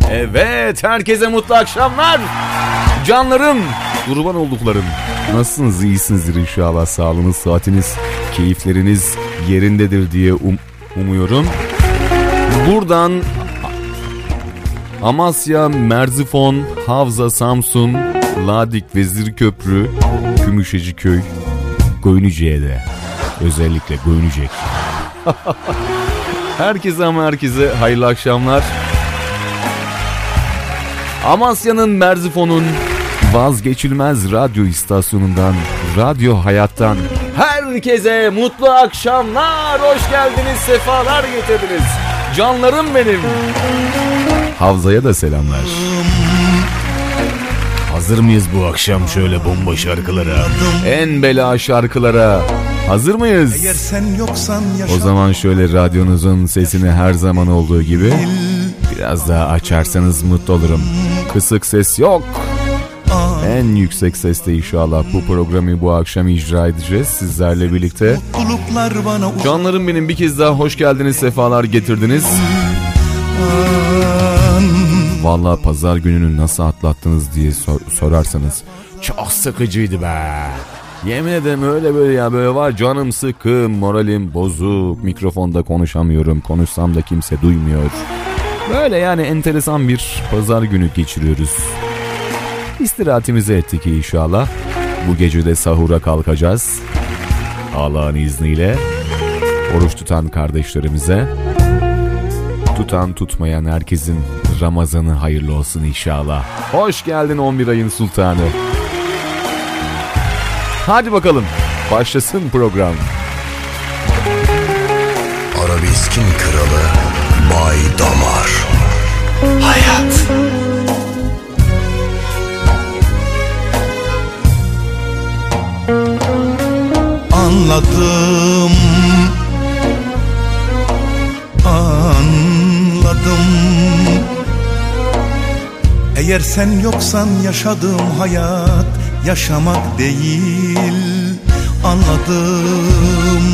Evet, herkese mutlu akşamlar. Canlarım, kurban olduklarım. Nasılsınız? İyisinizdir inşallah. Sağlığınız, saatiniz, keyifleriniz yerindedir diye umuyorum. Buradan Amasya, Merzifon, Havza, Samsun, Ladik, Vezirköprü, Gümüşhacıköy, Goynuce'ye de özellikle Goynucek. Herkese hayırlı akşamlar. Amasya'nın, Merzifon'un vazgeçilmez radyo istasyonundan, Radyo Hayat'tan herkese mutlu akşamlar. Hoş geldiniz, sefalar getirdiniz. Canlarım benim. Havza'ya da selamlar. Hazır mıyız bu akşam şöyle bomba şarkılara, en bela şarkılara? Hazır mıyız? O zaman şöyle radyonuzun sesini her zaman olduğu gibi biraz daha açarsanız mutlu olurum. Kısık ses yok. En yüksek sesle inşallah bu programı bu akşam icra edeceğiz sizlerle birlikte. Canlarım benim, bir kez daha hoş geldiniz, sefalar getirdiniz. Vallahi pazar gününü nasıl atlattınız diye sorarsanız çok sıkıcıydı be. Yemin ederim öyle böyle ya, böyle var, canım sıkkın, moralim bozuk, mikrofonda konuşamıyorum, konuşsam da kimse duymuyor. Böyle yani enteresan bir pazar günü geçiriyoruz. İstirahatimizi ettik inşallah. Bu gece de sahura kalkacağız Allah'ın izniyle. Oruç tutan kardeşlerimize, tutan tutmayan herkesin Ramazanı hayırlı olsun inşallah. Hoş geldin 11 ayın sultanı. Hadi bakalım, başlasın program. Arabeskin kralı Bay Damar. Hayat. Anladım, eğer sen yoksan yaşadığım hayat yaşamak değil. Anladım,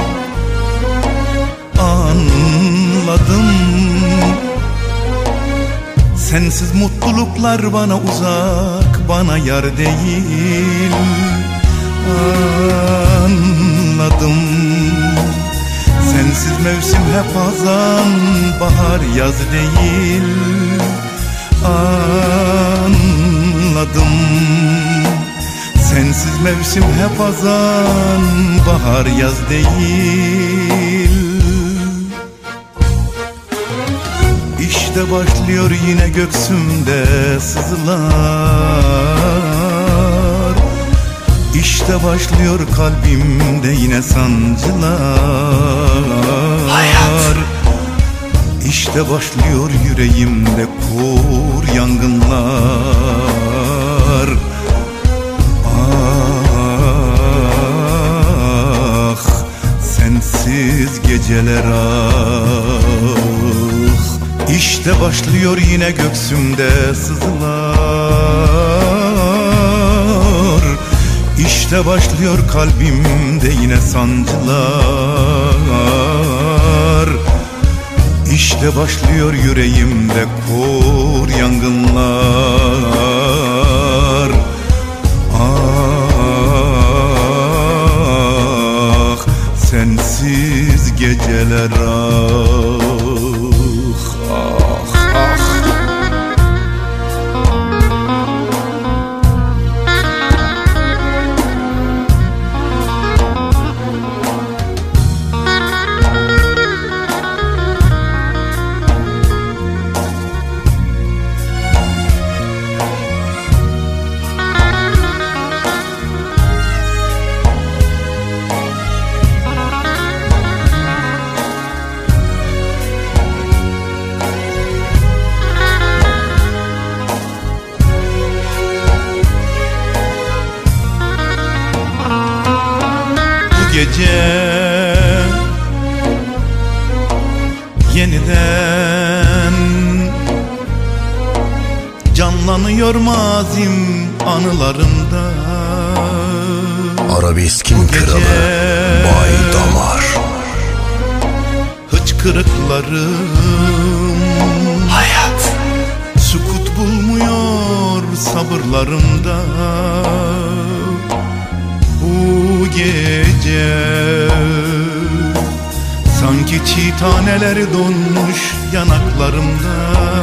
sensiz mutluluklar bana uzak, bana yar değil. Anladım, sensiz mevsim hep hazan, bahar yaz değil. Anladım, sensiz mevsim hep hazan, bahar yaz değil. İşte başlıyor yine göksümde sızılar, İşte başlıyor kalbimde yine sancılar. Hayat. İşte başlıyor yüreğimde kor yangınlar. Ah, sensiz geceler ah. İşte başlıyor yine göksümde sızılar, İşte başlıyor kalbimde yine sancılar. İşte başlıyor yüreğimde kor yangınlar. Ah, sensiz geceler ah. Gece yeniden canlanıyor mazim anılarımda. Arabeskin kralı Bay Damar. Hıçkırıklarım hayat yanaklarımda. Bu gece sanki çiğ taneleri donmuş yanaklarımda.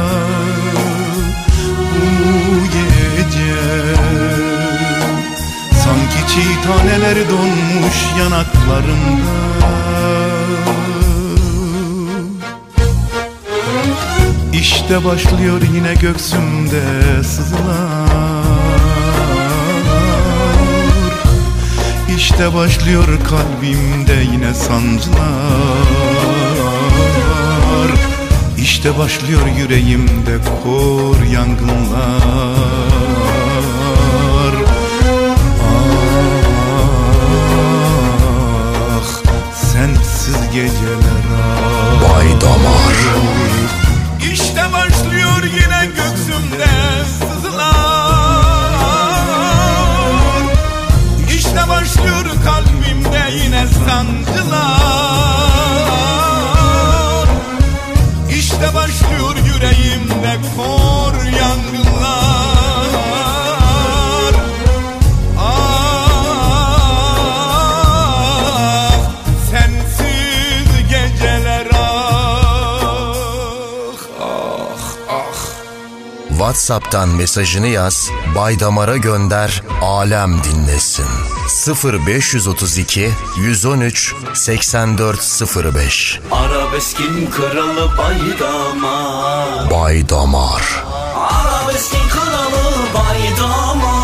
Bu gece sanki çiğ taneleri donmuş yanaklarımda. İşte başlıyor yine göğsümde sızılar. İşte başlıyor kalbimde yine sancılar. İşte başlıyor yüreğimde kor yangınlar. Ah sensiz geceler ah. Bay Damar. İşte başlıyor yine göğsümde sızılar. İşte başlıyor kalbimde yine sancılar. İşte başlıyor yüreğimde kor yangınlar. Ah sensiz geceler WhatsApp'tan mesajını yaz, Bay Damar'a gönder, alem dinlesin. 0532 113 8405. Arabeskin kralı Bay Damar. Bay Damar. Arabeskin kralı Bay Damar.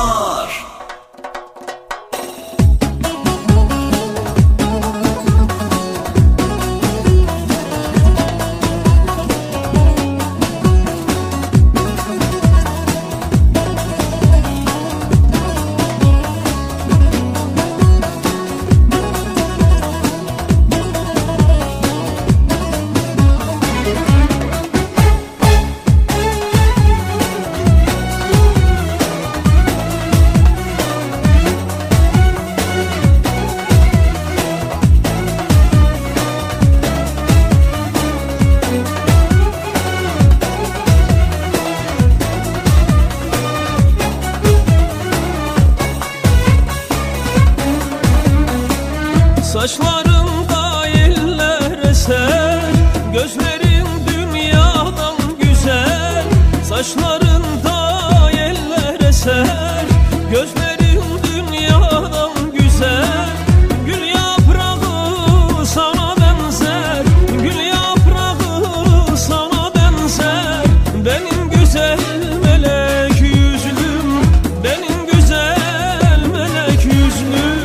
Saçlarında yeller eser, gözlerin dünyadan güzel. Saçlarında yeller eser, gözlerin dünyadan güzel. Gül yaprağı sana benzer, gül yaprağı sana benzer. Benim güzel melek yüzlüm, benim güzel melek yüzlüm.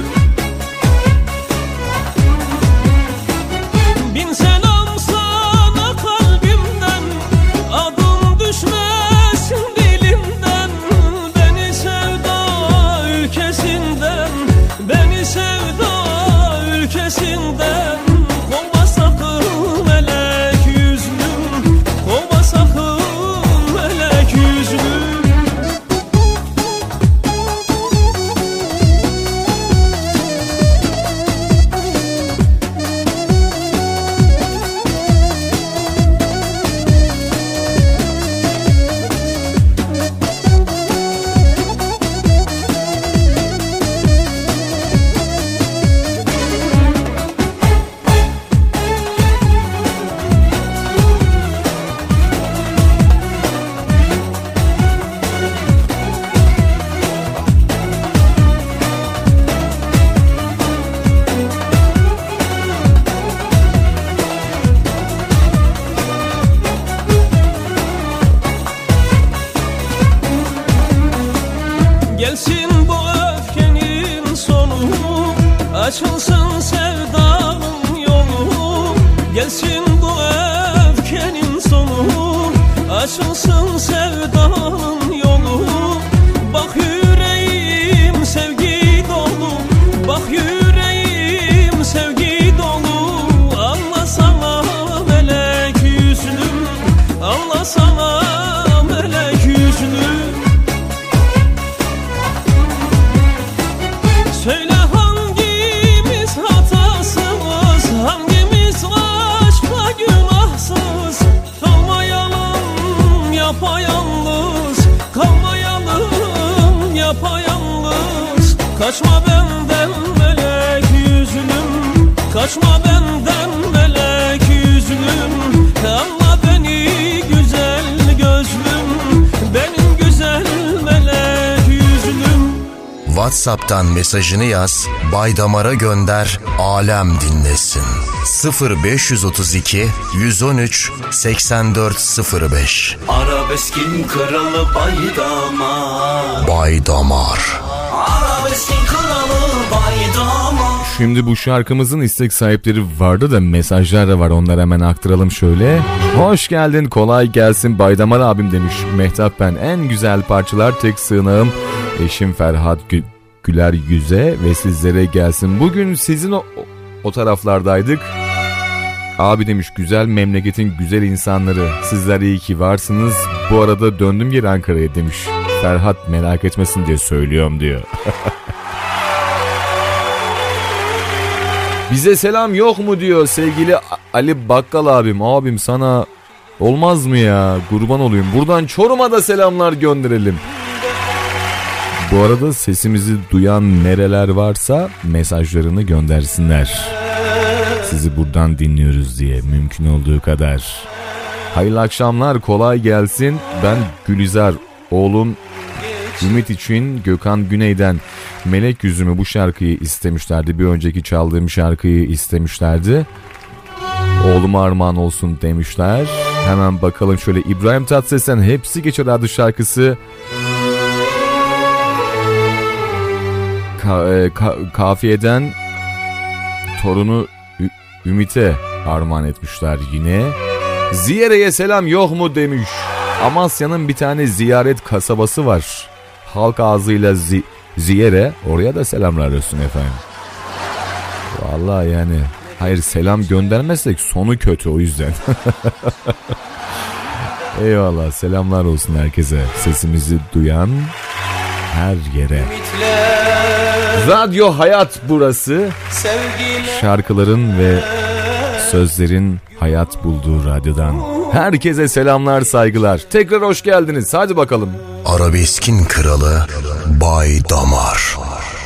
Bin selam sana kalbimden, adım düşmesin dilimden. Beni sevda ülkesinden, beni sevda ülkesinden. Kovma sakın melek yüzlüm, kovma sakın melek yüzlüm. Gelsin bu öfkenin sonu, açılsın sevdanın yolu. Gelsin bu öfkenin sonu, açılsın sevdanın yolu. Bak yüreğim sevgi dolu, bak yüreğim sevgi dolu. Anlasana melek yüzlüm, anlasana melek yüzlüm. Söyle hangimiz hatasız, hangimiz aşka günahsız. Kalmayalım yapayalnız, kalmayalım Kaçma benden melek yüzlüm, kaçma benden melek yüzlüm. Anla beni güzel gözlüm, benim güzel melek yüzlüm. WhatsApp'tan mesajını yaz, Baydamar'a gönder, alem dinlesin. 0532 113 8405. Arabeskin kralı Baydamar. Baydamar. Arabeskin kralı Baydamar. Şimdi bu şarkımızın istek sahipleri vardı da mesajlar da var, onları hemen aktaralım şöyle. Hoş geldin, kolay gelsin Baydamar abim demiş Mehtap ben. En güzel parçalar tek sığınağım eşim Ferhat Güler yüze ve sizlere gelsin. Bugün sizin o taraflardaydık. Abi demiş güzel memleketin güzel insanları, sizler iyi ki varsınız. Bu arada döndüm geri Ankara'ya demiş. Ferhat merak etmesin diye söylüyorum diyor. Bize selam yok mu diyor sevgili Ali Bakkal abim. Abim sana olmaz mı ya, kurban olayım. Buradan Çorum'a da selamlar gönderelim. Bu arada sesimizi duyan nereler varsa mesajlarını göndersinler. Sizi buradan dinliyoruz diye, mümkün olduğu kadar. Hayırlı akşamlar, kolay gelsin. Ben Gülizar, oğlum Ümit için Gökhan Güney'den Melek Yüzümü bu şarkıyı istemişlerdi. Bir önceki çaldığım şarkıyı istemişlerdi. Oğluma armağan olsun demişler. Hemen bakalım şöyle, İbrahim Tatlıses'ten Hepsi Geçer adlı şarkısı Kafiye'den torunu Ümit'e armağan etmişler yine. Ziyere'ye selam yok mu demiş. Amasya'nın bir tane ziyaret kasabası var. Halk ağzıyla Ziyere, oraya da selamlar olsun efendim. Vallahi yani hayır, selam göndermezsek sonu kötü, o yüzden. Eyvallah, selamlar olsun herkese, sesimizi duyan her yere. Radyo Hayat burası. Şarkıların ve sözlerin hayat bulduğu radyodan herkese selamlar, saygılar. Tekrar hoş geldiniz. Hadi bakalım. Arabeskin kralı Baydamar.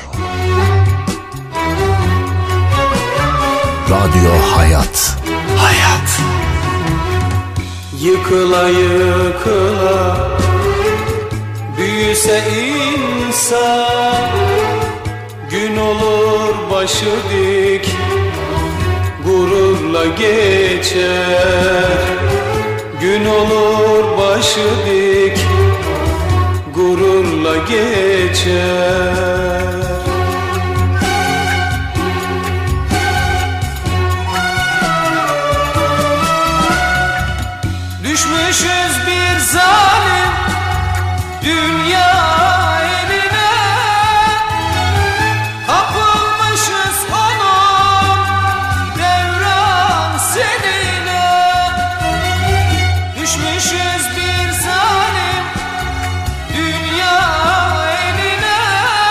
Radyo Hayat. Hayat. Yıkıla yıkıla büyüse insan, gün olur başı dik, gururla geçer. Gün olur başı dik, gururla geçer. Düşmüşüz bir zalim dünya eline, kapılmışız onun devran seline. Düşmüşüz bir zalim dünya eline,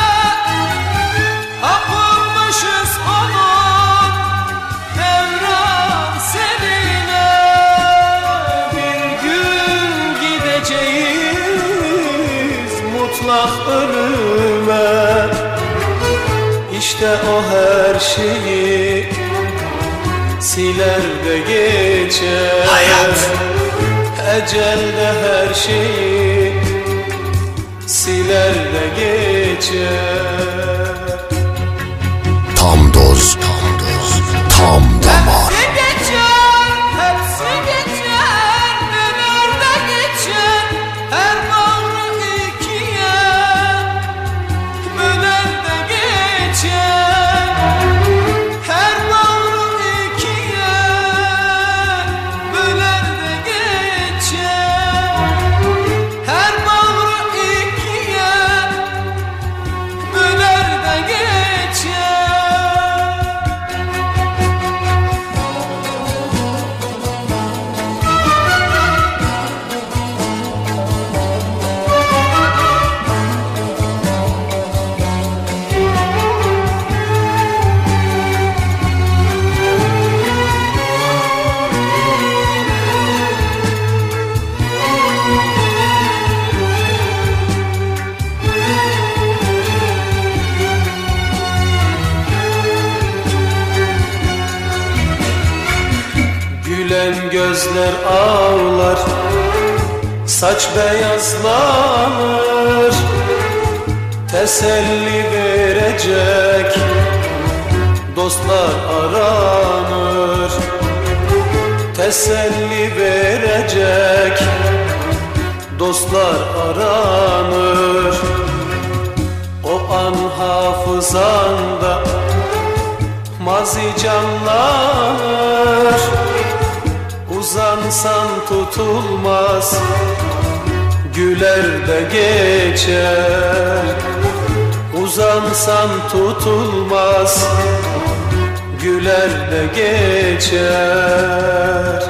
kapılmışız onun devran seline. Bir gün gideceğiz mutlak ölüme, İşte o her şeyi siler de geçer. Hayat. Ecel de her şeyi siler de geçer. Tam doz, tam damar. Hepsi geçer, hepsi geçer, ömür de geçer. Her bağrı ikiye böler de geçer. Her bağrı ikiye böler de geçer. Her bağrı ikiye böler de geçer. gözler ağlar, saç beyazlanır. Teselli verecek dostlar aranır. Teselli verecek dostlar aranır. O an hafızanda mazi canlanır. Uzansan tutulmaz, güler de geçer. Uzansan tutulmaz, güler de geçer.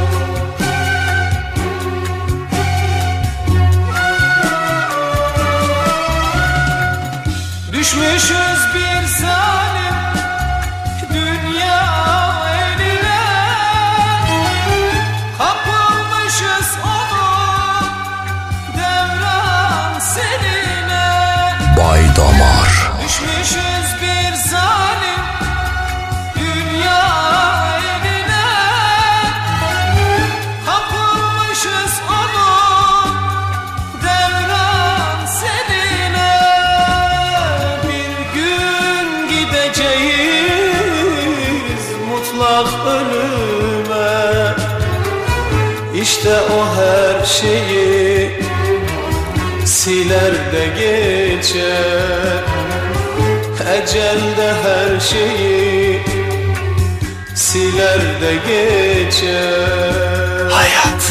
Düşmüşüz bir zalim dünya eline, kapılmışız onun devran seline. Bay Damar. Düşmüşüz bir zalim dünya eline, kapılmışız onun devran seline. Bir gün gideceğiz mutlak ölüme, İşte o her şeyi siler de geçer. Ecel de her şeyi siler de geçer. Hayat.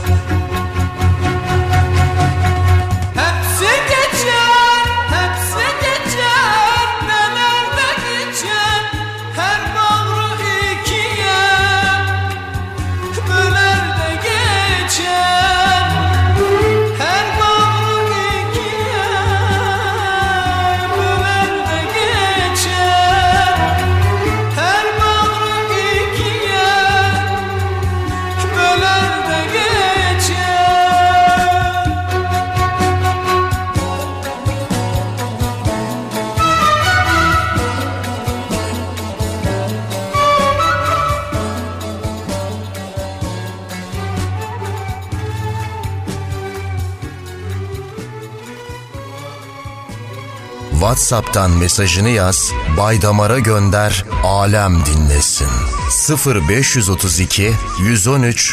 Hepsi geçer, hepsi geçer, neler de geçer. Her bağrı ikiye böler de geçer. Her bağrı ikiye böler de geçer. Her bağrı ikiye böler de geçer. WhatsApp'tan mesajını yaz, Bay Damar'a gönder, alem dinlesin. 0532 113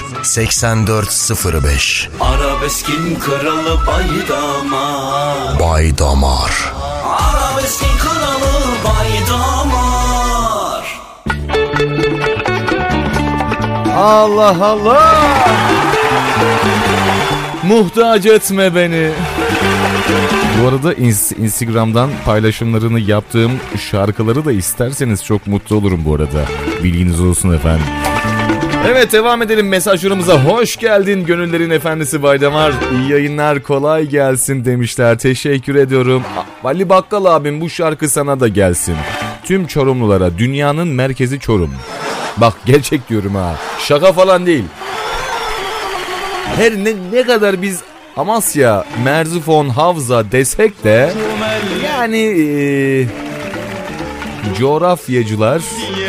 8405. Arabeskin kralı Bay Damar. Bay Damar. Arabeskin kralı Bay Damar. Allah Allah! Muhtaç etme beni. Bu arada Instagram'dan paylaşımlarını yaptığım şarkıları da isterseniz çok mutlu olurum bu arada. Bilginiz olsun efendim. Evet, devam edelim mesajlarımıza. Hoş geldin gönüllerin efendisi Bay Damar. İyi yayınlar, kolay gelsin demişler. Teşekkür ediyorum. Ali Bakkal abim, bu şarkı sana da gelsin. Tüm Çorumlulara, dünyanın merkezi Çorum. Bak, gerçek diyorum ha. Şaka falan değil. Her ne kadar biz Amasya, Merzifon, Havza desek de yani coğrafyacılar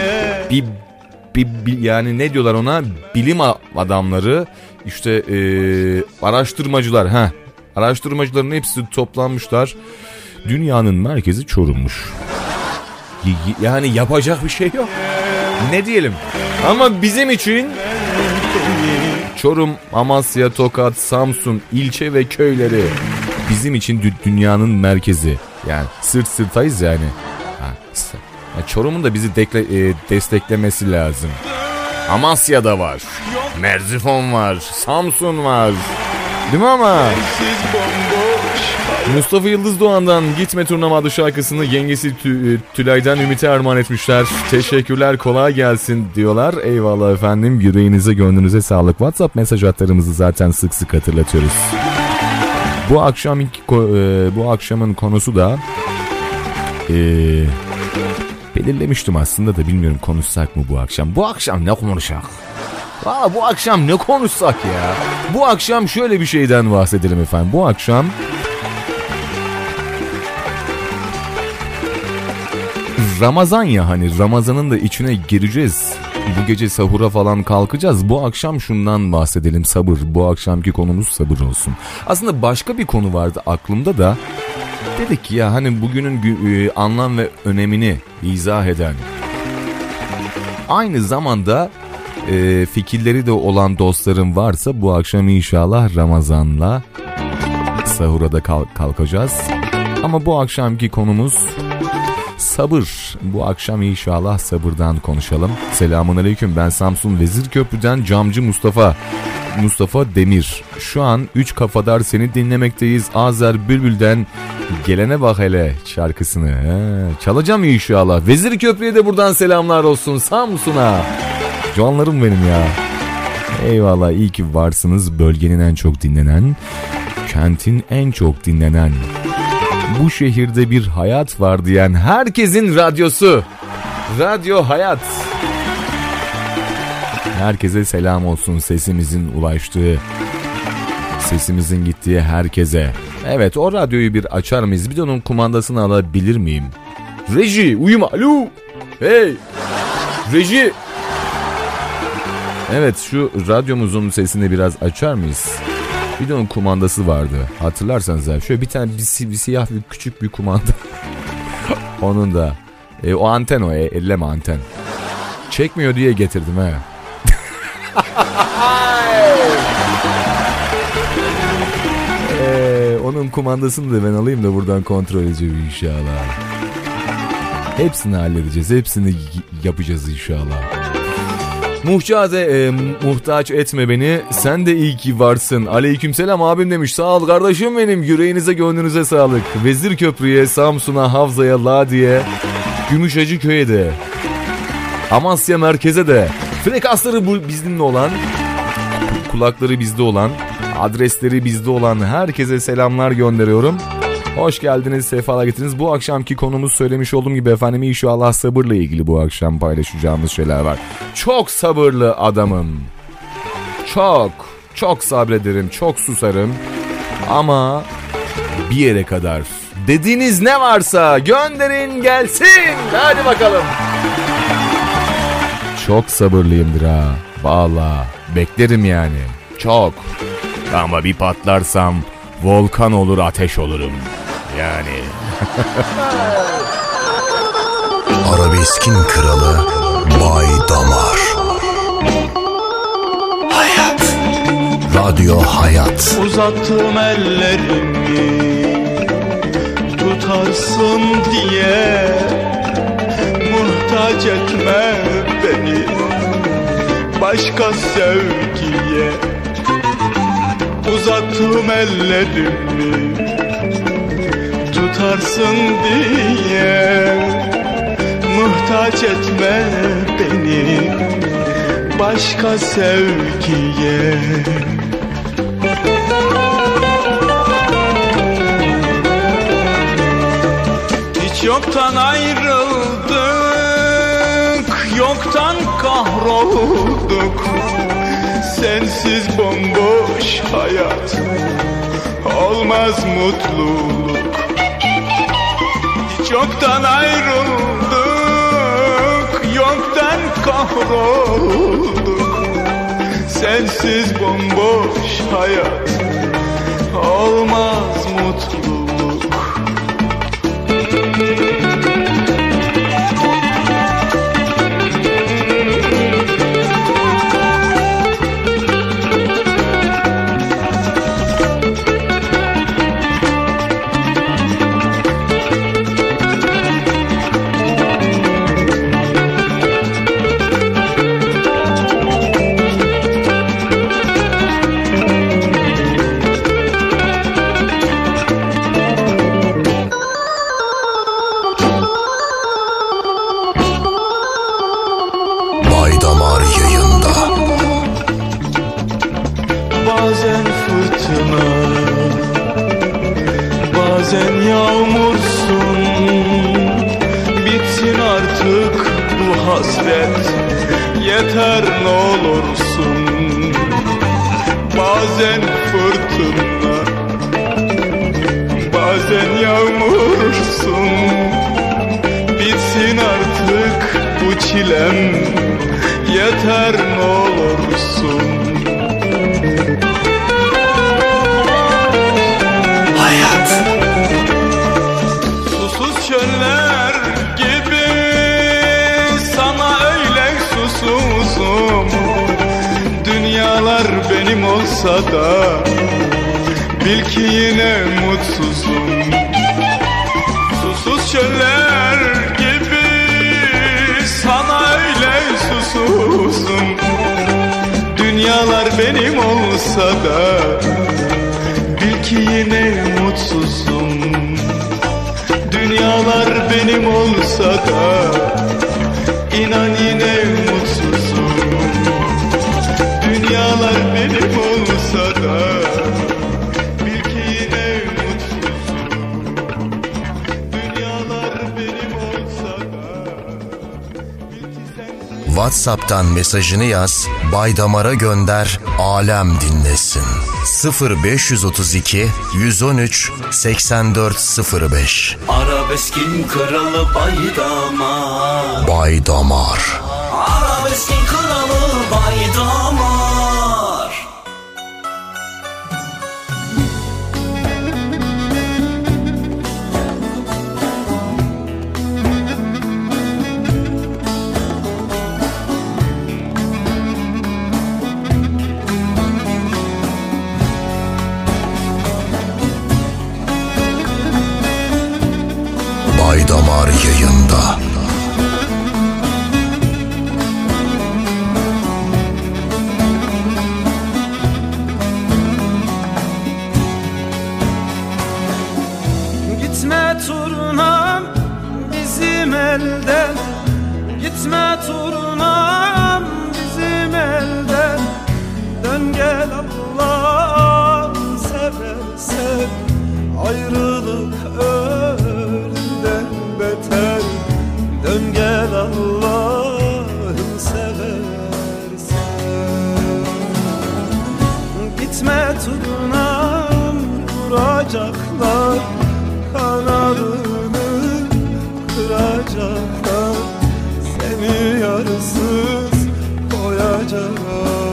yani ne diyorlar ona, bilim adamları, işte araştırmacılar, araştırmacıların hepsi toplanmışlar. Dünyanın merkezi Çorum'muş. Yani yapacak bir şey yok. Ne diyelim? Ama bizim için Çorum, Amasya, Tokat, Samsun, ilçe ve köyleri bizim için dünyanın merkezi. Yani sırt sırtayız yani. Çorum'un da bizi desteklemesi lazım. Amasya'da var, Merzifon var, Samsun var. Değil mi ama? Mustafa Yıldız Doğan'dan Gitme Turnam adlı şarkısını yengesi Tülay'dan Ümit'e armağan etmişler. Teşekkürler, kolay gelsin diyorlar. Eyvallah efendim, yüreğinize gönlünüze sağlık. WhatsApp mesaj hatlarımızı zaten sık sık hatırlatıyoruz. Bu akşamın konusu da belirlemiştim aslında da bilmiyorum, konuşsak mı bu akşam? Bu akşam ne konuşsak? Bu akşam ne konuşsak ya? Bu akşam şöyle bir şeyden bahsedelim efendim. Bu akşam Ramazan ya, hani Ramazan'ın da içine gireceğiz. bu gece sahura falan kalkacağız. Bu akşam şundan bahsedelim, sabır. Bu akşamki konumuz sabır olsun. Aslında başka bir konu vardı aklımda da. Dedik ki ya hani bugünün anlam ve önemini izah eden, aynı zamanda fikirleri de olan dostlarım varsa bu akşam inşallah Ramazan'la sahura da kalkacağız. Ama bu akşamki konumuz sabır. Bu akşam inşallah sabırdan konuşalım. Selamünaleyküm, ben Samsun Vezirköprü'den camcı Mustafa Demir. Şu an 3 kafadar seni dinlemekteyiz. Azer Bülbül'den Gelene Bak Hele şarkısını çalacağım inşallah. Vezirköprü'ye de buradan selamlar olsun, Samsun'a. Canlarım benim ya. Eyvallah, iyi ki varsınız. Bölgenin en çok dinlenen, kentin en çok dinlenen, bu şehirde bir hayat var diyen herkesin radyosu. Radyo Hayat. Herkese selam olsun, sesimizin ulaştığı, sesimizin gittiği herkese. Evet, o radyoyu bir açar mıyız? Bir de onun kumandasını alabilir miyim? Reji, uyuma. Alo. Hey. Reji. Evet, şu radyomuzun sesini biraz açar mıyız? Bir de onun kumandası vardı. Hatırlarsanız ya, şöyle bir tane bir siyah bir küçük bir kumanda. Onun da. O anten o. Elleme anten. Çekmiyor diye getirdim he. Onun kumandasını da ben alayım da buradan kontrol edeceğim inşallah. Hepsini halledeceğiz. Hepsini yapacağız inşallah. Muhtaç etme beni. Sen de iyi ki varsın. Aleykümselam abim demiş. Sağ ol kardeşim benim. Yüreğinize gönlünüze sağlık. Vezirköprü'ye, Samsun'a, Havza'ya, Ladi'ye, Gümüşhacıköy'e de, Amasya merkeze de, frekansları bu bizimle olan, kulakları bizde olan, adresleri bizde olan herkese selamlar gönderiyorum. Hoş geldiniz, sefalar getirdiniz. Bu akşamki konumuz söylemiş olduğum gibi efendim inşallah sabırla ilgili bu akşam paylaşacağımız şeyler var. Çok sabırlı adamım. Çok sabrederim, çok susarım. Ama bir yere kadar. Dediğiniz ne varsa gönderin gelsin. Hadi bakalım. Çok sabırlıyımdır ha. Vallahi beklerim yani. Çok. Ama bir patlarsam volkan olur, ateş olurum. Yani. Arabeskin kralı Bay Damar. Hayat. Radyo Hayat. Uzattım ellerimi tutarsın diye, muhtaç etme beni başka sevgiye. Uzattım ellerimi tutarsın diye, muhtaç etme beni başka sevgiye. Hiç yoktan ayrıldık, yoktan kahrolduk. Sensiz bomboş hayat, olmaz mutluluk. Hiç yoktan ayrıldık, yoktan kahrolduk. Sensiz bomboş hayat, olmaz mutluluk. Yeter ne olursun. Bazen fırtına, bazen yağmursun. Bitsin artık bu çilem, yeter ne olursun. Hayat Susuz çöller gibi sana öyle susuzum. Dünyalar benim olsa da bil ki yine mutsuzum. Susuz çöller gibi sana öyle susuzum. Dünyalar benim olsa da bil ki yine mutsuzum. Dünyalar benim olsa da inan yine mutsuzum. Dünyalar benim olsa da bil ki yine mutsuzum. Dünyalar benim olsa da bil ki sen... WhatsApp'tan mesajını yaz, Baydamar'a gönder, alem dinlesin. 0532 113 8405. Arabeskin kralı Baydamar. Baydamar. Arabeskin kralı Baydamar. Baydamar yayında. Gitme turnam bizim elden, gitme turnam bizim elden. Dön gel Allah'ını seversen, ayrılık ölümden beter. Dön gel Allah'ını seversen. Gitme turnam vuracaklar, kanadını kıracaklar, seni yarısız koyacaklar.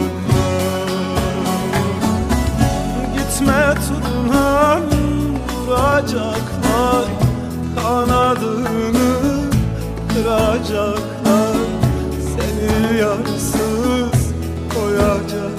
Gitme turnam vuracaklar, kanadını kıracaklar, seni yarısız koyacaklar.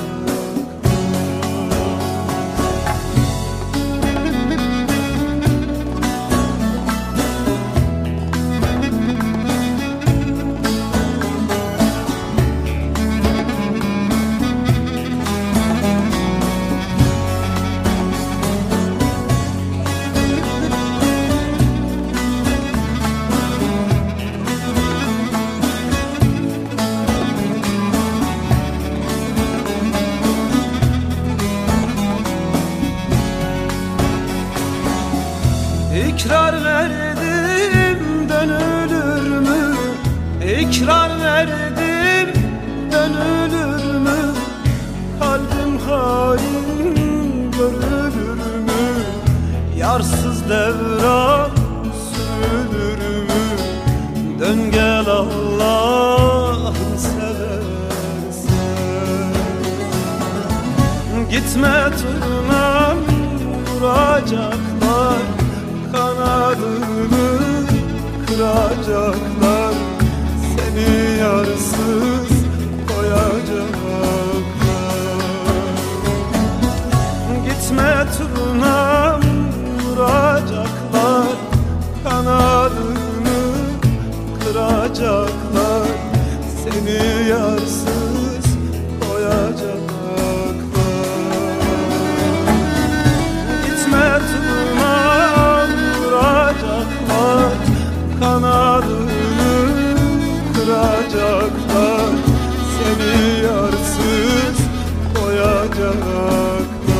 İkrar verdim dönülür mü? İkrar verdim dönülür mü? Kalbim hain görülür mü? Yarsız devran sürülür mü? Dön gel Allah'ını seversen. Gitme turnam vuracaklar, kanadını kıracaklar, seni yarsız koyacaklar. Gitme turnam vuracaklar, kanadını kıracaklar, seni yarsız koyacaklar. Gitme turnam vuracaklar, kanadını kıracaklar, seni yarsız koyacaklar.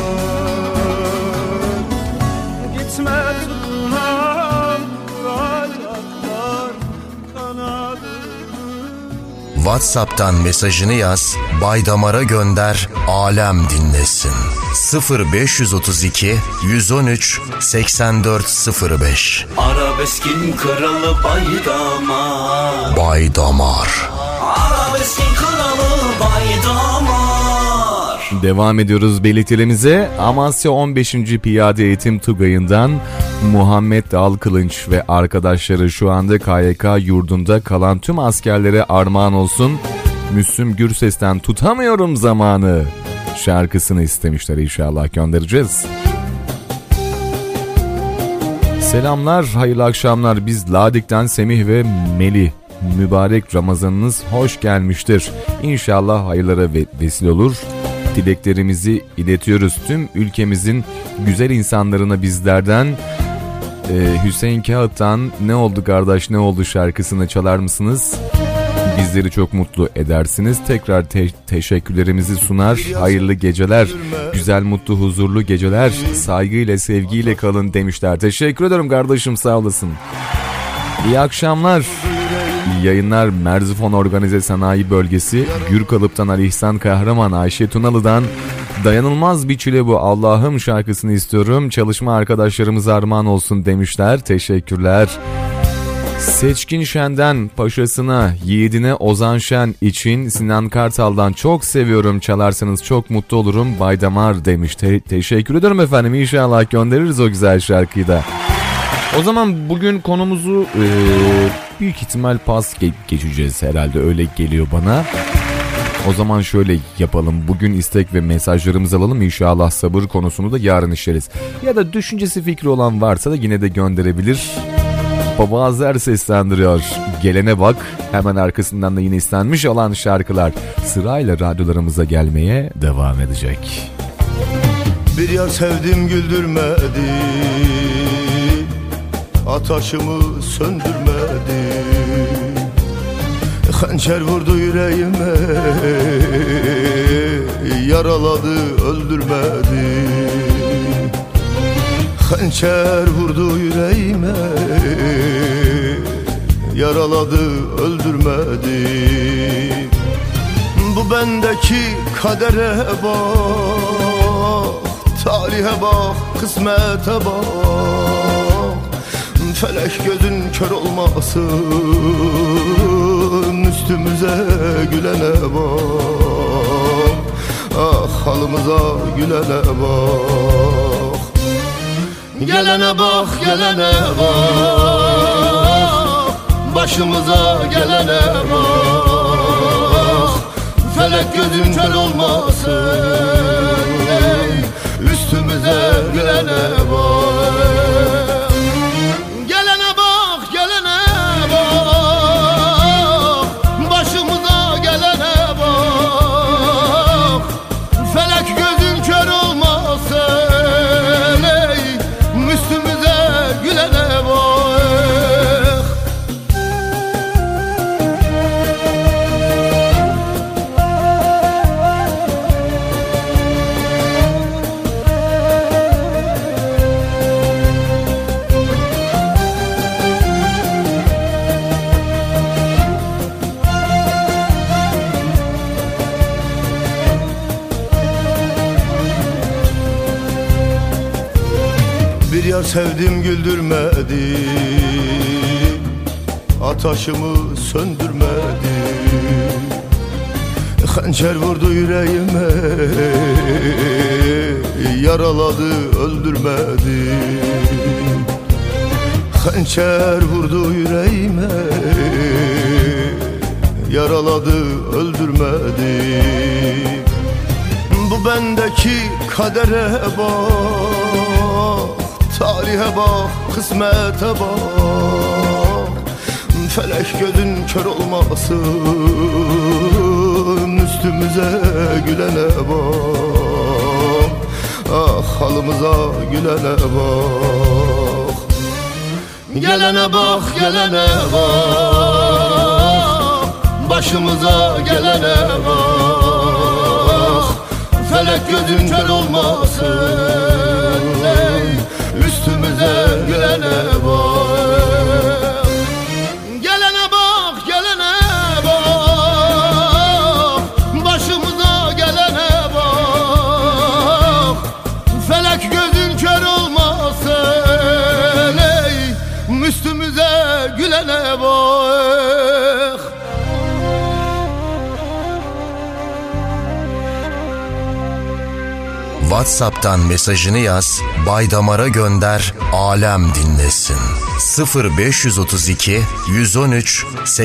Gitme turnam vuracaklar, kanadını. WhatsApp'tan mesajını yaz, Baydamar'a gönder, alem dinlesin. 0532 113 8405. Arabeskin kralı Baydamar. Baydamar. Arabeskin Arabeskin kralı Baydamar. Devam ediyoruz belirtilerimize. Amasya 15. Piyade Eğitim Tugayı'ndan Muhammed Dalkılınç ve arkadaşları şu anda KYK yurdunda kalan tüm askerlere armağan olsun. Müslüm Gürses'ten Tutamıyorum Zamanı şarkısını istemişler, inşallah göndereceğiz. Selamlar, hayırlı akşamlar. Biz Ladik'ten Semih ve Melih. Mübarek Ramazanınız hoş gelmiştir. İnşallah hayırlara vesile olur. Dileklerimizi iletiyoruz. Tüm ülkemizin güzel insanlarına bizlerden Hüseyin Kağıt'tan Ne Oldu Kardeş Ne Oldu şarkısını çalar mısınız? Bizleri çok mutlu edersiniz. Tekrar teşekkürlerimizi sunar. Hayırlı geceler, güzel, mutlu, huzurlu geceler. Saygıyla, sevgiyle kalın demişler. Teşekkür ederim kardeşim, sağ olasın. İyi akşamlar. İyi yayınlar. Merzifon Organize Sanayi Bölgesi Gürkalıp'tan Ali İhsan Kahraman, Ayşe Tunalı'dan Dayanılmaz Bir Çile Bu Allah'ım şarkısını istiyorum. Çalışma arkadaşlarımıza armağan olsun demişler. Teşekkürler. Seçkin Şen'den Paşasına, yiğidine Ozan Şen için Sinan Kartal'dan çok seviyorum, çalarsanız çok mutlu olurum Baydamar demiş. Teşekkür ederim efendim, inşallah göndeririz o güzel şarkıyı da. O zaman bugün konumuzu büyük ihtimal pas geçeceğiz herhalde, öyle geliyor bana. O zaman şöyle yapalım, bugün istek ve mesajlarımızı alalım, inşallah sabır konusunu da yarın işleriz. Ya da düşüncesi fikri olan varsa da yine de gönderebilir. Baba Azer seslendiriyor. Gelene bak, hemen arkasından da yine istenmiş olan şarkılar sırayla radyolarımıza gelmeye devam edecek. Bir yar sevdim güldürmedi, ateşimi söndürmedi. Hançer vurdu yüreğime, yaraladı öldürmedi. Hançer vurdu yüreğime, yaraladı öldürmedi. Bu bendeki kadere bak, talihe bak, kısmete bak. Felek gözün kör olmasın, üstümüze gülene bak. Ah halımıza gülene bak. Gelene bak, gelene bak, başımıza gelene bak. Felek gözün kör olmasın, üstümüze gelene bak. Gelene bak, gelene bak, başımıza gelene bak. Felek gözün kör olmasın, üstümüze gülene bak. Bir yar sevdim güldürmedi, ateşimi söndürmedi. Hançer vurdu yüreğime, yaraladı öldürmedi. Hançer vurdu yüreğime, yaraladı öldürmedi. Bu bendeki kadere bak, talihe bak, kısmete bak. Felek gözün kör olmasın, üstümüze gülene bak. Ah halımıza gülene bak. Gelene bak, gelene bak, başımıza gelene bak. Felek gözün kör olmasın, üstümüze gülene bak. Gelene bak, gelene bak, başımıza gelene bak. Felek gözün kör olmasın, üstümüze gülene bak. WhatsApp'tan mesajını yaz, Baydamar'a gönder, alem dinlesin. 0532 113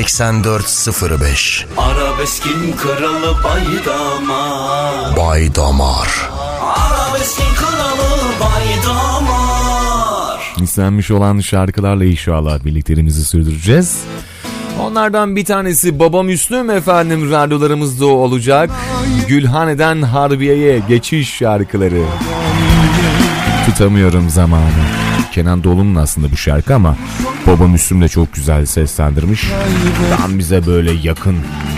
8405. Arabeskin kralı Baydamar. Baydamar. Arabeskin kralı Baydamar. İstenmiş olan şarkılarla inşallah birlikteliğimizi sürdüreceğiz. Onlardan bir tanesi Baba Müslüm efendim, radyolarımızda olacak. Gülhane'den Harbiye'ye geçiş şarkıları. Tutamıyorum zamanı. Kenan Doğulu'nun aslında bu şarkı ama Baba Müslüm de çok güzel seslendirmiş. Tam bize böyle yakın.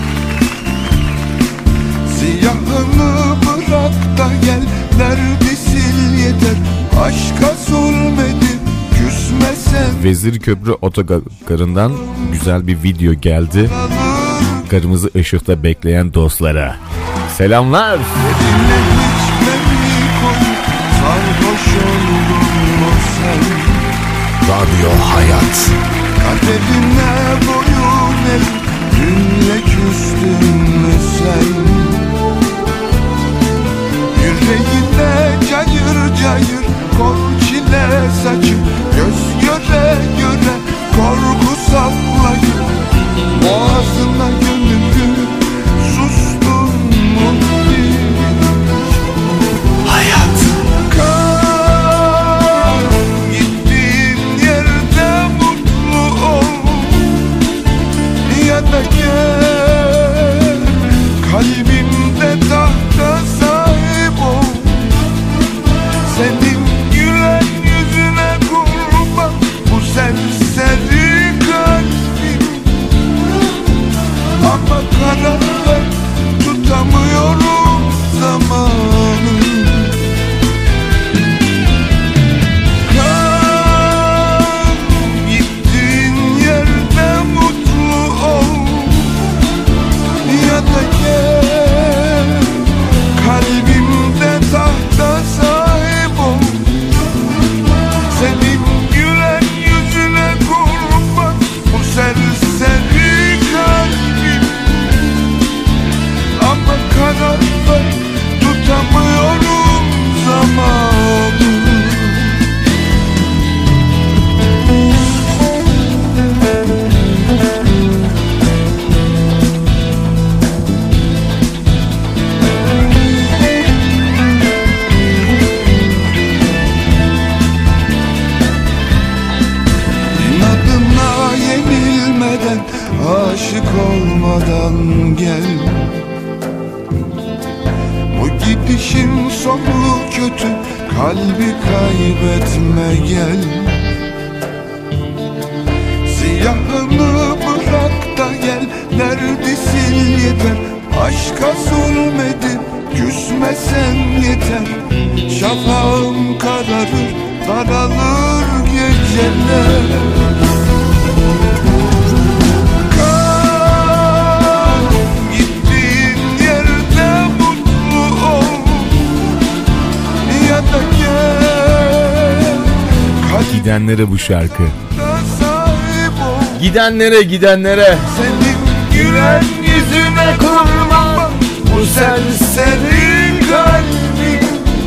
Siyahını bırak da gel, neredesin yeter, aşka zulmedip küsmesen. Vezirköprü otogarından güzel bir video geldi. Kırmızı ışıkta bekleyen dostlara selamlar. Eline içmemi koy, sarhoş oldun mu sen? Radyo Hayat. Kaderine boyun eğ, dünle küstün mü sen? Yüreğine cayır cayır kor çile saçıp, göz göre göre korku saklayıp, boğazına gömüldü sustun mu hiç? Hayat. Kal gittiğin yerde mutlu ol, ya da gel kalbimde tahta sahip ol. Senin gülen yüzüne kurban bu serseri kalbim. Ama karar ver, tutamıyorum zamanı. Kal gittiğin yerde mutlu ol, ya da gel kalbimde tahta sahip ol. Senin gülen yüzüne kurban bu serseri kalbim. Ama karar ver, tutamıyorum zamanı. İnadına yenilmeden, aşık olmadan gel. Bu gidişin sonu kötü, kalbi kaybetme gel. Siyahını bırak da gel, neredesin yeter, aşka zulmedip küsmesen yeter. Şafağım kararır, daralır geceler. Kal gittiğin yerde mutlu ol, ya da gel Gidenlere bu şarkı. kalbimde sahip ol. Gidenlere. Senin gülen yüzüne kurban bu serseri kalbim.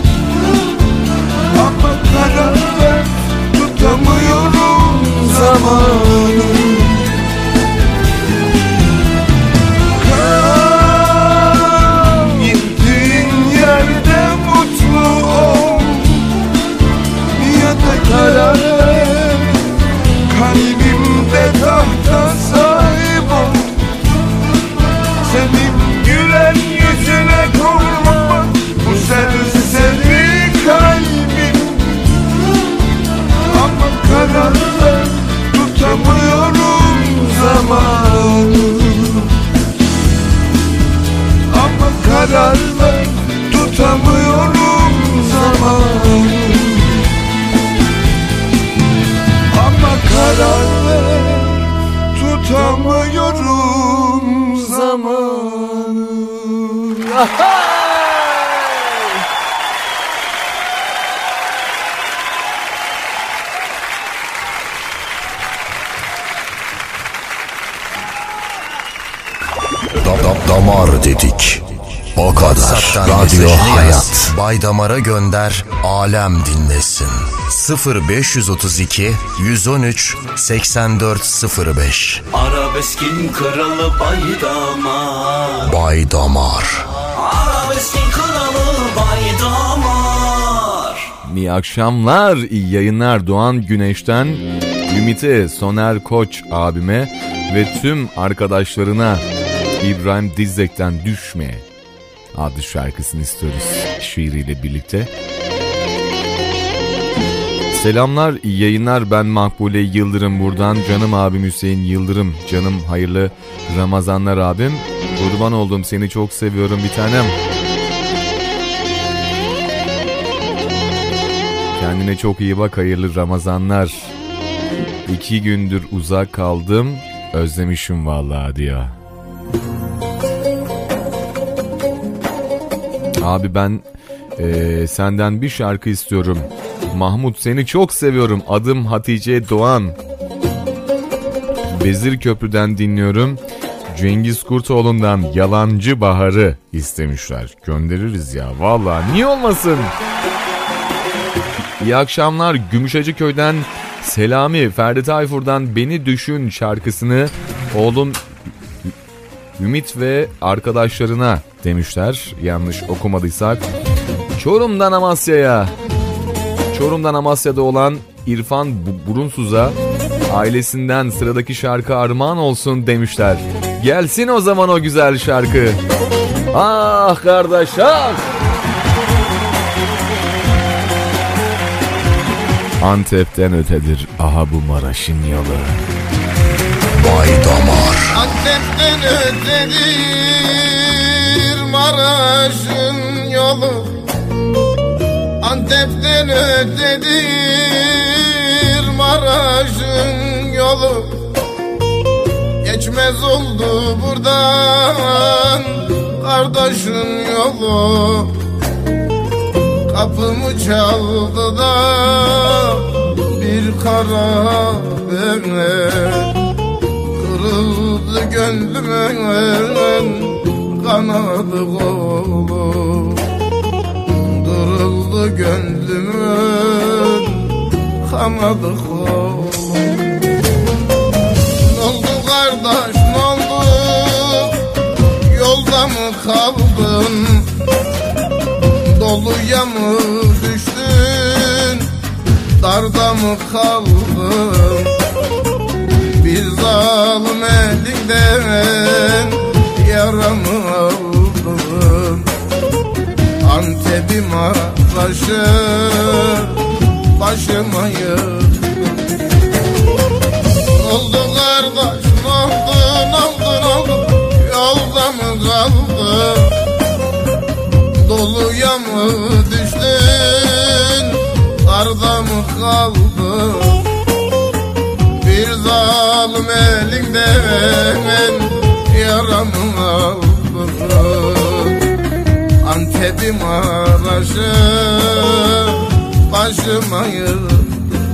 Ama karar ver, tutamıyorum zamanı. Kal gittiğin yerde mutlu ol, ya da karar ver kalbimde tahta sahip ol. Senin gülen yüzüne kurban bu serseri kalbim. Ama karar ver, tutamıyorum zamanı. Ama karar ver, tutamıyorum zamanı. Ama karar ver, tutamıyorum zamanı. Damar dedik. O kadar. Radyo Hayat. Baydamar'a gönder, alem dinlesin. 0532 113 8405. Arabeskin kralı Baydamar. Baydamar. Arabeskin kralı Baydamar. İyi akşamlar, iyi yayınlar. Doğan Güneş'ten Ümit'e, Soner Koç abime ve tüm arkadaşlarına İbrahim Dizdek'ten Düşme adlı şarkısını istiyoruz şiiriyle birlikte. Selamlar, iyi yayınlar. Ben Makbule Yıldırım buradan. Canım abim Hüseyin Yıldırım. Canım hayırlı Ramazanlar abim. Kurban oldum, seni çok seviyorum bir tanem. Kendine çok iyi bak, hayırlı Ramazanlar. 2 gündür uzak kaldım, özlemişim vallahi diyor. Abi ben senden bir şarkı istiyorum. Mahmut seni çok seviyorum. Adım Hatice Doğan. Vezirköprü'den dinliyorum. Cengiz Kurtoğlu'ndan Yalancı Baharı istemişler. Göndeririz ya vallahi, niye olmasın? İyi akşamlar. Gümüşhacıköy'den Selami, Ferdi Tayfur'dan Beni Düşün şarkısını oğlum Ümit ve arkadaşlarına demişler. Yanlış okumadıysak. Çorum'dan Amasya'da olan İrfan Burunsuz'a ailesinden sıradaki şarkı armağan olsun demişler. Gelsin o zaman o güzel şarkı. Ah kardeş ah! Antep'ten ötedir aha bu Maraş'ın yolu. Baydamar. Antep'ten ötedir Maraş'ın yolu. Antep'ten ötedir Maraş'ın yolu. Geçmez oldu buradan kardeşin yolu. Kapımı çaldı da bir kara bebek. Kırıldı gönlümün kanadı kolu. Kırıldı gönlümün kanadı kolu. Ne oldu kardeş ne oldu? Yolda mı kaldın? Doluya mı düştün? Darda mı kaldın? Bir zalim elinden yaramı aldın. Antep'im Maraş'ı başıma yıktın. Oldu kardeş ne oldu? Yolda mı kaldın? Doluya mı düştün? Darda mı kaldın? Bir zalim elinden yaramı aldın. Antep'im Maraş'ı başıma yıktın.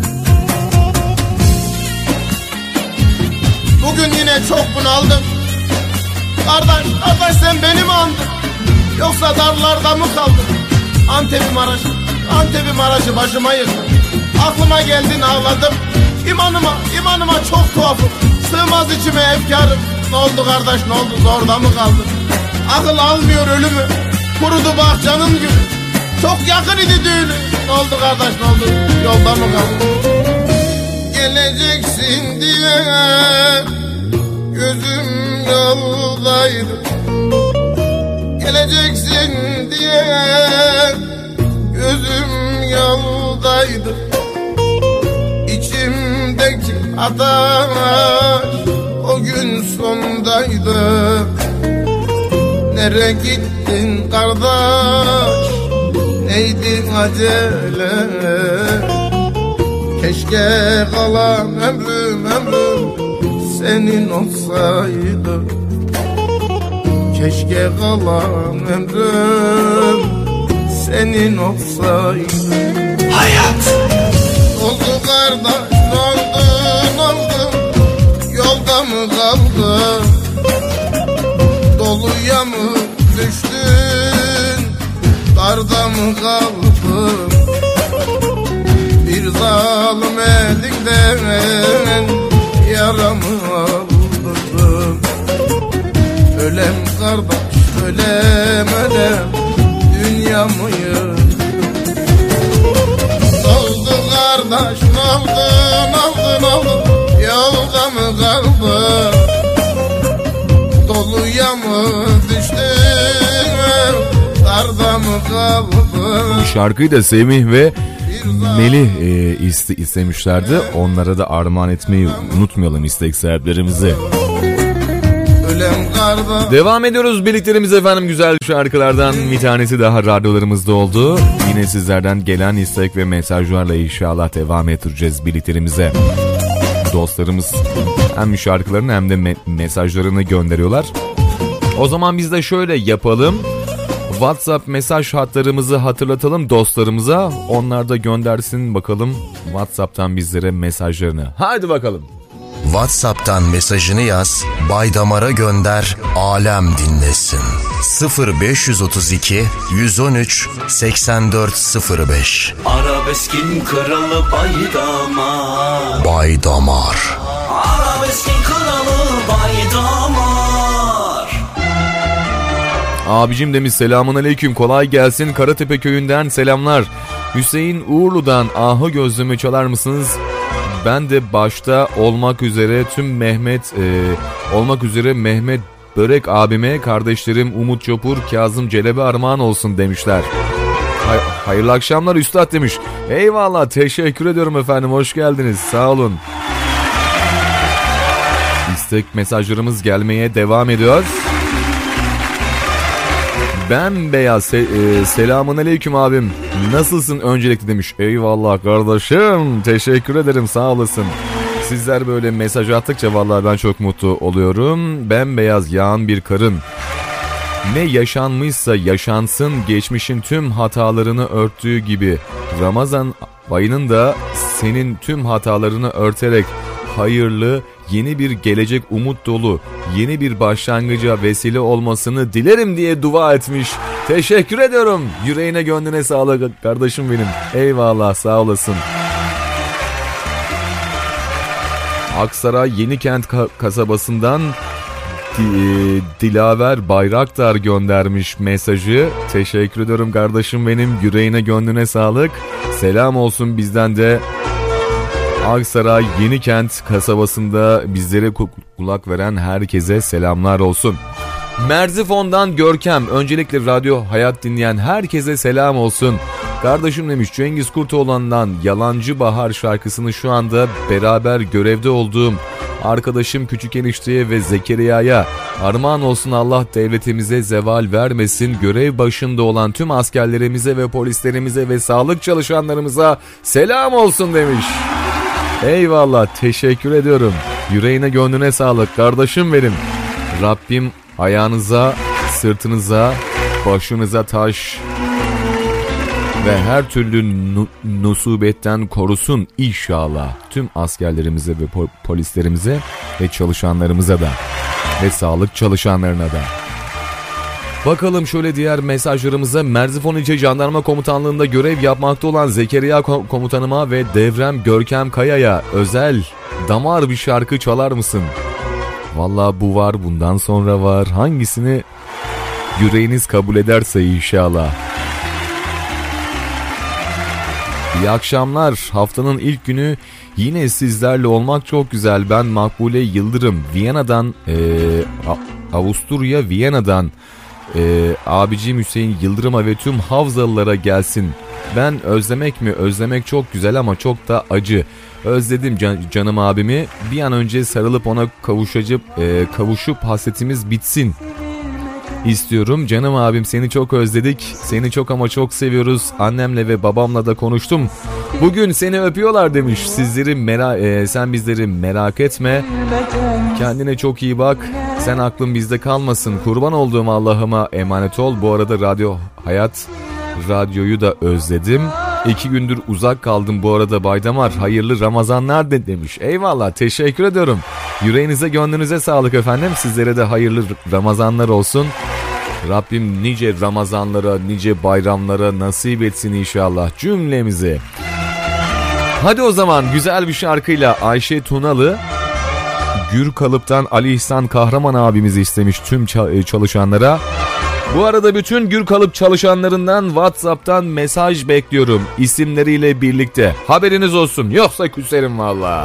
Bugün yine çok bunaldım. Kardeş sen beni mi andın? Yoksa darlarda mı kaldın? Antep'im Maraş'ı başıma yıktın. Aklıma geldin ağladım. İmanıma çok tuhafım. Sığmaz içime efkarım. Ne oldu kardeş ne oldu, zorda mı kaldın? Akıl almıyor ölümü. Kurudu bahçanın gülü. Çok yakın idi düğünü. Ne oldu kardeş ne oldu, yolda mı kaldın? Geleceksin diye gözüm yoldaydı. Geleceksin diye gözüm yoldaydı. İçimdeki ateş o gün sondaydı. Nereye gittin kardeş? Neydi acele? Keşke kalan ömrüm senin olsaydı. Keşke kalan ömrüm senin olsaydı. Hayat. Oldu kardeş ne oldu? Yolda mı kaldın? Doluya mı düştün? mı kaldım? Bir zalim elinden yaramı aldım. Ölem kardeş, ölem ölem, dünya mıyım? Oldu kardeş, aldın, yolda mı kaldın? Doluya mı düştün, darda mı kaldın? Bu şarkıyı da Semih ve Melih istemişlerdi. Onlara da armağan etmeyi unutmayalım istek sahiplerimizi. Devam ediyoruz birliklerimiz efendim, güzel şarkılardan bir tanesi daha radyolarımızda oldu. Yine sizlerden gelen istek ve mesajlarla inşallah devam ettireceğiz birliklerimize. Dostlarımız hem şarkılarını hem de mesajlarını gönderiyorlar. O zaman biz de şöyle yapalım. WhatsApp mesaj hatlarımızı hatırlatalım dostlarımıza. Onlar da göndersin bakalım WhatsApp'tan bizlere mesajlarını. Hadi bakalım. WhatsApp'tan mesajını yaz, Baydamar'a gönder, alem dinlesin. 0532 113 8405. Arabeskin kralı Baydamar. Baydamar. Arabeskin kralı Baydamar. Abicim demiş, selamun aleyküm, kolay gelsin, Karatepe köyünden selamlar. Hüseyin Uğurlu'dan ahı gözlüğümü çalar mısınız? Ben de başta olmak üzere Mehmet Börek abime, kardeşlerim Umut Çopur, Kazım Celebi armağan olsun demişler. Hayırlı akşamlar üstad demiş. Eyvallah, teşekkür ediyorum efendim, hoş geldiniz, sağ olun. İstek mesajlarımız gelmeye devam ediyor. Bembeyaz selamun aleyküm abim, nasılsın öncelikle demiş. Eyvallah kardeşim, teşekkür ederim, sağ olasın. Sizler böyle mesaj attıkça vallahi ben çok mutlu oluyorum. Bembeyaz yağan bir karın, ne yaşanmışsa yaşansın, geçmişin tüm hatalarını örttüğü gibi Ramazan ayının da senin tüm hatalarını örterek hayırlı, yeni bir gelecek, umut dolu, yeni bir başlangıca vesile olmasını dilerim diye dua etmiş. Teşekkür ediyorum. Yüreğine gönlüne sağlık kardeşim benim. Eyvallah, sağ olasın. Aksaray Yenikent kasabasından Dilaver Bayraktar göndermiş mesajı. Teşekkür ediyorum kardeşim benim. Yüreğine gönlüne sağlık. Selam olsun bizden de. Aksaray Yenikent kasabasında bizlere kulak veren herkese selamlar olsun. Merzifon'dan Görkem, öncelikle Radyo Hayat dinleyen herkese selam olsun. Kardeşim demiş, Cengiz Kurtoğlu'ndan Yalancı Bahar şarkısını şu anda beraber görevde olduğum arkadaşım Küçük Enişte'ye ve Zekeriya'ya armağan olsun, Allah devletimize zeval vermesin. Görev başında olan tüm askerlerimize ve polislerimize ve sağlık çalışanlarımıza selam olsun demiş. Eyvallah, teşekkür ediyorum. Yüreğine gönlüne sağlık kardeşim benim. Rabbim ayağınıza, sırtınıza, başınıza taş ve her türlü nusubetten korusun inşallah. Tüm askerlerimize ve polislerimize ve çalışanlarımıza da ve sağlık çalışanlarına da. Bakalım şöyle diğer mesajlarımıza. Merzifon İlçe Jandarma Komutanlığı'nda görev yapmakta olan Zekeriya Komutanıma ve Devrem Görkem Kaya'ya özel damar bir şarkı çalar mısın? Vallahi bu var, bundan sonra var. Hangisini yüreğiniz kabul ederse inşallah. İyi akşamlar. Haftanın ilk günü yine sizlerle olmak çok güzel. Ben Makbule Yıldırım. Viyana'dan, Avusturya Viyana'dan. Abicim Hüseyin Yıldırım'a ve tüm Havzalılara gelsin. Ben özlemek çok güzel ama çok da acı. Özledim canım abimi. Bir an önce sarılıp ona kavuşup hasretimiz bitsin istiyorum. Canım abim, seni çok özledik. Seni çok ama çok seviyoruz. Annemle ve babamla da konuştum. Bugün seni öpüyorlar demiş. Sen bizleri merak etme. Kendine çok iyi bak. Sen aklın bizde kalmasın. Kurban olduğum Allah'ıma emanet ol. Bu arada Radyo Hayat radyoyu da özledim. 2 gündür uzak kaldım bu arada Baydamar. Hayırlı Ramazanlar demiş. Eyvallah, teşekkür ediyorum. Yüreğinize gönlünüze sağlık efendim. Sizlere de hayırlı Ramazanlar olsun. Rabbim nice Ramazanlara, nice bayramlara nasip etsin inşallah cümlemizi. Hadi o zaman güzel bir şarkıyla Ayşe Tunalı, Gür Kalıp'tan Ali İhsan Kahraman abimizi istemiş tüm çalışanlara. Bu arada bütün Gür Kalıp çalışanlarından WhatsApp'tan mesaj bekliyorum isimleriyle birlikte. Haberiniz olsun, yoksa küserim valla.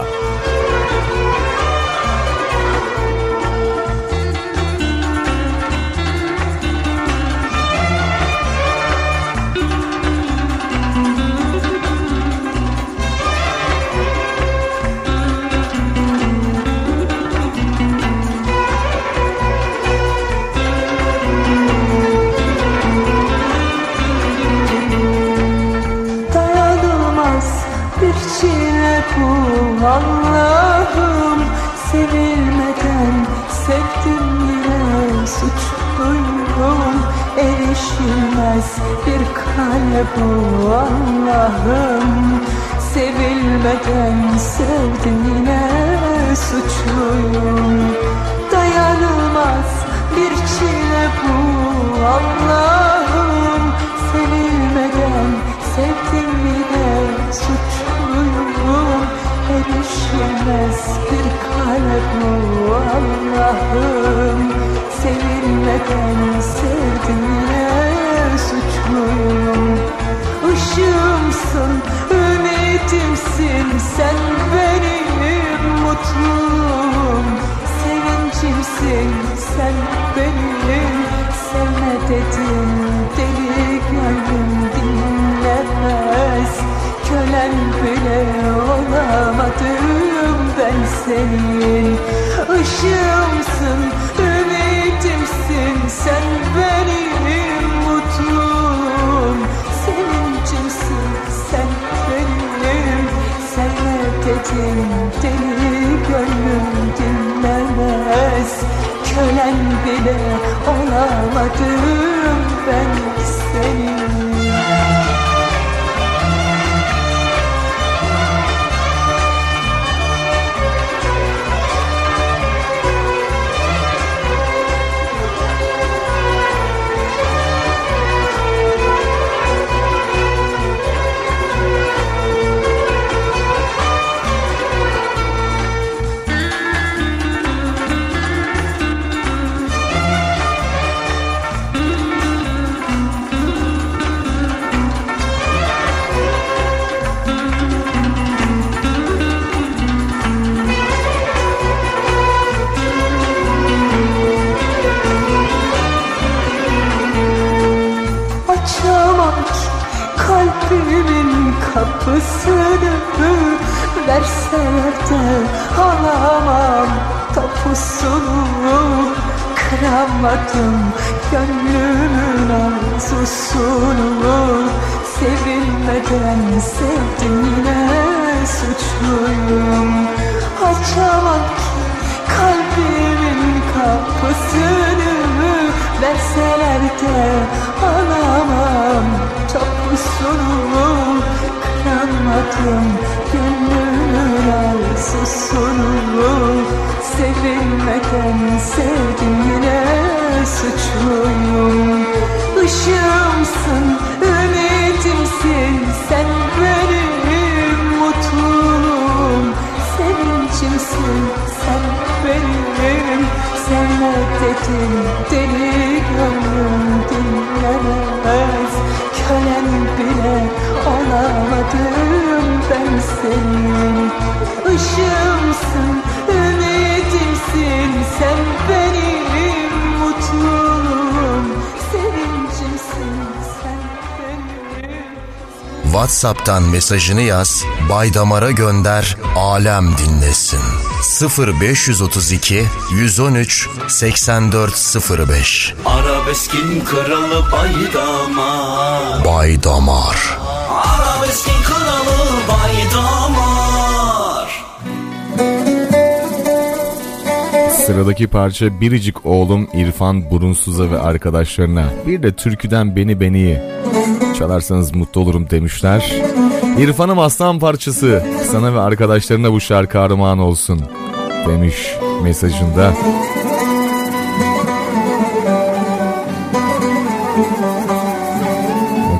Allah'ım sevilmeden sevdim yine suçluyum. Erişilmez bir kalbe bu Allah'ım. Sevilmeden sevdim yine suçluyum. Dayanılmaz bir çile bu Allah'ım. Sevilmeden sevdim yine suçluyum. Erişilmez bir kalp bu Allah'ım. Sevilmeden sevdim yine suçluyum. Işığımsın, ümitimsin, sen benim mutluluğum. Sevincimsin, sen benim. Sevme dedim, deli gönlüm dinlemez. Kölen bile olamadım ben senin. Işığımsın, ümitimsin, sen benim mutluluğum. Sevincimsin, sen benim. Sevme dedim, deli gönlüm dinlemez. Kölen bile olamadım ben senin. Kapısını verseler de alamam tapusunu. Kıramadım gönlümün arzusunu. Sevilmeden sevdim yine suçluyum. Açamam ki kalbimin kapısını. Verseler de alamam tapusunu. Kıramadım gönlümün arzusunu. Sevilmeden sevdim yine suçluyum. Işığımsın, ümitimsin, sen benim mutluluğum. Sevincimsin, sen benim. Sevme dedim, deli gönlüm dinlemez. Kölen bile olamadım ben senin. Işığımsın, ümitimsin, sen benim mutluluğum. Sevincimsin, sen benim. WhatsApp'tan mesajını yaz, Baydamar'a gönder, alem dinlesin. 0532 113 8405. Arabeskin kralı Baydamar. Baydamar. Arabeskin kralı Baydamar. Sıradaki parça biricik oğlum İrfan Burunsuz'a ve arkadaşlarına. Bir de türküden Beni çalarsanız mutlu olurum demişler. İrfan'ım aslan parçası, sana ve arkadaşlarına bu şarkı armağan olsun demiş mesajında.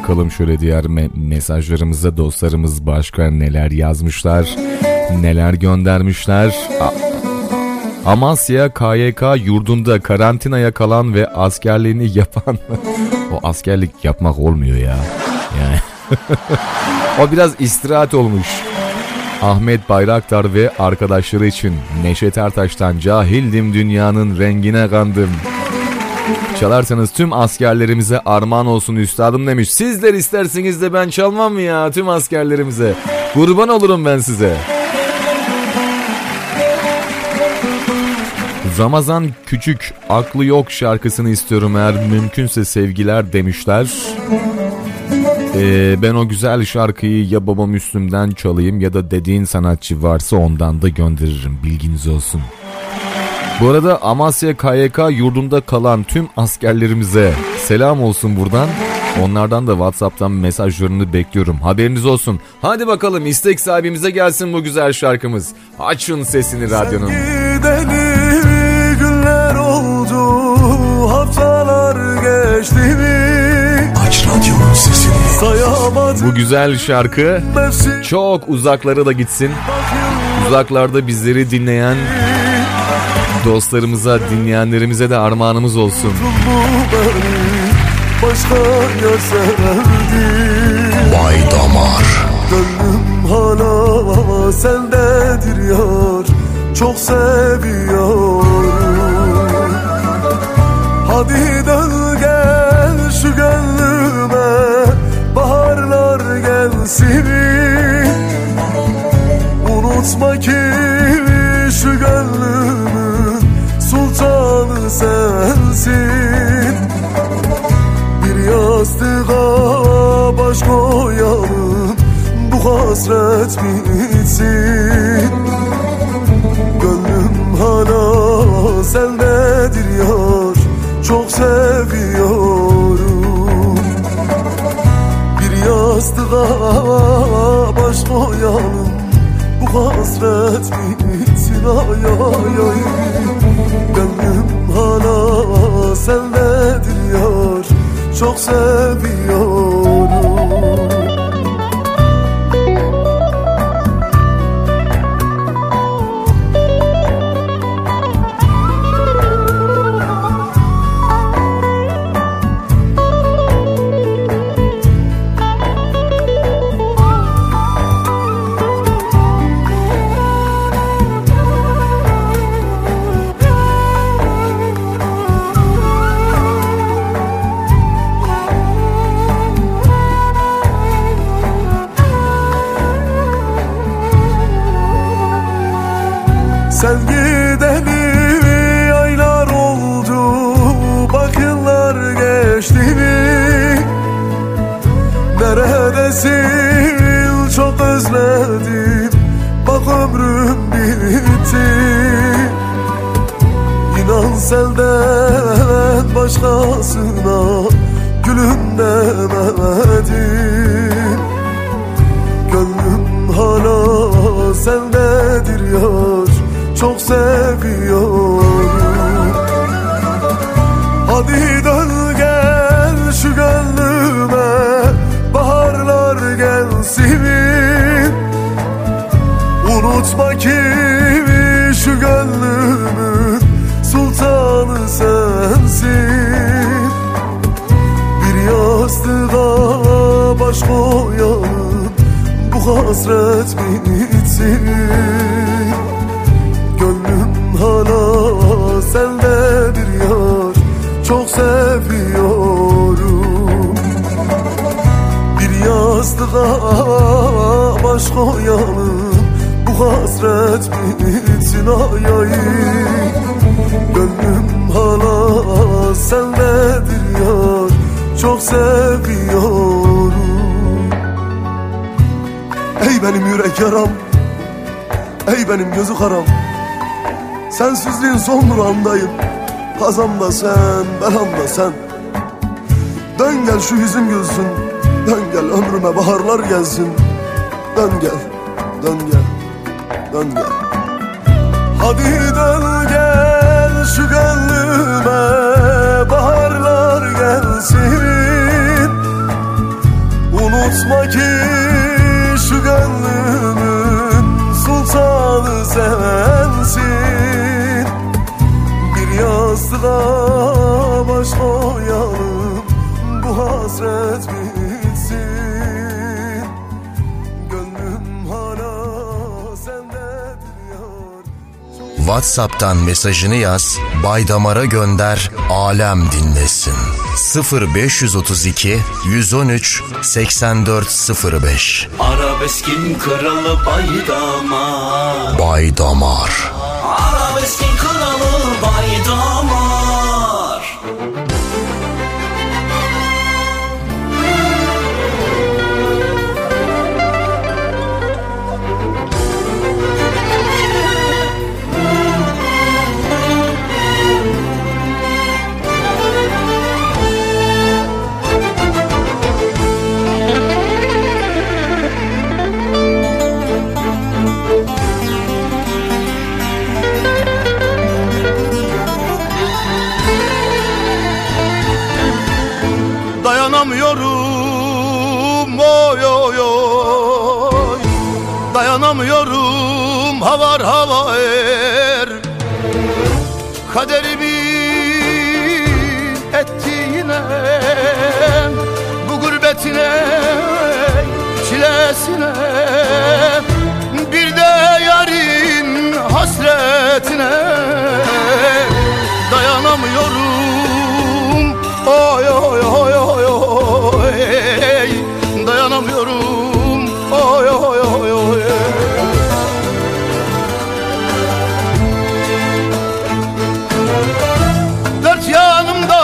bakalım şöyle diğer mesajlarımıza. Dostlarımız başka neler yazmışlar, neler göndermişler. Amasya KYK yurdunda karantinaya kalan ve askerliğini yapan... O askerlik yapmak olmuyor ya. Yani o biraz istirahat olmuş. Ahmet Bayraktar ve arkadaşları için Neşet Ertaş'tan cahildim dünyanın rengine kandım. Çalarsanız tüm askerlerimize armağan olsun üstadım demiş. Sizler isterseniz de ben çalmam mı ya tüm askerlerimize? Kurban olurum ben size. Ramazan Küçük aklı yok şarkısını istiyorum eğer mümkünse sevgiler demişler. Ben o güzel şarkıyı ya Baba Müslüm'den çalayım ya da dediğin sanatçı varsa ondan da gönderirim, bilginiz olsun. Bu arada Amasya KYK yurdunda kalan tüm askerlerimize selam olsun buradan. Onlardan da WhatsApp'tan mesajlarını bekliyorum. Haberiniz olsun. Hadi bakalım istek sahibimize gelsin bu güzel şarkımız. Açın sesini radyonun. Gideli günler oldu, haftalar geçti mi? Aç radyonun sesini. Bu güzel şarkı çok uzaklara da gitsin. Uzaklarda bizleri dinleyen dostlarımıza, dinleyenlerimize de armağanımız olsun. Başka yar severdim. Bay Damar. Gönlüm hala sendedir yar, çok seviyorum. Hadi dön gel şu gönlüme, baharlar gelsin. Unutma ki şu gönlümün sultanı sensin. Bir yastığa baş koyalım, bu hasret bitsin. Gönlüm hala sendedir yar, çok seviyorum. Bir yastığa baş koyalım, bu hasret bitsin ay ay ay. Gönlüm hala sendedir yar, çok seviyorum. Sen gideli aylar oldu, bak yıllar geçti mi? Neredesin çok özledim, bak ömrüm bitti. İnan senden başkasına gülüm demedim. Gönlüm hala sendedir yar, çok seviyorum. Hadi dön gel şu gönlüme, baharlar gelsin. Unutma ki şu gönlümün sultanı sensin. Bir yastığa baş koyalım, bu hasret bitsin. Gönlüm hala sendedir yar, çok seviyorum. Bir yastığa baş koyalım, bu hasret bitsin ay ay. Gönlüm hala sendedir yar, çok seviyorum. Ey benim yürek yaram, ey benim gözü karam, sensizliğin son durağındayım. Kazamda sen, belamda sen. Dön gel şu yüzüm gülsün, dön gel ömrüme baharlar gelsin. Dön gel, dön gel, dön gel. Hadi dön gel şu gönlüme, baharlar gelsin. Unutma ki şu gönlümün sultanı sensin. Bir yastığa baş koyalım, bu hasret bitsin. Gönlüm hala sendedir yar. WhatsApp'tan mesajını yaz, Baydamar'a gönder, alem dinlesin. 0532 113 8405. Arabeskin kralı Baydamar. Baydamar. Arabeskin kralı Baydamar. Dayanamıyorum, oy oy oy. Dayanamıyorum, havar havar. Kaderimin ettiğine, bu gurbetine, çilesine, bir de yarın hasretine dayanamıyorum. Oy oy oy oy oy. Dayanamıyorum. Oy oy oy oy. Dört yanımda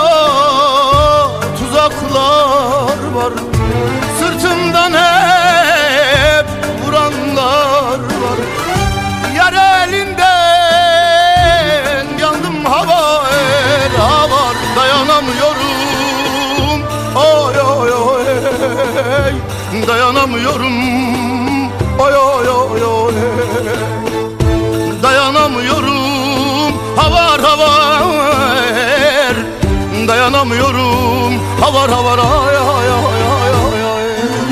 tuzaklar var. Sırtımdan hep vuranlar var. Yar elinden yandım havar havar. Dayanamıyorum. Oy oy oy. Dayanamıyorum. Oy oy oy oy. Dayanamıyorum. Havar havar. Dayanamıyorum. Havar havar. Ay ay ay ay ay ay.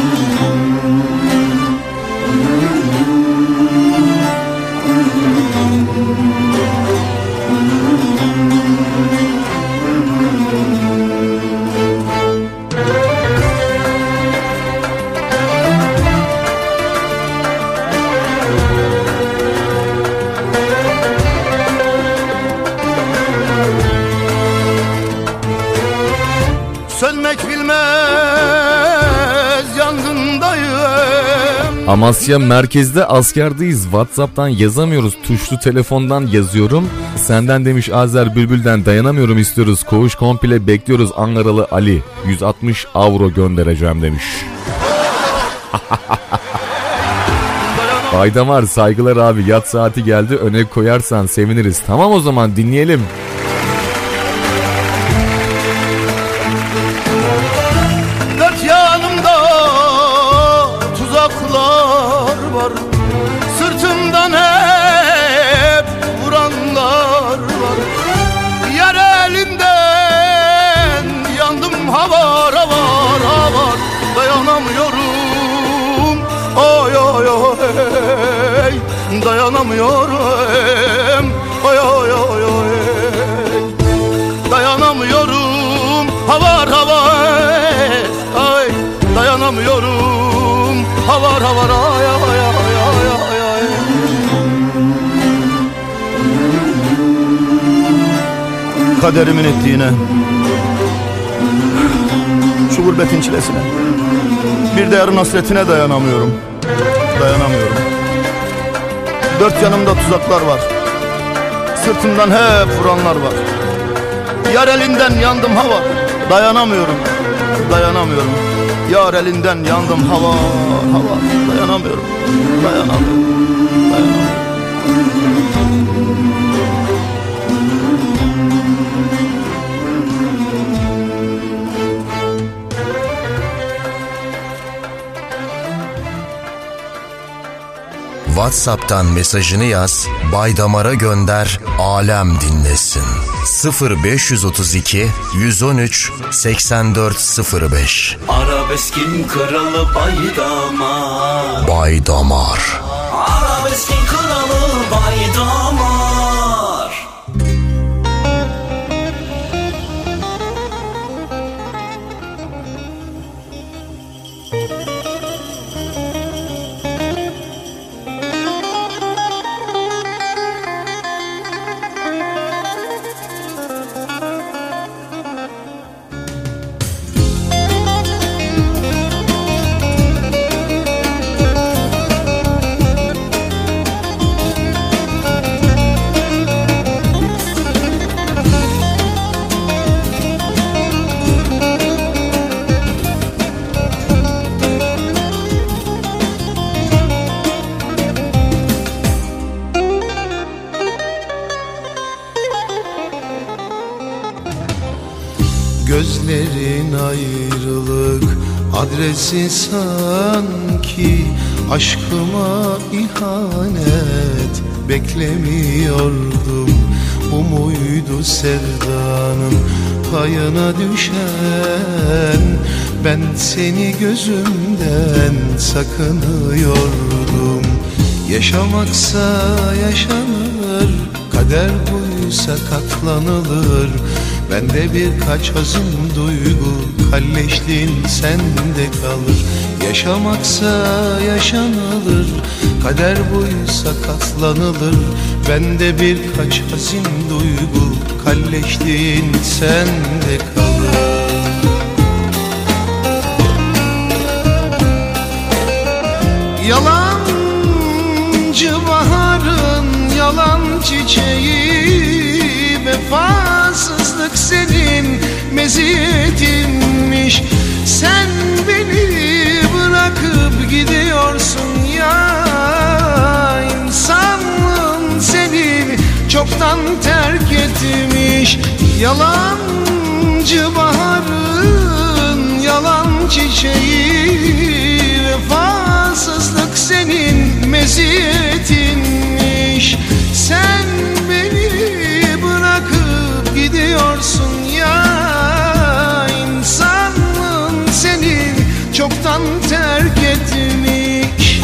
Sönmek bilmez yangındayım. Amasya merkezde askerdeyiz. WhatsApp'tan yazamıyoruz. Tuşlu telefondan yazıyorum. Senden demiş Azer Bülbül'den dayanamıyorum istiyoruz. Koğuş komple bekliyoruz. Ankaralı Ali 160 avro göndereceğim demiş. Baydamar saygılar abi, yat saati geldi, öne koyarsan seviniriz. Tamam o zaman dinleyelim. Dört yanımda tuzaklar var. Sırtımdan hep vuranlar var. Yar elinden yandım havar havar havar. Dayanamıyorum. Oy oy oy. Dayanamıyorum. Oy oy oy oy. Dayanamıyorum. Havar havar. Ay dayanamıyorum. Havar havar. Ay ay ay ay ay ay. Kaderimin ettiğine, şu gurbetin çilesine, bir de yarın hasretine dayanamıyorum. Dayanamıyorum. Dört yanımda tuzaklar var. Sırtımdan hep vuranlar var. Yar elinden yandım hava. Dayanamıyorum. Dayanamıyorum. Yar elinden yandım hava. Hava. Dayanamıyorum. Dayanamıyorum. Dayanamıyorum. WhatsApp'tan mesajını yaz, Baydamar'a gönder, alem dinlesin. 0532 113 8405. Arabeskin kralı Baydamar. Baydamar. Arabeskin kralı Baydamar. Gözlerin ayrılık adresi sanki, aşkıma ihanet beklemiyordum. Bu muydu sevdanın payına düşen? Ben seni gözümden sakınıyordum. Yaşamaksa yaşanır, kader buysa katlanılır. Bende birkaç hazım duygu, kalleşliğin sende kalır. Yaşamaksa yaşanılır, kader buysa katlanılır. Bende birkaç hazin duygu, kalleşliğin sende kalır. Yalancı baharın yalan çiçeği, vefasızlık senin meziyetinmiş. Sen beni bırakıp gidiyorsun ya, insanlığın seni çoktan terk etmiş. Yalancı baharın yalan çiçeği, vefasızlık senin meziyetinmiş. Sen beni bırakıp gidiyorsun ya, insanlığın seni çoktan terk etmiş.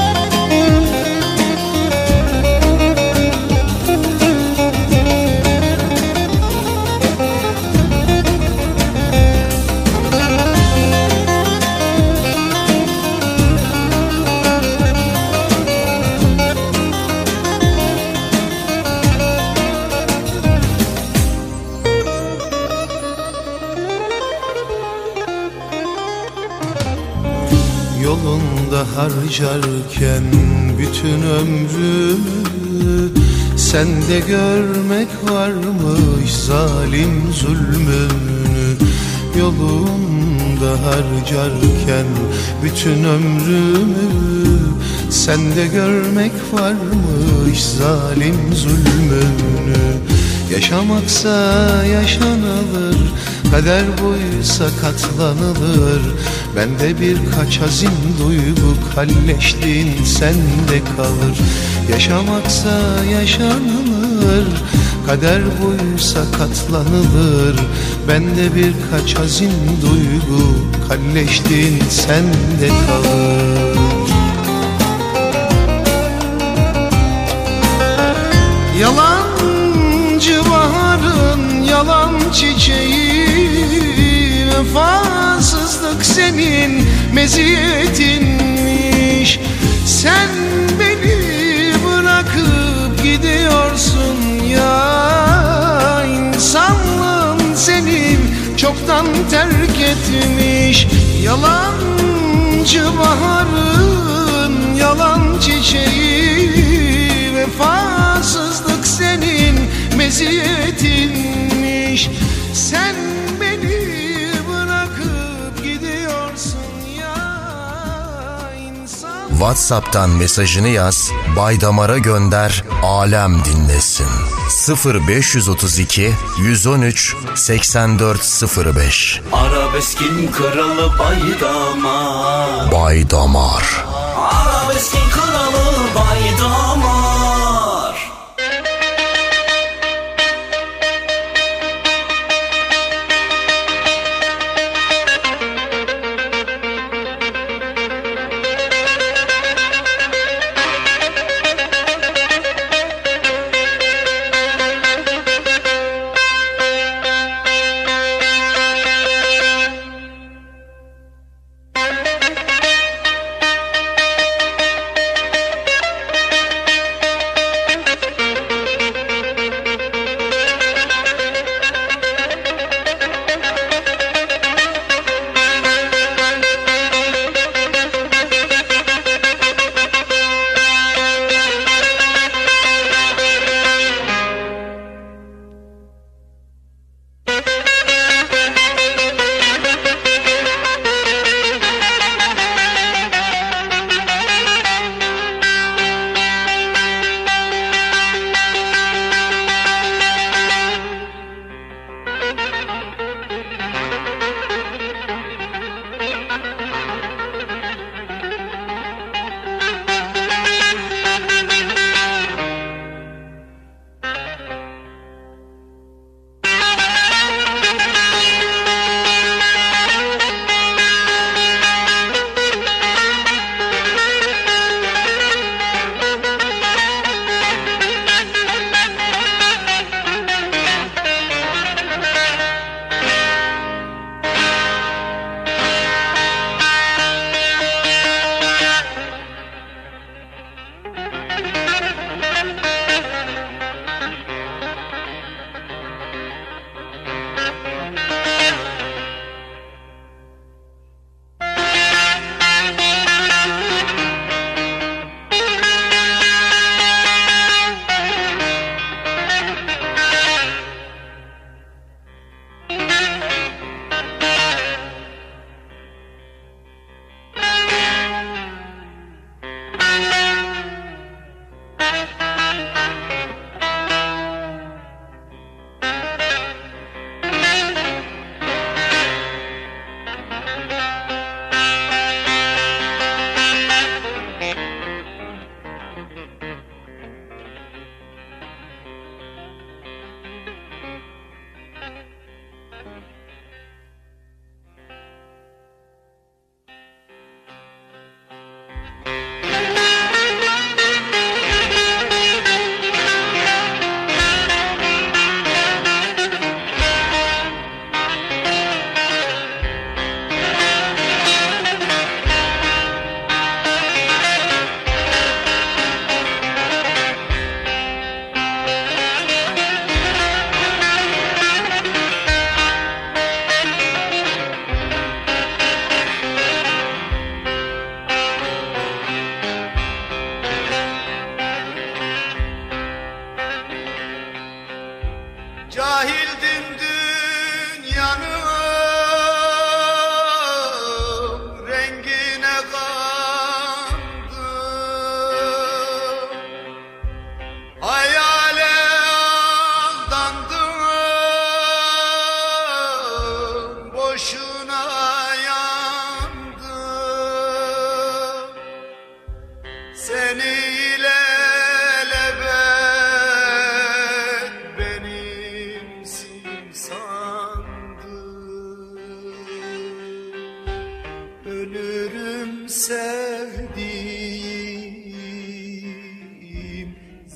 Yolunda harcarken bütün ömrümü, sende görmek varmış zalim zulmünü. Yolunda harcarken bütün ömrümü, sende görmek varmış zalim zulmünü. Yaşamaksa yaşanılır, kader buysa katlanılır. Bende birkaç hazin duygu, kalleşliğin sende kalır. Yaşamaksa yaşanılır, kader buysa katlanılır. Bende birkaç hazin duygu, kalleşliğin sende kalır. Yalancı baharın yalan çiçeği, vefasızlık senin meziyetinmiş. Sen beni bırakıp gidiyorsun ya, insanlığın seni çoktan terk etmiş. Yalancı baharın yalan çiçeği, vefasızlık senin meziyetinmiş. Sen beni bırakıp gidiyorsun ya, insan. WhatsApp'tan mesajını yaz, Baydamar'a gönder, alem dinlesin. 0532 113 8405. Arabeskin kralı Baydamar. Baydamar. Arabeskin kralı Baydamar.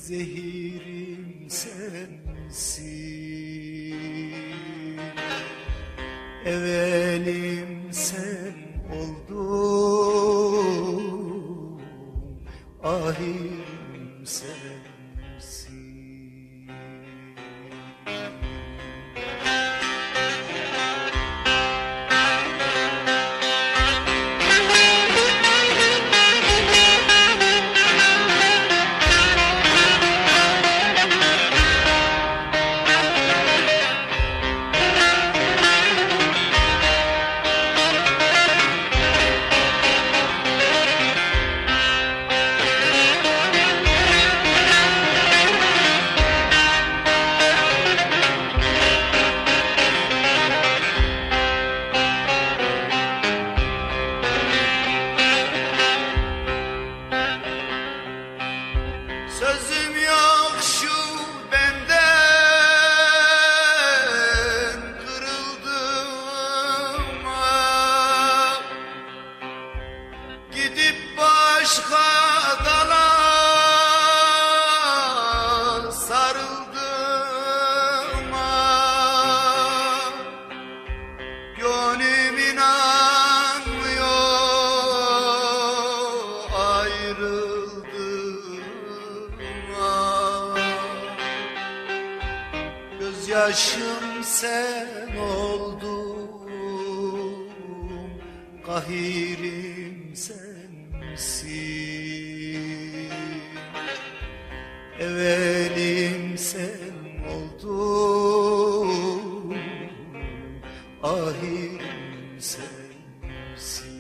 zehirim sensin. Evelim sen oldun, ahirim sensin. Sözüm yok şu benden, kırıldım gidip başka dala sarıldım gönlüm inanmıyor ayrıldım. Gözyaşım sen oldun, kahirim sensin. Evelim sen oldun, ahirim sensin.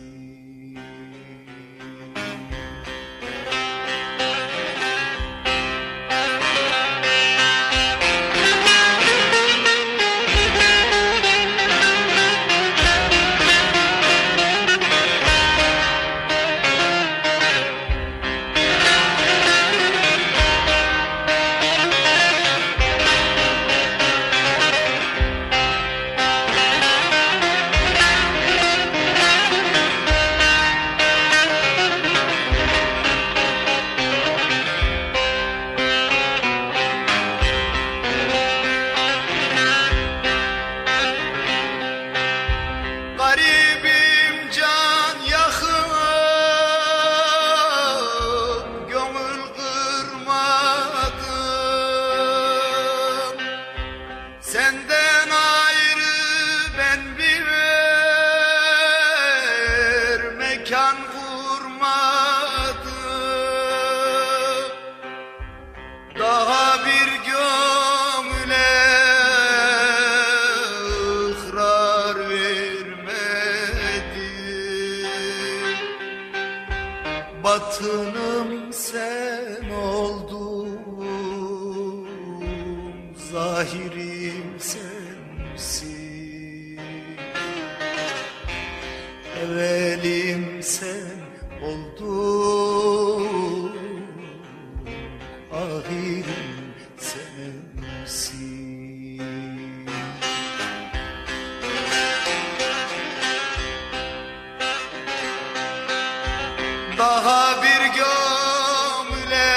Garibim can yakın, gönül kırmadım. Senden ayrı ben bir mekan kurmadım. Daha bir gönüle ıkrar vermedim. Batınım sen oldun, zahirim sensin. Evelim sen oldun, ahirim sensin. Daha bir gönüle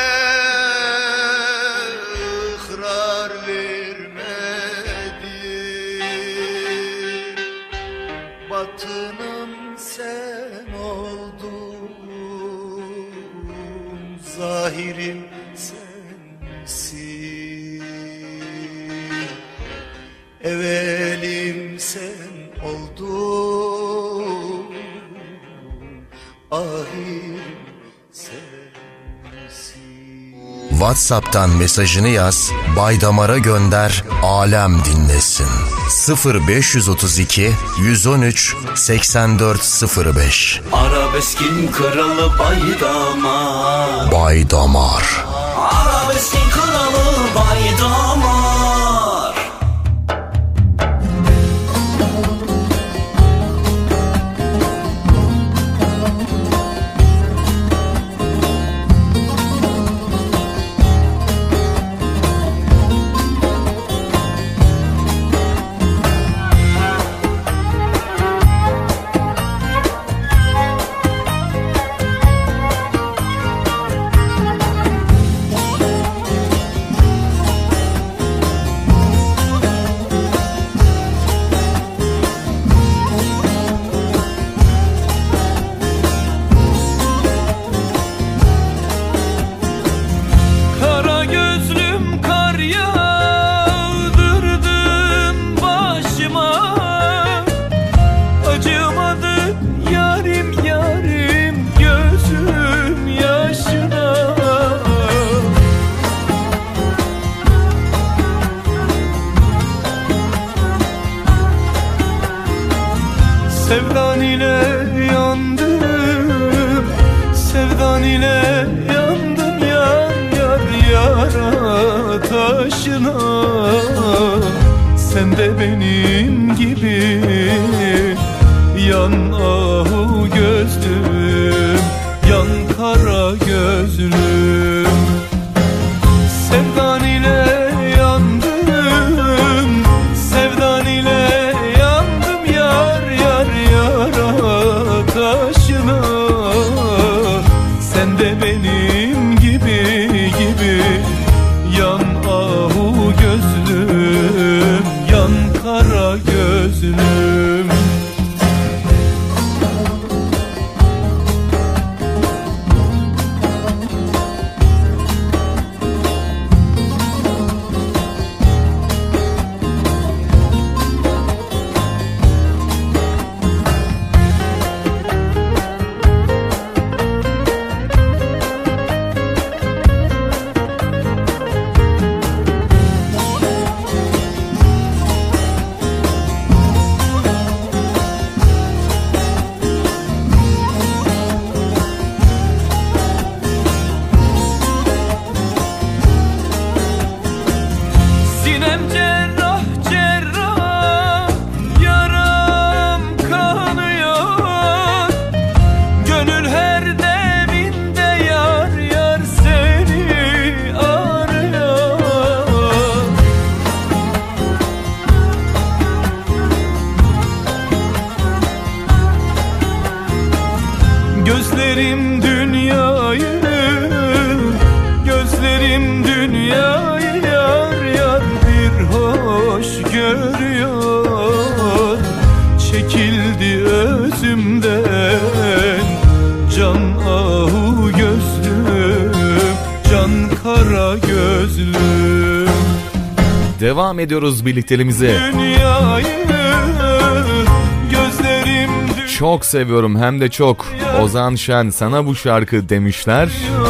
ıkrar vermedim. Batınım sen oldun, zahirim sensin. Evelim sen oldun, ahirim sensin. WhatsApp'tan mesajını yaz, Baydamar'a gönder, alem dinlesin. 0532 113 8405. Arabeskin kralı Baydamar. Baydamar. Arabeskin kralı Baydamar. taşına. Sen de benim gibi yan ahu gözlüm, yan kara gözlüm. Sevdan ile yandım, sevdan ile yandım yar yar yara taşına. Sen de benim gibi yan ahu gözlüm, yan kara gözlüm. Gözlerim dünyayı, gözlerim dünyayı yar yar bir hoş görüyor. Çekildi özümden can ahu gözlüm, can kara gözlüm. Devam ediyoruz birlikteliğimize. Dünyayı gözlerim çok seviyorum hem de çok. Ozan Şen sana bu şarkı demişler.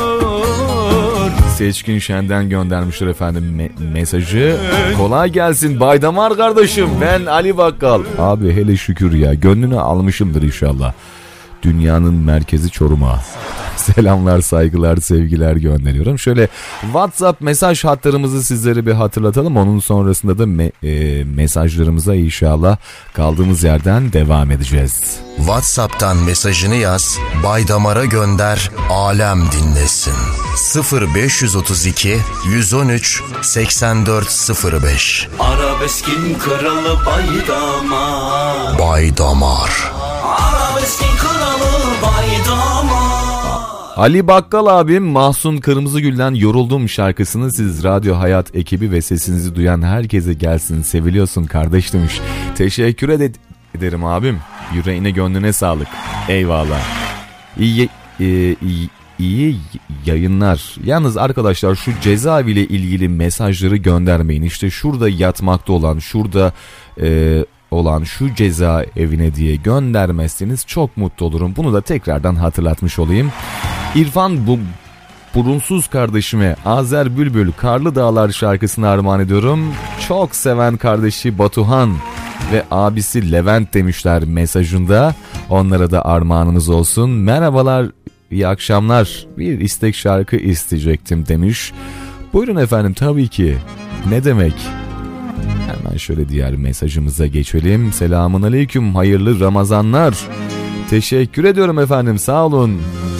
Seçkin Şen'den göndermişler efendim mesajı. Kolay gelsin Baydamar kardeşim, ben Ali Bakkal. Abi hele şükür ya, gönlünü almışımdır inşallah. Dünyanın merkezi Çorum'a. Selamlar, saygılar, sevgiler gönderiyorum. Şöyle WhatsApp mesaj hatlarımızı sizlere bir hatırlatalım. Onun sonrasında da mesajlarımıza inşallah kaldığımız yerden devam edeceğiz. WhatsApp'tan mesajını yaz, Baydamar'a gönder, alem dinlesin. 0532 113 8405. Arabeskin kralı Baydamar. Baydamar. Arabeskin kralı Baydamar. Ali Bakkal abim Mahsun Kırmızıgül'den Yoruldum şarkısını siz Radyo Hayat ekibi ve sesinizi duyan herkese gelsin, seviliyorsun kardeş demiş. Teşekkür ederim abim. Yüreğine gönlüne sağlık. Eyvallah. İyi yayınlar. Yalnız arkadaşlar şu cezaeviyle ilgili mesajları göndermeyin. İşte şurada yatmakta olan, şurada olan şu cezaevine diye göndermezseniz çok mutlu olurum. Bunu da tekrardan hatırlatmış olayım. İrfan Burunsuz kardeşime Azer Bülbül Karlı Dağlar şarkısını armağan ediyorum. Çok seven kardeşi Batuhan ve abisi Levent demişler mesajında. Onlara da armağanımız olsun. Merhabalar, iyi akşamlar. Bir istek şarkı isteyecektim demiş. Buyurun efendim, tabii ki. Ne demek? Hemen şöyle diğer mesajımıza geçelim. Selamun aleyküm, hayırlı Ramazanlar. Teşekkür ediyorum efendim, sağ olun.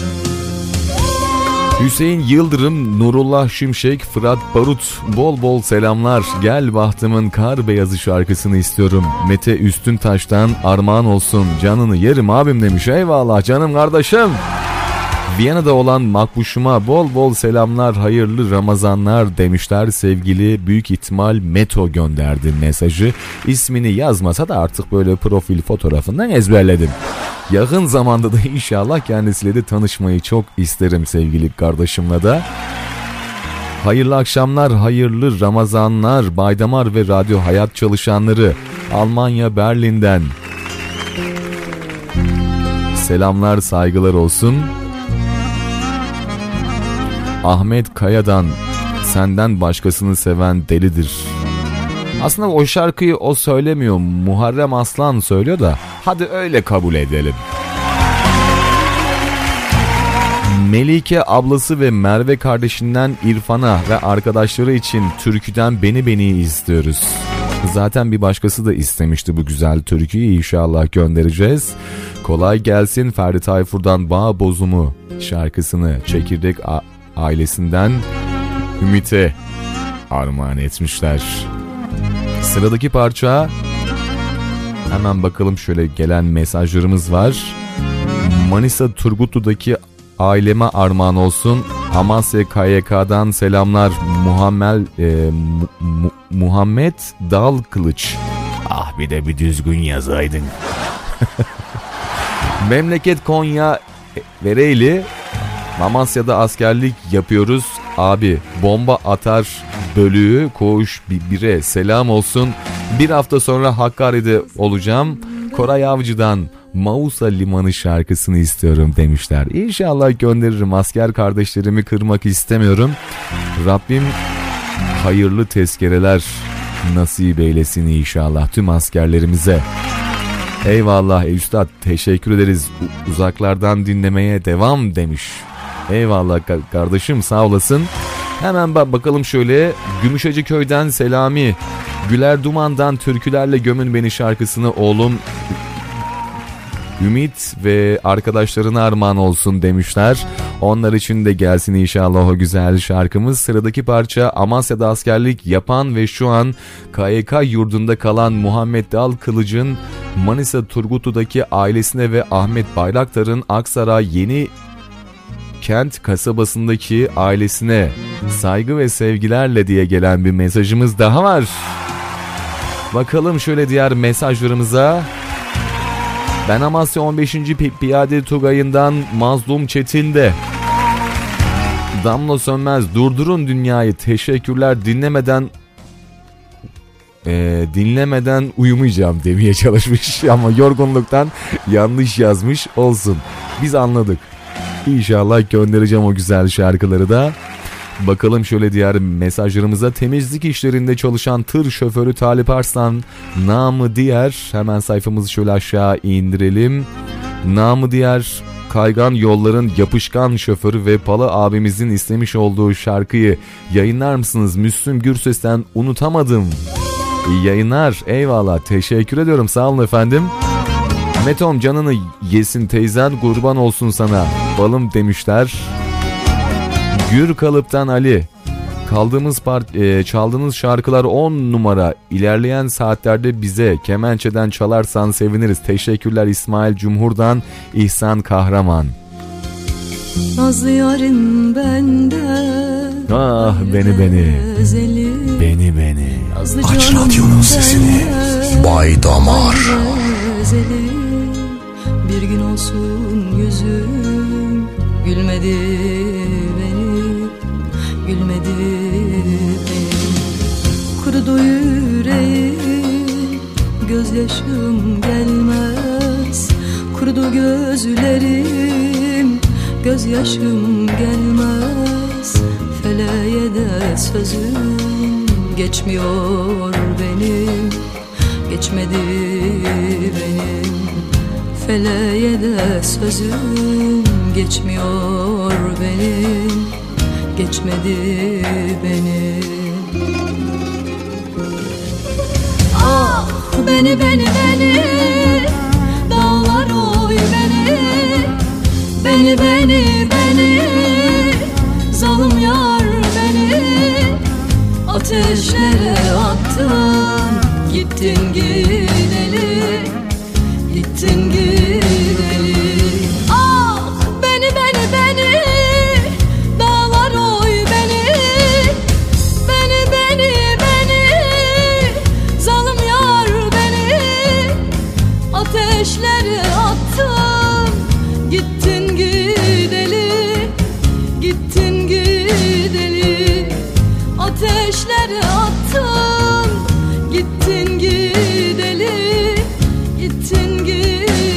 Hüseyin Yıldırım, Nurullah Şimşek, Fırat Barut, bol bol selamlar. Gel Bahtımın Kar Beyazı şarkısını istiyorum. Mete Üstüntaş'tan armağan olsun. Canını yerim abim demiş. Eyvallah canım kardeşim. Viyana'da olan makbuşuma bol bol selamlar, hayırlı Ramazanlar demişler. Sevgili büyük ihtimal Meto gönderdi mesajı. İsmini yazmasa da artık böyle profil fotoğrafından ezberledim. Yakın zamanda da inşallah kendisiyle de tanışmayı çok isterim sevgili kardeşimle de. Hayırlı akşamlar, hayırlı Ramazanlar Baydamar ve Radyo Hayat çalışanları. Almanya Berlin'den selamlar, saygılar olsun. Ahmet Kaya'dan senden başkasını seven delidir. Aslında o şarkıyı o söylemiyor, Muharrem Aslan söylüyor da hadi öyle kabul edelim. Melike ablası ve Merve kardeşinden İrfan'a ve arkadaşları için türküden Beni istiyoruz. Zaten bir başkası da istemişti bu güzel türküyü, inşallah göndereceğiz. Kolay gelsin. Ferdi Tayfur'dan Bağ Bozumu şarkısını Çekirdek ailesinden Ümit'e armağan etmişler. Sıradaki parça, hemen bakalım, şöyle gelen mesajlarımız var. Manisa Turgutlu'daki aileme armağan olsun. Amasya KYK'dan selamlar. Muhammed Dal Kılıç. Ah, bir de bir düzgün yazaydın. Memleket Konya Vereyli. Amasya'da askerlik yapıyoruz. Abi bomba atar bölüğü koğuş 1'e selam olsun. Bir hafta sonra Hakkari'de olacağım. Koray Avcı'dan Mausa Limanı şarkısını istiyorum demişler. İnşallah gönderirim. Asker kardeşlerimi kırmak istemiyorum. Rabbim hayırlı tezkereler nasip eylesin inşallah tüm askerlerimize. Eyvallah üstad, teşekkür ederiz. Uzaklardan dinlemeye devam demiş. Eyvallah kardeşim, sağ olasın. Hemen bakalım şöyle. Gümüşhacıköy'den Selami. Güler Duman'dan Türkülerle Gömün Beni şarkısını oğlum Ümit ve arkadaşlarına armağan olsun demişler. Onlar için de gelsin inşallah o güzel şarkımız. Sıradaki parça, Amasya'da askerlik yapan ve şu an KYK yurdunda kalan Muhammed Dal Kılıç'ın Manisa Turgutlu'daki ailesine ve Ahmet Bayraktar'ın Aksaray Yeni Kent kasabasındaki ailesine saygı ve sevgilerle diye gelen bir mesajımız daha var. Bakalım şöyle diğer mesajlarımıza. Ben Amasya 15. Piyade Tugayı'ndan Mazlum Çetin'de. Damla Sönmez, Durdurun Dünyayı, teşekkürler, dinlemeden uyumayacağım demeye çalışmış ama yorgunluktan yanlış yazmış, olsun. Biz anladık. İnşallah göndereceğim o güzel şarkıları da. Bakalım şöyle diğer mesajlarımıza. Temizlik işlerinde çalışan tır şoförü Talip Arslan, namı diğer, hemen sayfamızı şöyle aşağı indirelim. Namı diğer kaygan yolların yapışkan şoförü ve Pala abimizin istemiş olduğu şarkıyı yayınlar mısınız? Müslüm Gürses'ten Unutamadım. İyi yayınlar, eyvallah, teşekkür ediyorum, sağ olun efendim. Metom canını yesin teyzen, kurban olsun sana balım demişler. Gür Kalıp'tan Ali. Çaldığınız şarkılar 10 numara. İlerleyen saatlerde bize kemençeden çalarsan seviniriz. Teşekkürler. İsmail Cumhur'dan İhsan Kahraman. Nazlı yarın benden. Ah beni. Aç radyonun sesini. Bay Damar. Bir gün olsun yüzüm gülmedi benim, gülmedi benim. Kurudu yüreğim, gözyaşım gelmez. Kurudu gözlerim, gözyaşım gelmez. Feleğe de sözüm geçmiyor benim, geçmedi benim. Feleğe de sözüm geçmiyor benim, geçmedi benim. Ah beni dağlar oy beni zalim yar beni. Ateşlere attın, gittin gideli, gittin gideli. Ah beni dağlar oy beni zalim yar beni. Ateşlere attın, gittin gideli, gittin gideli. Ateşlere attın, gittin gideli, gittin gideli.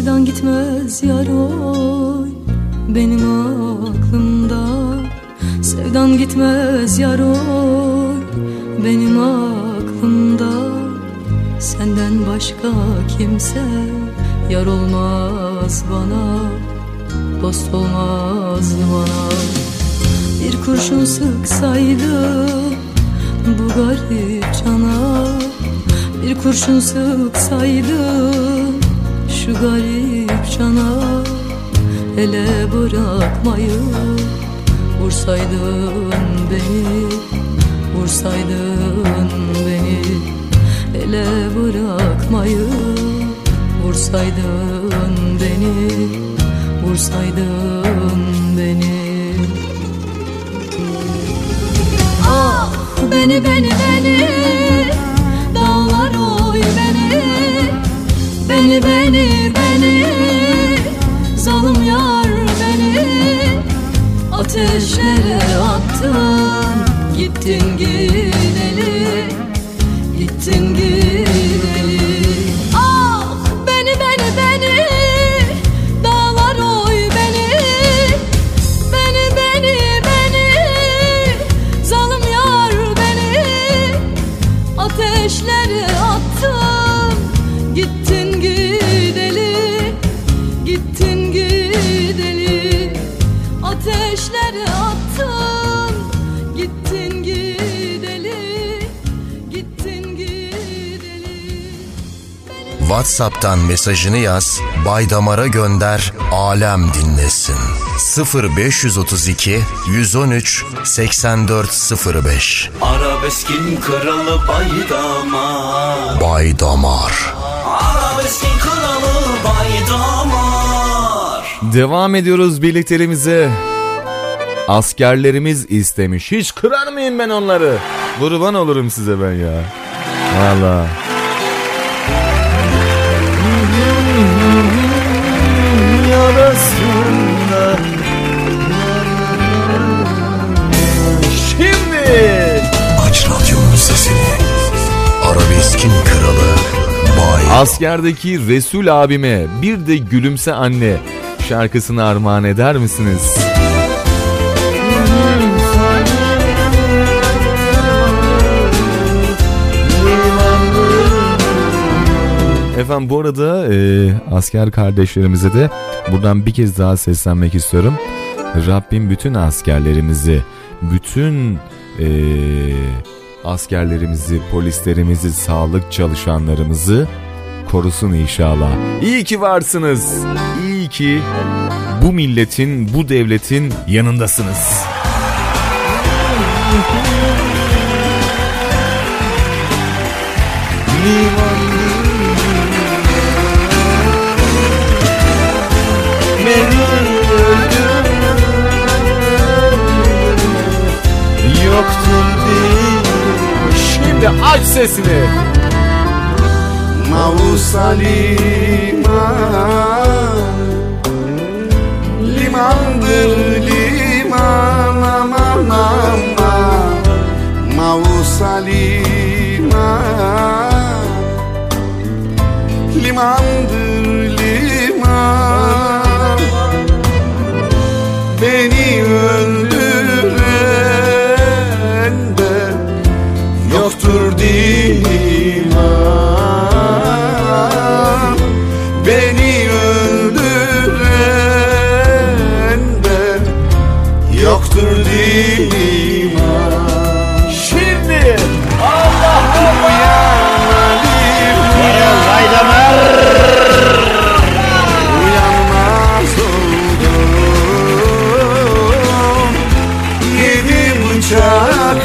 Sevdan gitmez yar oy benim aklımda. Sevdan gitmez yar oy benim aklımda. Senden başka kimse yar olmaz bana, dost olmaz bana. Bir kurşun sıksaydı bu garip cana, bir kurşun sıksaydı şu garip cana. Ele bırakmayı vursaydın beni, vursaydın beni. Ele bırakmayı vursaydın beni, vursaydın beni. Ah beni beni beni, dağlar oy beni, beni beni beni, zalim yar beni. Ateşlere attın, gittin gideli, gittin gideli. Ah beni beni beni, dağlar oy beni, beni beni beni, zalim yar beni. Ateşlere attın, gittin gideli, gittin gideli. Ateşlere attın, gittin gideli, gittin gideli. WhatsApp'tan mesajını yaz, Baydamar'a gönder, alem dinlesin. 0532 113 8405. Arabeskin kralı Baydamar. Baydamar. Arabeskin kralı Baydamar. Devam ediyoruz birliklerimize. Askerlerimiz istemiş. Hiç kırar mıyım ben onları? Kurban olurum size ben ya. Vallahi. Yarasında. Şimdi aç radyonun sesini. Arabeskin kralı Bay. Askerdeki Resul abime bir de Gülümse Anne şarkısını armağan eder misiniz? Efendim bu arada asker kardeşlerimize de buradan bir kez daha seslenmek istiyorum. Rabbim bütün askerlerimizi, bütün askerlerimizi, polislerimizi, sağlık çalışanlarımızı korusun inşallah. İyi ki varsınız. İyi ki bu milletin, bu devletin yanındasınız. Yoktur değil. Şimdi aç sesini. Mausa liman, limandır liman, aman aman. Mausa liman, limandır liman. Beni öldüren de yoktur diman. Beni öldüren de yoktur diman. Şimdi Allah uyan Baydamar. Uyanmaz oldum, yedi bıçak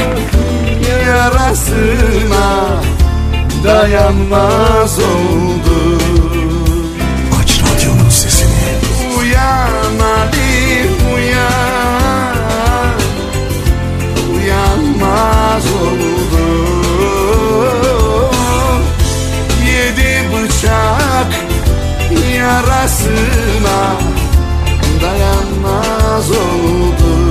yarasına dayanmaz oldum. Aç radyonun sesini. Uyan Ali uyan, uyanmaz oldum. Yedi bıçak yarasına dayanmaz oldum.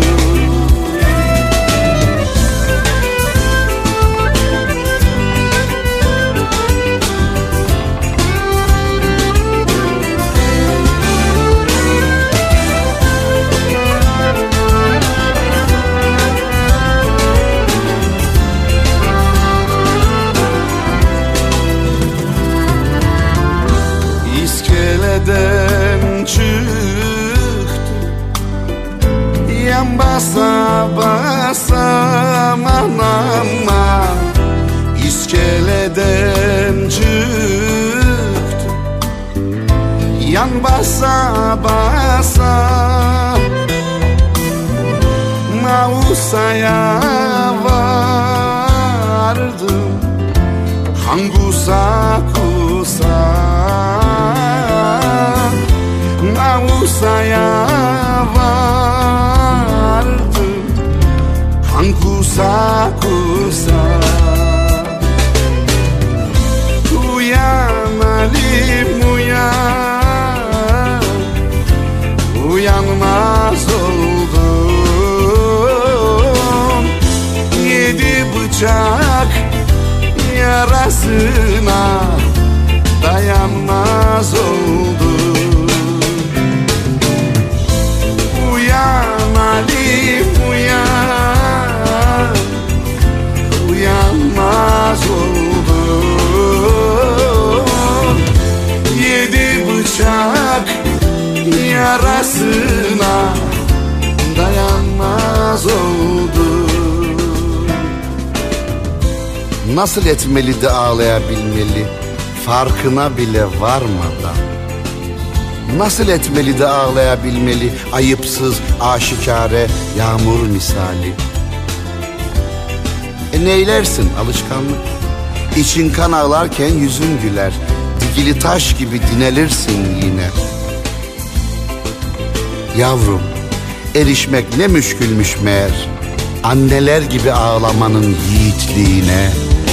basa basa anama iskeleden çıktı. Yan basa basa Mausa'ya vardım. Hangusa kusa Mausa'ya vardım. Hangusa kusa Uyan Alim uyan, uyanmaz oldum. Yedi bıçak yarasına dayanmaz oldum. Uyan Alim uyan, uyanmaz oldum. Yedi bıçak yarasına dayanmaz oldum. Nasıl etmeli de ağlayabilmeli, farkına bile varmadan. Nasıl etmeli de ağlayabilmeli, ayıpsız, aşikare, yağmur misali. Neylersin alışkanlık? İçin kan ağlarken yüzün güler. Dikili taş gibi dinelirsin yine. Yavrum, erişmek ne müşkülmüş meğer, anneler gibi ağlamanın yiğitliğine.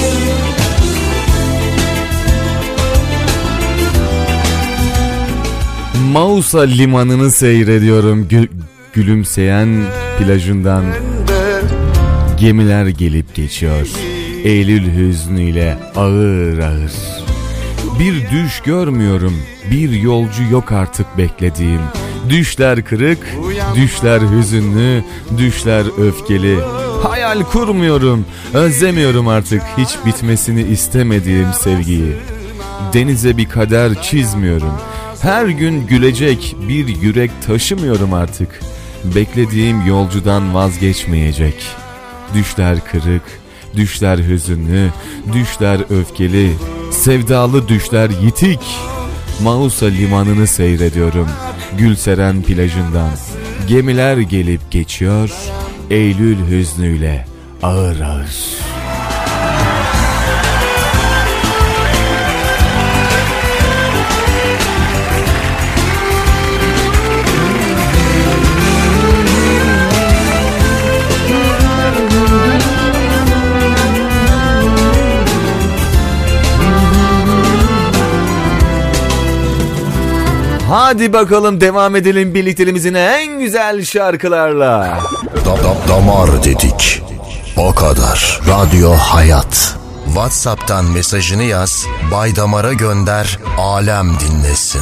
Mausa limanını seyrediyorum gülümseyen plajından. Gemiler gelip geçiyor Eylül hüznüyle ağır ağır. Bir düş görmüyorum, bir yolcu yok artık beklediğim. Düşler kırık, düşler hüzünlü, düşler öfkeli. Hayal kurmuyorum, özlemiyorum artık hiç bitmesini istemediğim sevgiyi. Denize bir kader çizmiyorum. Her gün gülecek bir yürek taşımıyorum artık. Beklediğim yolcudan vazgeçmeyecek. Düşler kırık, düşler hüzünlü, düşler öfkeli. Sevdalı düşler yitik. Mausa limanını seyrediyorum Gülseren plajından. Gemiler gelip geçiyor Eylül hüznüyle ağır ağır. Hadi bakalım devam edelim birlikteliğimizin en güzel şarkılarla. Damar dedik. O kadar. Radyo Hayat. WhatsApp'tan mesajını yaz. Bay Damar'a gönder. Alem dinlesin.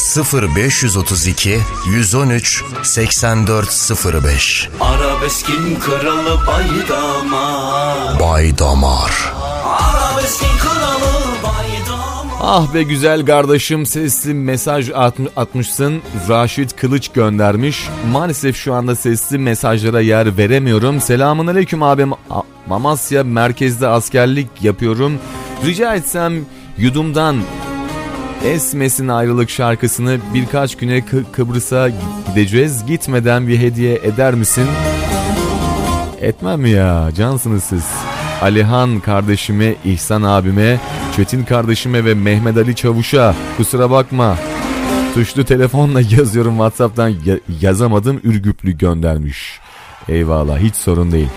0532 113 8405. Arabeskin kralı Bay Damar. Bay Damar. Arabeskin kralı Bay Damar. Ah be güzel kardeşim, sesli mesaj atmışsın. Raşit Kılıç göndermiş. Maalesef şu anda sesli mesajlara yer veremiyorum. Selamünaleyküm abim. Mamasya merkezde askerlik yapıyorum. Rica etsem yudumdan Esmes'in ayrılık şarkısını birkaç güne Kıbrıs'a gideceğiz. Gitmeden bir hediye eder misin? Etmem mi ya? Cansınız siz. Alihan kardeşime, İhsan abime, Çetin kardeşime ve Mehmet Ali Çavuş'a kusura bakma. Tuşlu telefonla yazıyorum WhatsApp'tan yazamadım, Ürgüplü göndermiş. Eyvallah, hiç sorun değil.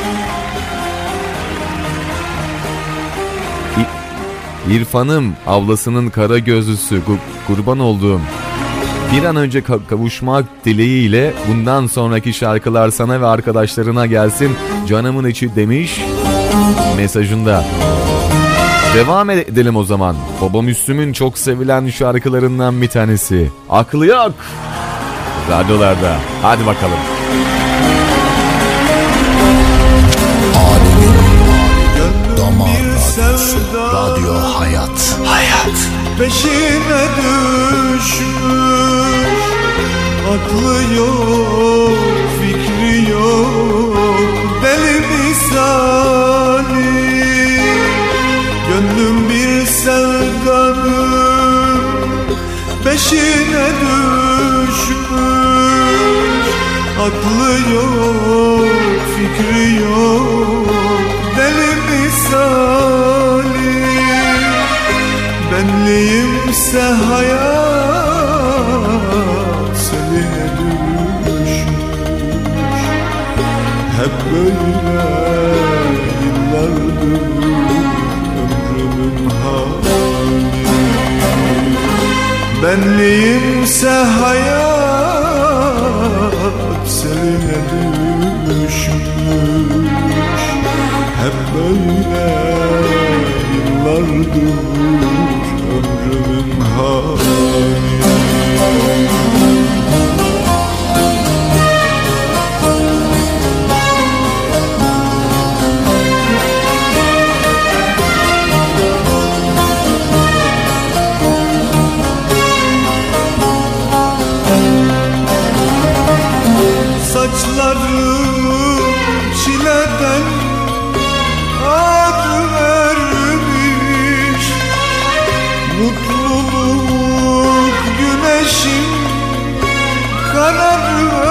İrfan'ım, ablasının kara gözlüsü, kurban olduğum. Bir an önce kavuşmak dileğiyle bundan sonraki şarkılar sana ve arkadaşlarına gelsin canımın içi demiş mesajında. Devam edelim o zaman. Baba Müslüm'ün çok sevilen şarkılarından bir tanesi. Aklı yok. Radyolarda. Hadi bakalım. Radyo Hayat. Hayat. Peşine düşmüş, aklı yok, fikri yok. yok deli misali. Gönlüm bir sevdanın peşine düşmüş. Aklı yok, fikri yok deli misali. Benliğimse hayat seninle düşmüş. Hep böyle yıllardır ömrümün hali. Benliğimse hayat seninle düşmüş. Hep böyle yıllardır ömrümün hali. Saçlarım çileden ağrı vermiş. Mutluluk güneşim karar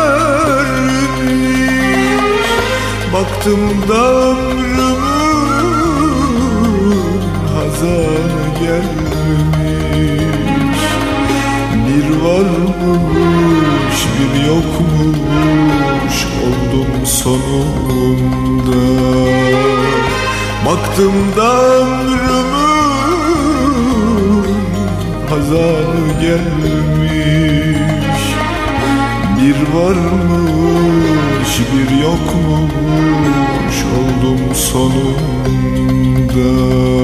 vermiş. Baktım da ömrümün hazanı gelmiş. Bir varmış bir yokmuş oldum sonunda. Baktım da ömrümün hazanı gelmiş. Bir varmış bir yokmuş oldum sonunda.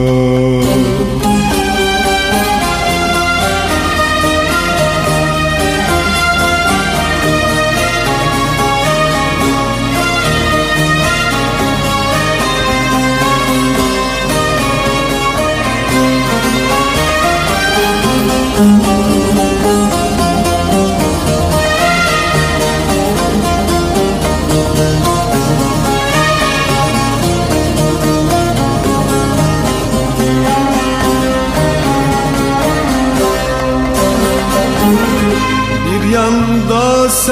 Bir yanda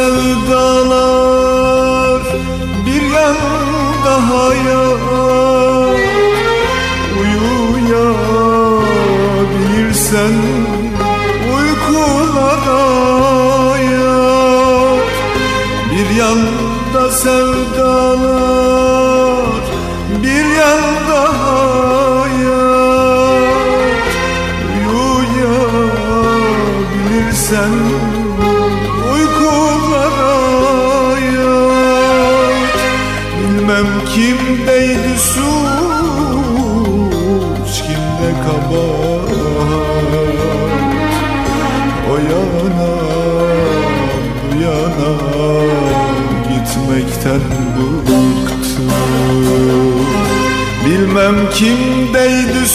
sevdalar, bir yanda hayat. Uyuyabilirsen uykulara yat. Bir yanda sevdalar, bir yanda hayat. Uyuyabilirsen uykulara yat. Bilmem kimdeydi suç, kimde kabahat. O yana bu yana gitmekten bıktım. Bilmem kimdeydi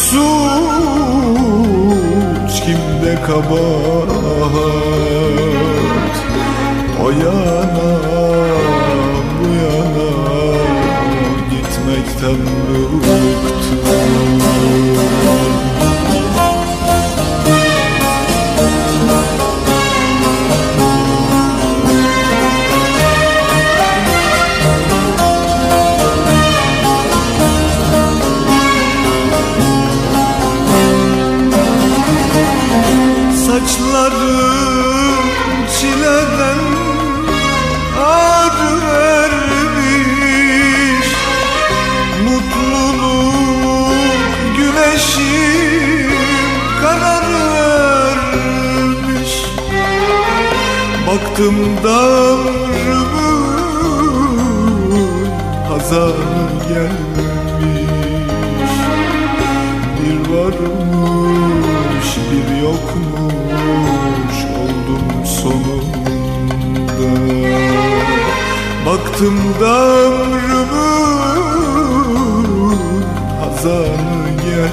suç, kimde kabahat. O yana bu yana gitmekten bıktım. Saçlarım çileden ağrı vermiş. Mutluluk güneşim karar vermiş. Baktım da ömrümün hazanı gelmiş. Bir varmış bir yokmuş oldum sonunda. Baktım da ömrümün hazanı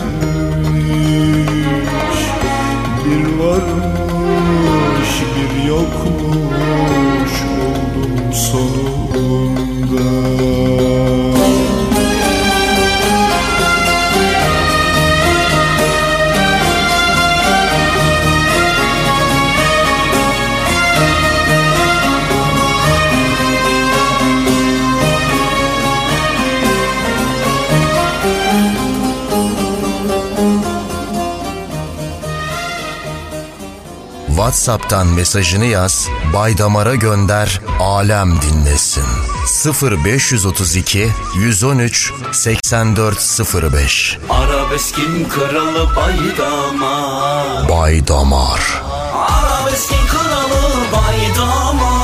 gelmiş. Bir varmış bir yokmuş oldum sonunda. WhatsApp'tan mesajını yaz, Baydamar'a gönder, alem dinlesin. 0532 113 8405. Arabeskin kralı Baydamar. Baydamar. Arabeskin kralı Baydamar.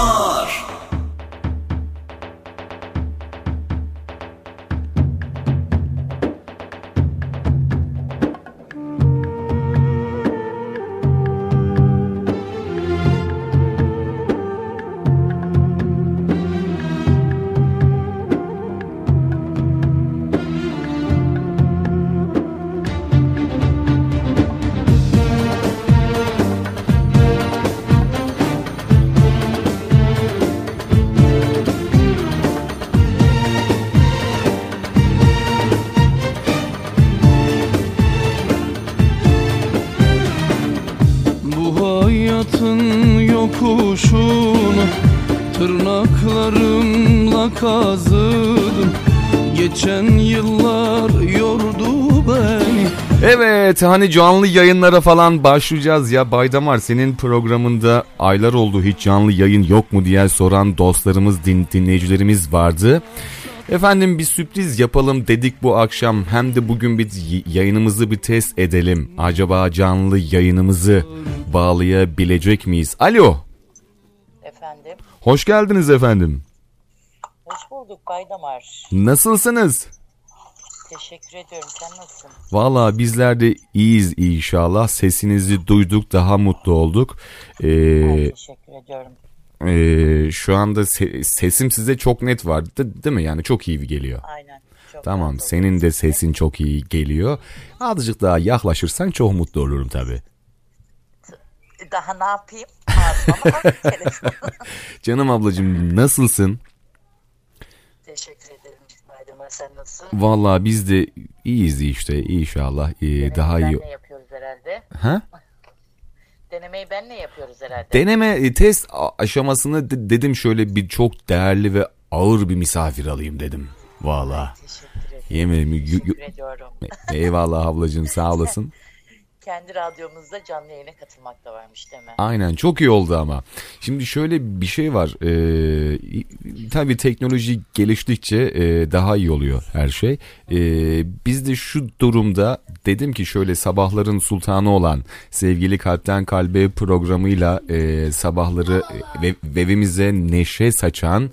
Yokuşunu tırnaklarımla kazıdım. Geçen yıllar yordu beni. Evet, hani canlı yayınlara falan başlayacağız ya. Baydamar, senin programında aylar oldu hiç canlı yayın yok mu diye soran dostlarımız, dinleyicilerimiz vardı. Efendim bir sürpriz yapalım dedik bu akşam. Hem de bugün bir yayınımızı bir test edelim. Acaba canlı yayınımızı bağlayabilecek miyiz? Alo. Efendim. Hoş geldiniz efendim. Hoş bulduk Baydamar. Nasılsınız? Teşekkür ediyorum. Sen nasılsın? Valla bizler de iyiyiz inşallah. Sesinizi duyduk, daha mutlu olduk. Teşekkür ediyorum. Şu anda sesim size çok net var değil mi? Yani çok iyi geliyor. Aynen. Tamam, senin de sesin çok iyi geliyor. Azıcık daha yaklaşırsan çok mutlu olurum tabii. Daha ne yapayım? Canım ablacığım, nasılsın? Teşekkür ederim Baydamar, sen nasılsın? Vallahi biz de iyiyiz işte inşallah. Daha iyi. Benle yapıyoruz herhalde. Ha? Denemeyi benle yapıyoruz herhalde. Deneme test aşamasını dedim şöyle bir çok değerli ve ağır bir misafir alayım dedim. Vallahi. Teşekkür ederim. Yemin Teşekkür ediyorum. Eyvallah ablacığım, sağ olasın. Kendi radyomuzda canlı yayına katılmak da varmış değil mi? Aynen, çok iyi oldu ama. Şimdi şöyle bir şey var. Tabii teknoloji geliştikçe daha iyi oluyor her şey. Biz de şu durumda dedim ki şöyle sabahların sultanı olan sevgili Kalpten Kalbe programıyla sabahları evimize neşe saçan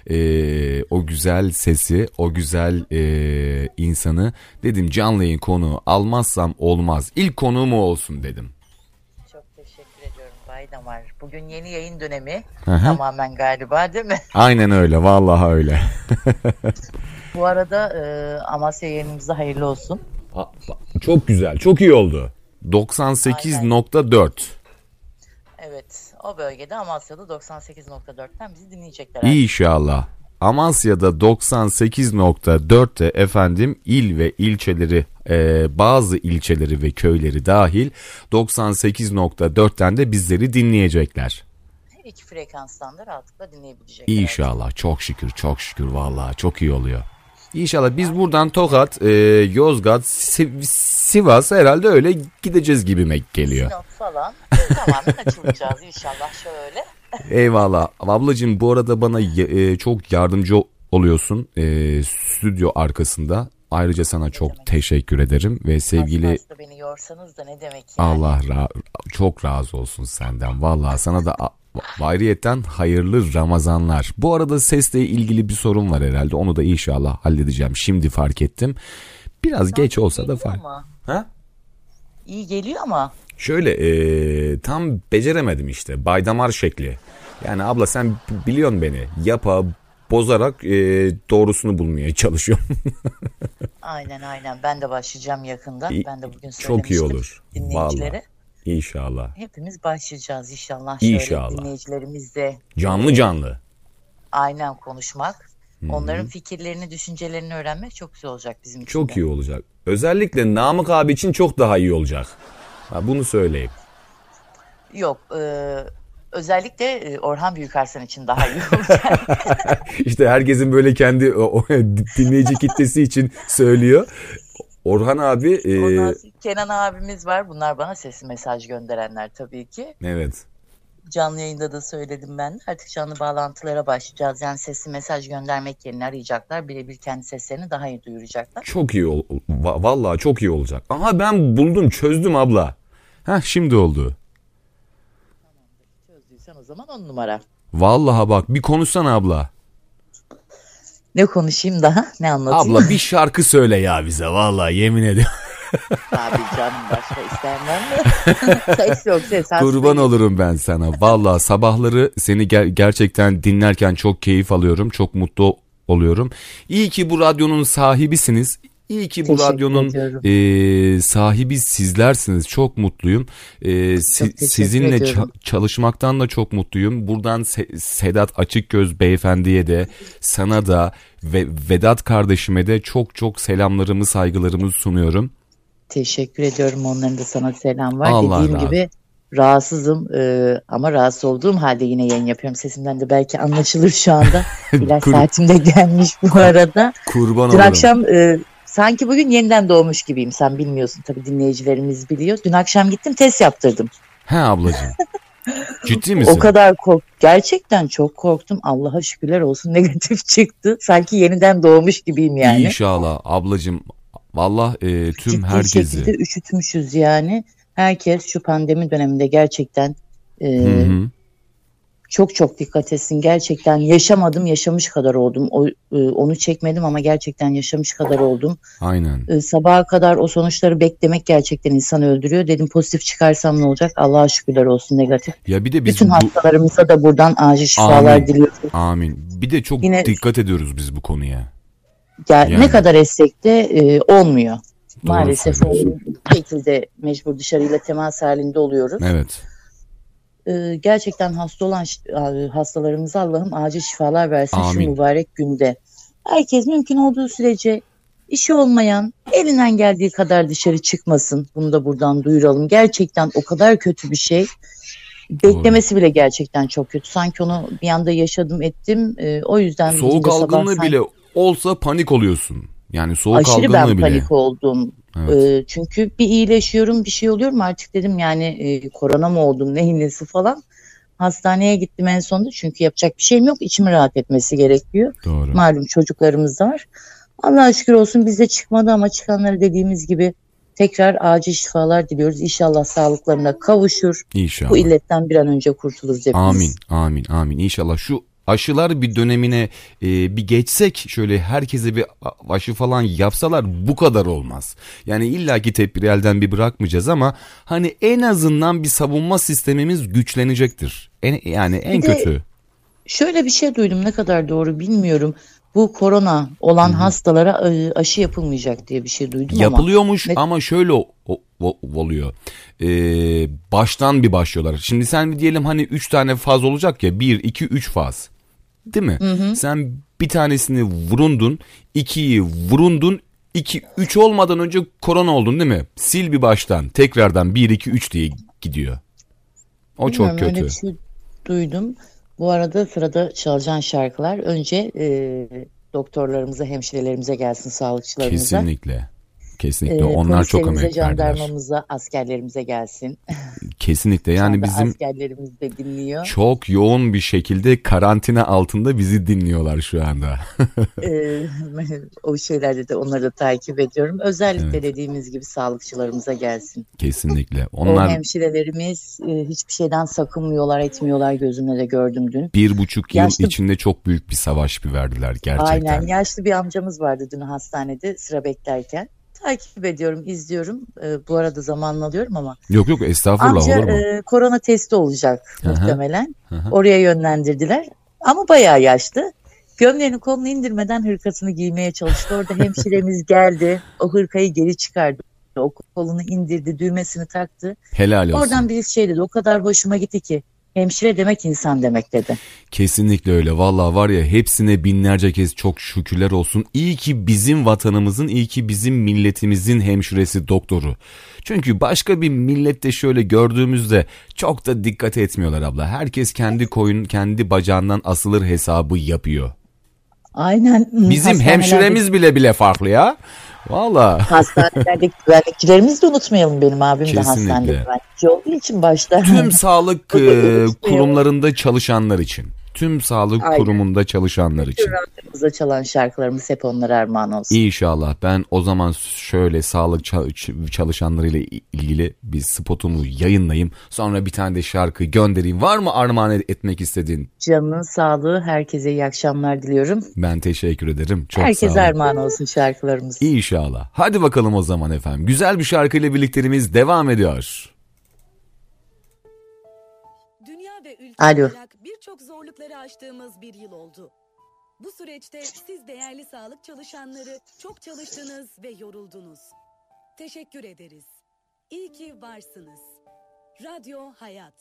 o güzel sesi, o güzel insanı dedim canlı yayın konuğu almazsam olmaz. İlk konuğum o olsun dedim. Çok teşekkür ediyorum Baydamar. Bugün yeni yayın dönemi. Aha. Tamamen galiba değil mi? Aynen öyle, vallahi öyle. Bu arada Amasya yayınımıza hayırlı olsun. Çok güzel, çok iyi oldu. 98.4. Evet, o bölgede Amasya'da 98.4'ten bizi dinleyecekler. İnşallah. Amasya'da 98.4'te efendim il ve ilçeleri, bazı ilçeleri ve köyleri dahil 98.4'ten de bizleri dinleyecekler. Her iki frekanstan da rahatlıkla dinleyebilecekler. İnşallah, çok şükür, çok şükür, vallahi çok iyi oluyor. İnşallah biz buradan Tokat, Yozgat, Sivas herhalde öyle gideceğiz gibime geliyor. Sinop falan tamamen açılacağız inşallah şöyle. Eyvallah. Ablacığım bu arada bana çok yardımcı oluyorsun stüdyo arkasında. Ayrıca sana çok teşekkür ederim ve sevgili... Aslında beni yorsanız da ne demek yani. Allah çok razı olsun senden. Vallahi sana da ayrıyeten hayırlı Ramazanlar. Bu arada sesle ilgili bir sorun var herhalde. Onu da inşallah halledeceğim. Şimdi fark ettim. Biraz geç olsa da fark. Ha? İyi geliyor ama. Şöyle tam beceremedim işte. Baydamar şekli. Yani abla sen biliyorsun beni. Bozarak doğrusunu bulmaya çalışıyorum. Aynen. Ben de başlayacağım yakında. Ben de bugün söylemiştim. Çok iyi olur. Dinleyicilere. Vallahi. İnşallah. Hepimiz başlayacağız inşallah. İnşallah. Şöyle dinleyicilerimizle. Canlı. Aynen konuşmak. Hı-hı. Onların fikirlerini, düşüncelerini öğrenmek çok güzel olacak bizim için. Çok iyi olacak. Özellikle Namık abi için çok daha iyi olacak. Bunu söyleyeyim. Yok. Özellikle Orhan Büyükarslan için daha iyi olacak. İşte herkesin böyle kendi dinleyici kitlesi için söylüyor. Orhan abi. Ondan sonra Kenan abimiz var. Bunlar bana sesli mesaj gönderenler tabii ki. Evet. Canlı yayında da söyledim ben. Artık canlı bağlantılara başlayacağız. Yani sesli mesaj göndermek yerine arayacaklar. Birebir kendi seslerini daha iyi duyuracaklar. Çok iyi vallahi çok iyi olacak. Aha ben buldum, çözdüm abla. Şimdi oldu. Çözdüysen o zaman 10 numara. Vallahi bak bir konuşsana abla. Ne konuşayım daha? Ne anlatayım? Abla bir şarkı söyle ya bize vallahi yemin ediyorum. Abi canım başka isteyenler mi? Ses yok ses. Kurban olurum ben sana. Vallahi sabahları seni gerçekten dinlerken çok keyif alıyorum. Çok mutlu oluyorum. İyi ki bu radyonun sahibisiniz. İyi ki bu radyonun sahibi sizlersiniz. Çok mutluyum. Sizinle çalışmaktan da çok mutluyum. Buradan Sedat Açıkgöz beyefendiye de, sana da ve Vedat kardeşime de çok çok selamlarımı, saygılarımı sunuyorum. Teşekkür ediyorum. Onların da sana selam var. Allah Dediğim gibi rahatsızım ama rahatsız olduğum halde yine yayın yapıyorum. Sesimden de belki anlaşılır şu anda. İlaç saatim de gelmiş bu arada. Kurban Dün olurum. akşam sanki bugün yeniden doğmuş gibiyim. Sen bilmiyorsun tabii, dinleyicilerimiz biliyor. Dün akşam gittim test yaptırdım. He ablacığım. Ciddi misin? O kadar gerçekten çok korktum. Allah'a şükürler olsun negatif çıktı. Sanki yeniden doğmuş gibiyim yani. İnşallah ablacığım. Vallahi tüm ciddi herkesi. şekilde üşütmüşüz yani. Herkes şu pandemi döneminde gerçekten çok çok dikkat etsin. Gerçekten yaşamadım, yaşamış kadar oldum. Onu çekmedim ama gerçekten yaşamış kadar oldum. Aynen. Sabaha kadar o sonuçları beklemek gerçekten insanı öldürüyor. Dedim pozitif çıkarsam ne olacak? Allah'a şükürler olsun negatif. Ya bir de biz bütün hastalarımıza da buradan acil şifalar diliyoruz. Amin. Bir de çok dikkat ediyoruz biz bu konuya. Yani ne kadar etsek de olmuyor. Doğru maalesef bir şekilde mecbur dışarıyla temas halinde oluyoruz. Evet. Gerçekten hasta olan hastalarımıza Allah'ım acil şifalar versin. Amin. Şu mübarek günde. Herkes mümkün olduğu sürece işi olmayan elinden geldiği kadar dışarı çıkmasın. Bunu da buradan duyuralım. Gerçekten o kadar kötü bir şey. Beklemesi bile gerçekten çok kötü. Sanki onu bir anda yaşadım ettim. O yüzden soğuk algınlığı bile olsa panik oluyorsun. Yani soğuk aşırı algınlığı ben bile. panik oldum. Evet. Çünkü bir iyileşiyorum, bir şey oluyorum artık dedim yani korona mı oldum, neyin nesi falan. Hastaneye gittim en sonunda çünkü yapacak bir şeyim yok. İçimi rahat etmesi gerekiyor. Doğru. Malum çocuklarımız da var. Allah'a şükür olsun bizde çıkmadı ama çıkanları dediğimiz gibi tekrar acil şifalar diliyoruz. İnşallah sağlıklarına kavuşur. İnşallah. Bu illetten bir an önce kurtuluruz hepimiz. Amin, amin, amin. İnşallah şu aşılar bir dönemine bir geçsek, şöyle herkese bir aşı falan yapsalar bu kadar olmaz. Yani illaki tedbiri elden bir bırakmayacağız ama hani en azından bir savunma sistemimiz güçlenecektir. Yani en kötü. Şöyle bir şey duydum, ne kadar doğru bilmiyorum. Bu korona olan hastalara aşı yapılmayacak diye bir şey duydum. Yapılıyormuş ama şöyle oluyor. Baştan bir başlıyorlar. Şimdi sen diyelim hani 3 tane faz olacak ya, 1, 2, 3 faz. Değil mi? Sen bir tanesini vurundun, 2'yi vurundun, 2, 3 olmadan önce korona oldun değil mi? Sil bir baştan, tekrardan 1, 2, 3 diye gidiyor. O bilmiyorum, çok kötü. Öyle bir şey duydum. Bu arada sırada çalacağın şarkılar önce doktorlarımıza, hemşirelerimize gelsin, sağlıkçılarımıza. Kesinlikle. Kesinlikle. Onlar çok emek verdiler. Jandarmamıza, askerlerimize gelsin. Kesinlikle. Yani bizim askerlerimiz de dinliyor. Çok yoğun bir şekilde karantina altında bizi dinliyorlar şu anda. O şeylerde de onları da takip ediyorum. Özellikle dediğimiz gibi sağlıkçılarımıza gelsin. Kesinlikle. O hemşirelerimiz hiçbir şeyden sakınmıyorlar, etmiyorlar, gözümle de gördüm dün. 1,5 yıl içinde çok büyük bir savaş verdiler gerçekten. Aynen. Yaşlı bir amcamız vardı dün hastanede sıra beklerken. Takip ediyorum, izliyorum. Bu arada zamanını alıyorum ama. Yok estağfurullah, olur mu? Amca korona testi olacak muhtemelen. Oraya yönlendirdiler. Ama bayağı yaşlı. Gömleğini kolunu indirmeden hırkasını giymeye çalıştı. Orada hemşiremiz geldi. O hırkayı geri çıkardı. O kolunu indirdi, düğmesini taktı. Helal olsun. Oradan birisi şey dedi. O kadar hoşuma gitti ki. Hemşire demek insan demek dedi. Kesinlikle öyle. Vallahi var ya, hepsine binlerce kez çok şükürler olsun. İyi ki bizim vatanımızın, iyi ki bizim milletimizin hemşiresi, doktoru. Çünkü başka bir millette şöyle gördüğümüzde çok da dikkat etmiyorlar abla. Herkes kendi koyun, kendi bacağından asılır hesabı yapıyor. Aynen. Bizim hemşiremiz bile farklı ya. Valla. Hastanelerdeki güvenlikçilerimizi de unutmayalım, benim abim de Kesinlikle. hastanede güvenlikçi olduğu için başta. Tüm sağlık kurumlarında çalışanlar için. Tüm sağlık Aynen. kurumunda çalışanlar için. Radyomuzda çalan şarkılarımız hep onlara armağan olsun. İnşallah. Ben o zaman şöyle sağlık çalışanlarıyla ilgili bir spotumu yayınlayayım. Sonra bir tane de şarkı göndereyim. Var mı armağan etmek istediğin? Canının sağlığı, herkese iyi akşamlar diliyorum. Ben teşekkür ederim. Çok sağ Herkese olun. armağan olsun şarkılarımız. İnşallah. Hadi bakalım o zaman efendim. Güzel bir şarkıyla birlikteliğimiz devam ediyor. Dünya ve ülke Alo. olarak birçok zorlukları aştığımız bir yıl oldu. Bu süreçte siz değerli sağlık çalışanları çok çalıştınız ve yoruldunuz. Teşekkür ederiz. İyi ki varsınız. Radyo Hayat.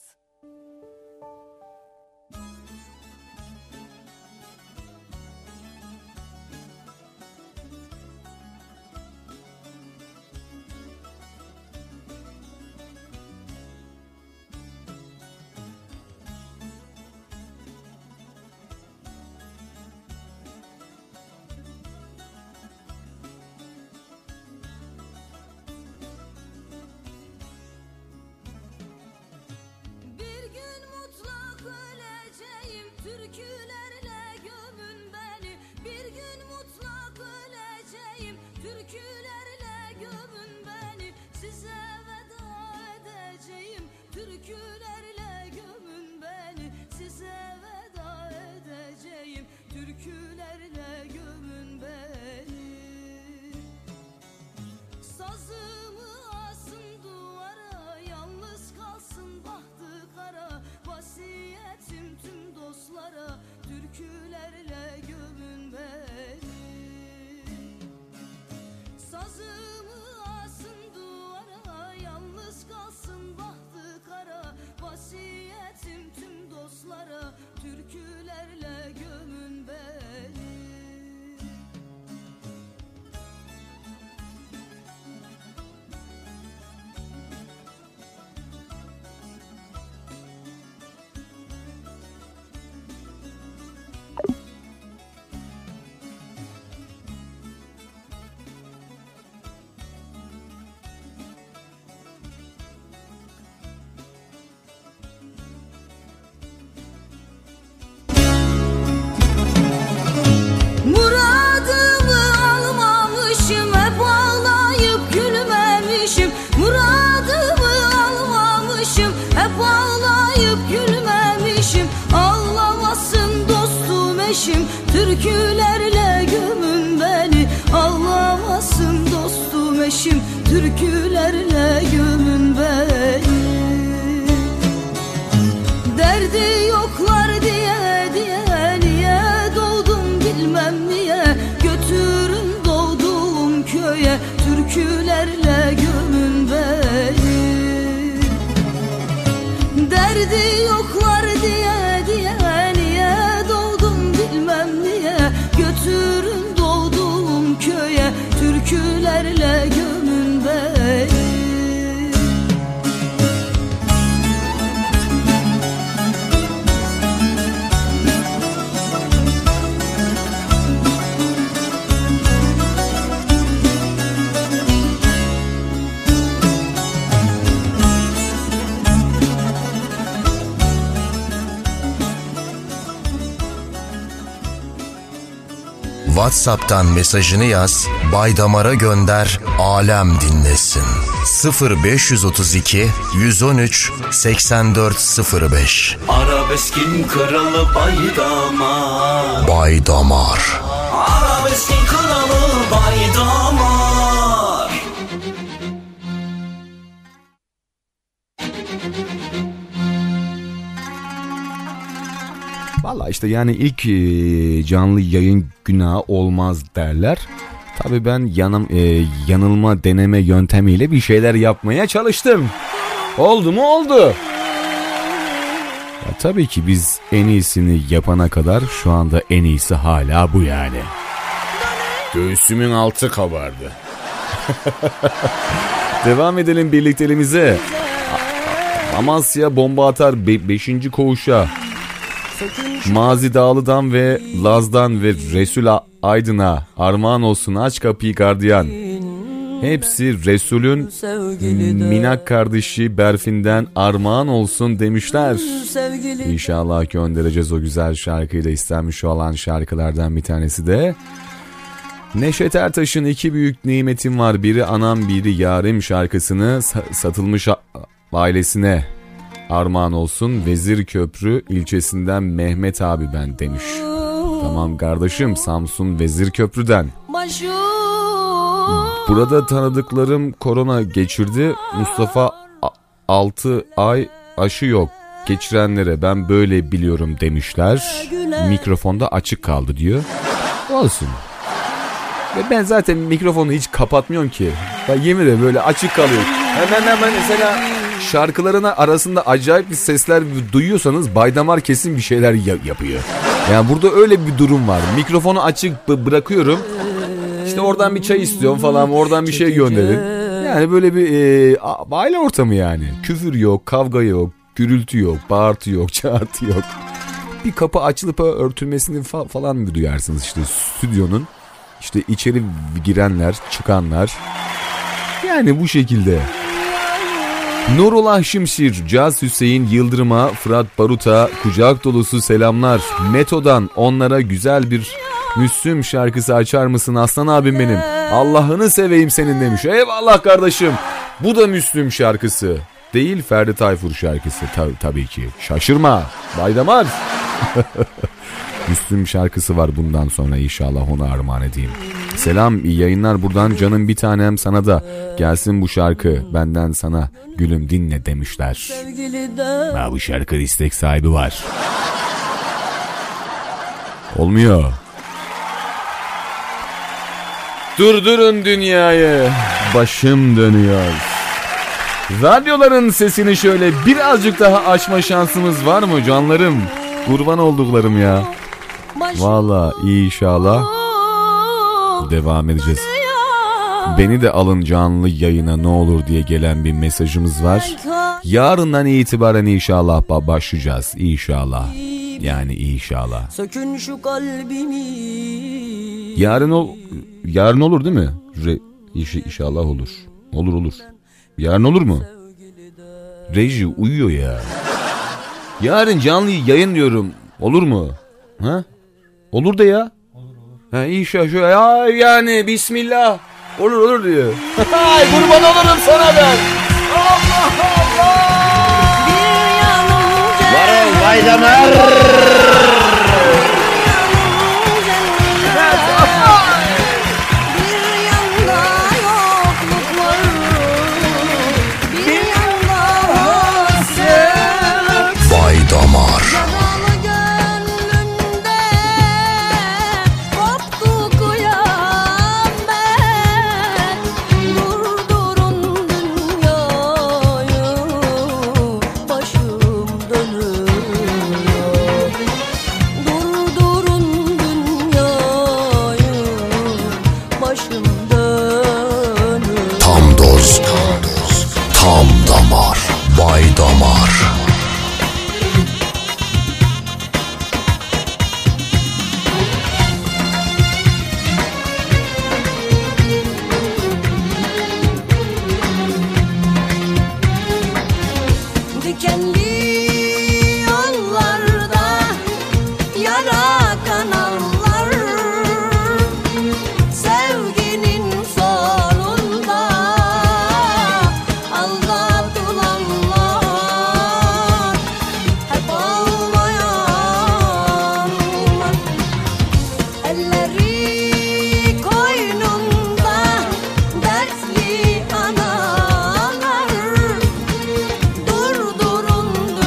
Bir gün mutlak öleceğim, türkülerle gömün beni. Bir gün mutlak öleceğim, türkülerle gömün beni. Size veda edeceğim, türkülerle gömün beni. Size veda edeceğim, türkülerle gömün beni. Sazımı asın duvara, yalnız kalsın bahtı kara. Vasiyetim tüm dostlara, türkülerle gömün beni. Sazımı asın duvara, yalnız kalsın bahtı kara. Vasiyetim tüm dostlara, türkülerle gömün beni. Muradımı almamışım, hep ağlayıp gülmemişim. Muradımı almamışım, hep ağlayıp gülmemişim. Ağlamasın dostum eşim, türkülerle gömün beni. Ağlamasın dostum eşim, türkülerle gömün beni. Derdi yoklar diye niye doğdum bilmem niye. Götürün doğduğum köye, türkülerle gömün beni. Derdi yoklar diye niye doğdum bilmem niye. Götürün doğduğum köye, türkülerle gömün beni. WhatsApp'tan mesajını yaz, Baydamar'a gönder, alem dinlesin. 0532 113 8405. Arabeskin kralı Baydamar. Baydamar. Arabeskin kralı Baydamar. Valla işte yani ilk canlı yayın günahı olmaz derler. Tabii ben yanılma deneme yöntemiyle bir şeyler yapmaya çalıştım. Oldu mu? Oldu. Ya tabii ki biz en iyisini yapana kadar şu anda en iyisi hala bu yani. Göğsümün altı kabardı. Devam edelim birlikteliğimize. Amasya bomba atar 5. koğuşa. Mazi Dağlı'dan ve Laz'dan ve Resul Aydın'a armağan olsun, aç kapıyı gardiyan. Hepsi Resul'ün minak kardeşi Berfin'den armağan olsun demişler. İnşallah göndereceğiz o güzel şarkıyı da, istenmiş olan şarkılardan bir tanesi de. Neşet Ertaş'ın iki büyük nimetim var, biri anam biri yarim şarkısını satılmış ailesine armağan olsun. Vezirköprü ilçesinden Mehmet abi ben demiş. Tamam kardeşim, Samsun Vezirköprü'den. Burada tanıdıklarım korona geçirdi. Mustafa 6 ay aşı yok. Geçirenlere ben böyle biliyorum demişler. Mikrofonda açık kaldı diyor. Olsun. Ve ben zaten mikrofonu hiç kapatmıyorum ki. Ya yemin ederim böyle açık kalıyor. Hemen mesela şarkılarına arasında acayip bir sesler duyuyorsanız Baydamar kesin bir şeyler yapıyor. Yani burada öyle bir durum var. Mikrofonu açık bırakıyorum. İşte oradan bir çay istiyorum falan, oradan bir şey gönderin. Yani böyle bir aile ortamı yani. Küfür yok, kavga yok, gürültü yok, bağırtı yok, çağırtı yok. Bir kapı açılıp örtülmesini falan mı duyarsınız işte stüdyonun. İşte içeri girenler, çıkanlar. Yani bu şekilde. Nurullah Şimşir, Caz Hüseyin Yıldırım'a, Fırat Barut'a kucak dolusu selamlar. Meto'dan onlara güzel bir Müslüm şarkısı açar mısın aslan abim benim? Allah'ını seveyim senin demiş. Eyvallah kardeşim. Bu da Müslüm şarkısı. Değil Ferdi Tayfur şarkısı tabii ki. Şaşırma Baydamar. Müslüm şarkısı var bundan sonra, inşallah onu armağan edeyim. Selam, iyi yayınlar buradan canım bir tanem, sana da gelsin bu şarkı benden sana gülüm dinle demişler. Ha, bu şarkı istek sahibi var. Olmuyor. Durdurun dünyayı, başım dönüyor. Radyoların sesini şöyle birazcık daha açma şansımız var mı canlarım? Kurban olduklarım ya. Valla inşallah devam edeceğiz. Beni de alın canlı yayına ne olur diye gelen bir mesajımız var. Yarından itibaren inşallah başlayacağız. İnşallah. Yani inşallah. Sökün şu kalbimi. Yarın olur değil mi? İnşallah olur. Olur. Yarın olur mu? Reji uyuyor ya. Yarın canlı yayın diyorum. Olur mu? Ha? Olur da ya. Ha inşallah ya, yani bismillah. Olur diyor. Ay kurban olurum sana ben. Allah Allah. Varol Baydamar. Baydamar. Tam doz, tam damar, Baydamar. Durdurun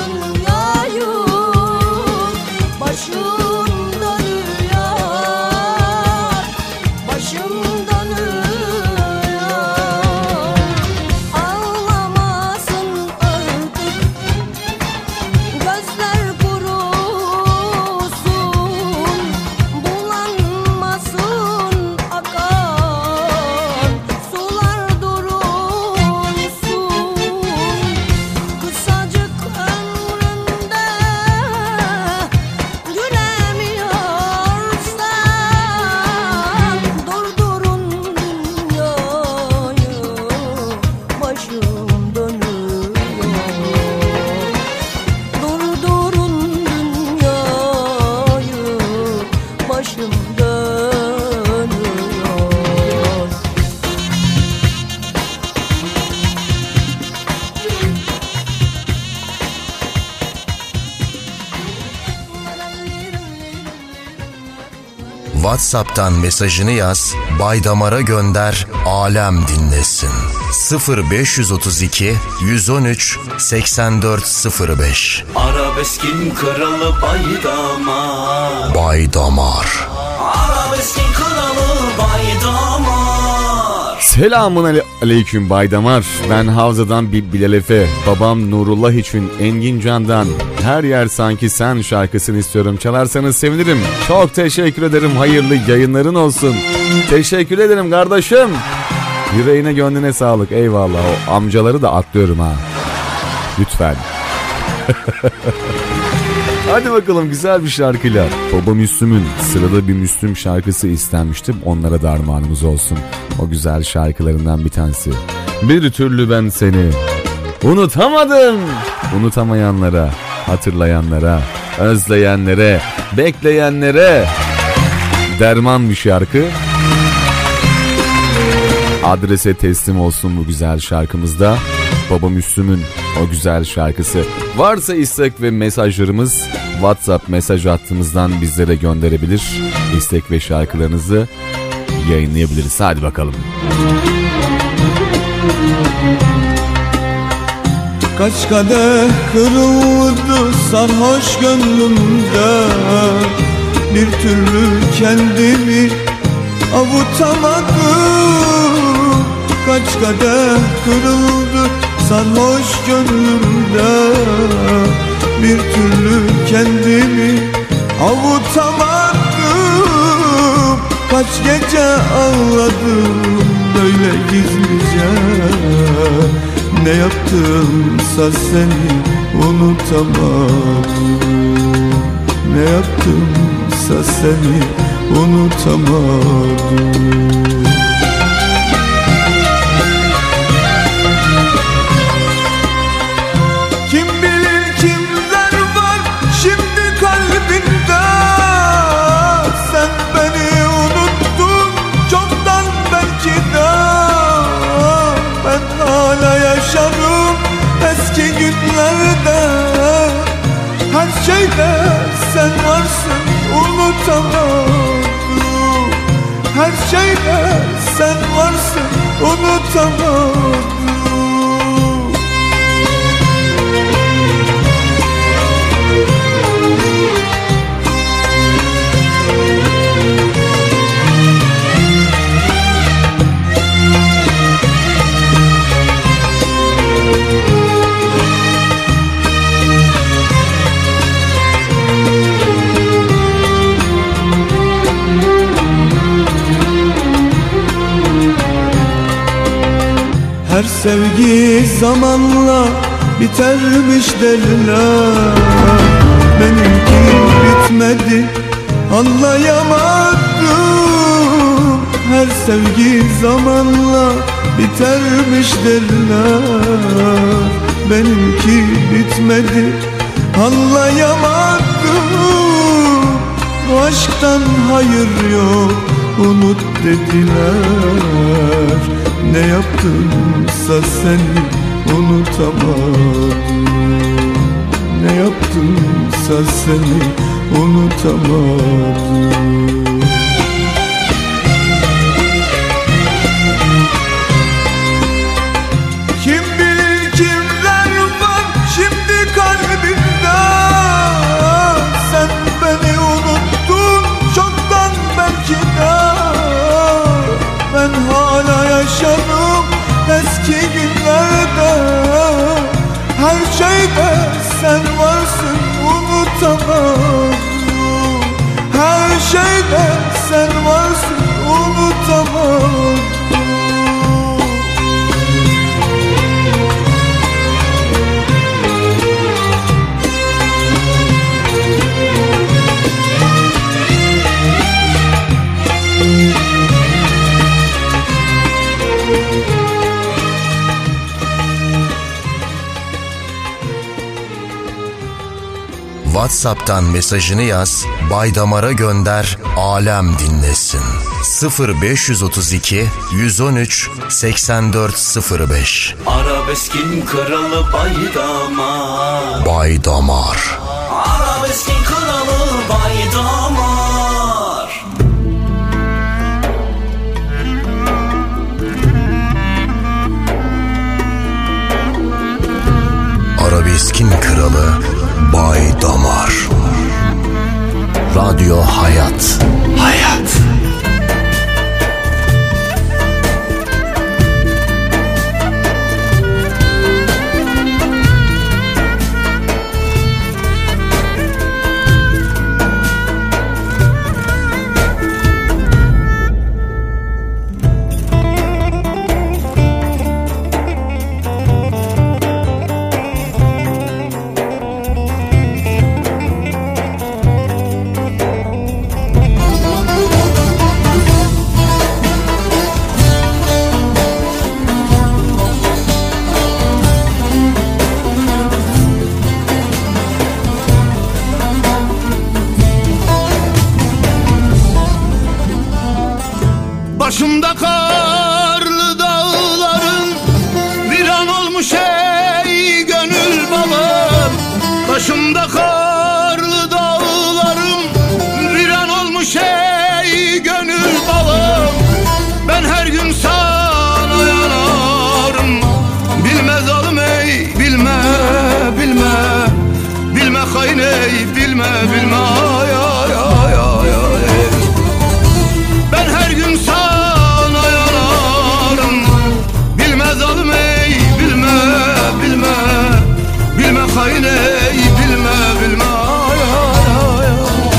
WhatsApp'tan mesajını yaz, Baydamar'a gönder, alem dinlesin. 0532 113 8405. Arabeskin kralı Baydamar. Baydamar. Arabeskin kralı Baydamar. Selamun aleyküm Baydamar. Ben Havza'dan Bilal Efe. Babam Nurullah için Engin Can'dan Her Yer Sanki Sen şarkısını istiyorum. Çalarsanız sevinirim. Çok teşekkür ederim. Hayırlı yayınların olsun. Teşekkür ederim kardeşim. Yüreğine gönlüne sağlık. Eyvallah. O amcaları da atlıyorum ha. Lütfen. Hadi bakalım güzel bir şarkıyla. Baba Müslüm'ün Sırada Bir Müslüm şarkısı istenmiştim. Onlara da armağanımız olsun. O güzel şarkılarından bir tanesi. Bir türlü ben seni unutamadım. Unutamayanlara, hatırlayanlara, özleyenlere, bekleyenlere derman bir şarkı. Adrese teslim olsun bu güzel şarkımızda. Baba Müslüm'ün o güzel şarkısı. Varsa istek ve mesajlarımız WhatsApp mesaj hattımızdan bizlere gönderebilir. İstek ve şarkılarınızı yayınlayabiliriz. Hadi bakalım. Kaç kadeh kırıldı sarhoş gönlümde, bir türlü kendimi avutamadım. Kaç kadeh kırıldı sarhoş gönlümde, bir türlü kendimi avutamadım. Kaç gece ağladım böyle gizlice, ne yaptımsa seni unutamadım. Ne yaptımsa seni unutamadım. Kim bilir kimler var şimdi kalbinde. Sen beni unuttun çoktan belki de. Ben hala yaşarım eski günlerde. Her şeyde sen varsın unutamadım. Her şeyde sen varsın unutamadım. Her sevgi zamanla bitermiş derler. Benimki bitmedi anlayamadım. Her sevgi zamanla bitermiş derler. Benimki bitmedi anlayamadım. Bu aşktan hayır yok unut dediler. Ne yaptımsa seni unutamadım. Ne yaptımsa seni unutamadım. Kim bilir kimler var şimdi kalbimde. Sen beni unuttun çoktan belki de. Ben hala yaşarım eski günlerde. Her şeyde sen varsın unutamadım. Her şeyde sen varsın unutamadım. WhatsApp'tan mesajını yaz, Baydamar'a gönder, alem dinlesin. 0532 113 8405. Arabeskin kralı Baydamar. Baydamar. Arabeskin kralı Baydamar. Arabeskin kralı Bay Damar. Radyo Hayat. Hayat. Başımda karlı dağların viran olmuş ey gönül balım. Başımda karlı dağlarım viran olmuş ey gönül balım. Ben her gün sana yanarım. Bilme zalim ey bilme bilme. Bilme hain ey bilme bilme ay ay ay ay ay. Ben her gün sana yanarım. Bilme zalim ey bilme bilme. Bilme hain ey bilme bilme ay ay ay ay.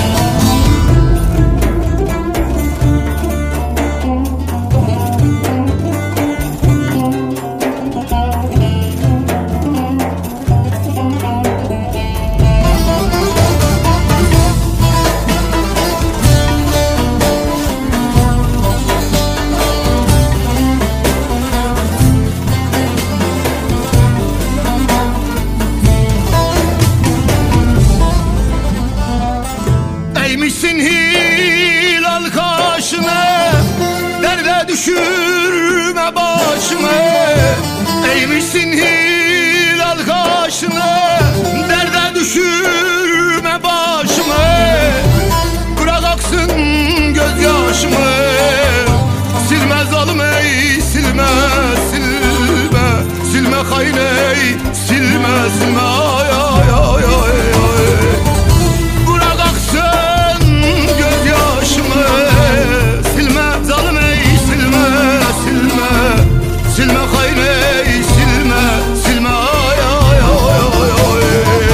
Eğmişsin hilal kaşını, derde düşürme başımı. Eğmişsin hilal kaşını, derde düşürme başımı. Bırak aksın gözyaşımı. Silme zalim ey silme silme. Silme hain ey silme silme ay ay ay ay ay. Bırak aksın gözyaşımı. Silme zalim ey silme silme. Silme hain ey silme silme ay ay ay ay ay.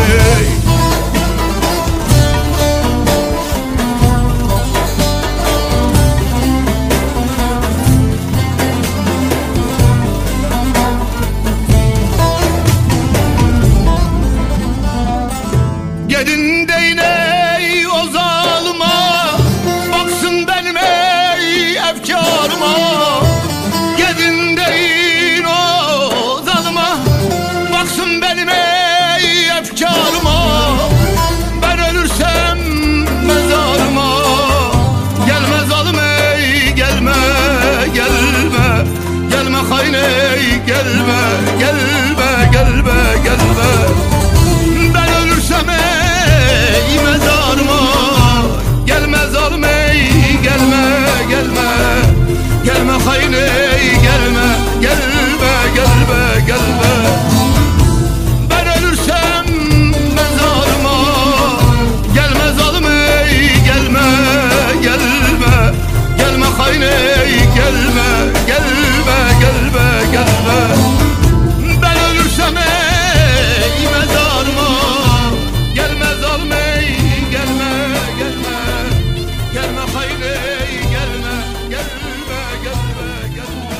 Gedin deyin ey o zalıma. Baksın benim ey efkarıma. Gedin deyin o zalıma. Baksın benim ey efkarıma. Ben ölürsem mezarıma. Gelme zalim ey gelme gelme. Gelme hain ey gelme gelme gelme gelme. Ben ölürsem ey mezarıma. Gelme zalim ey gelme gelme. Gelme hain ey gelme gelme gelme gelme. Ben ölürsem mezarıma. Gelme zalim ey gelme gelme. Gelme hain ey gelme gelme gelme gelme. Ben ölürsem ey mezarıma. Gelme zalim ey gelme gelme. Gelme hain ey gelme gelme gelme gelme.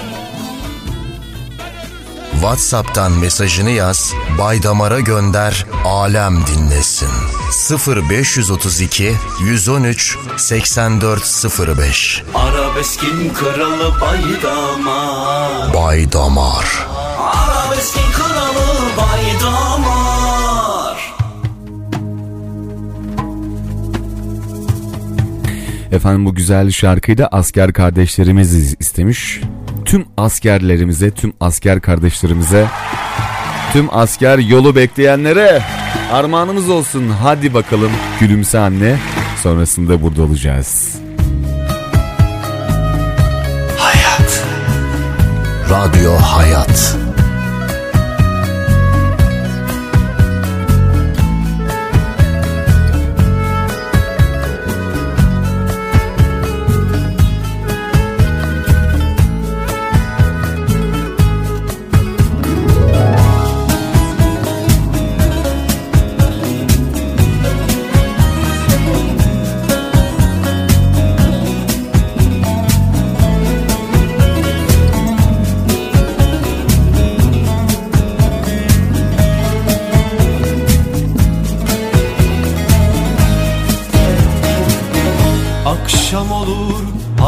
WhatsApp'tan mesajını yaz, Bay Damar'a gönder, alem dinlesin. 0532 113 8405. Arabeskin kralı Bay Damar. Bay Damar. Arabeskin kralı Bay Damar. Efendim bu güzel şarkıyı da asker kardeşlerimiz istemiş. Tüm askerlerimize, tüm asker kardeşlerimize, tüm asker yolu bekleyenlere armağanımız olsun. Hadi bakalım gülümse anne. Sonrasında burada olacağız. Hayat. Radyo Hayat.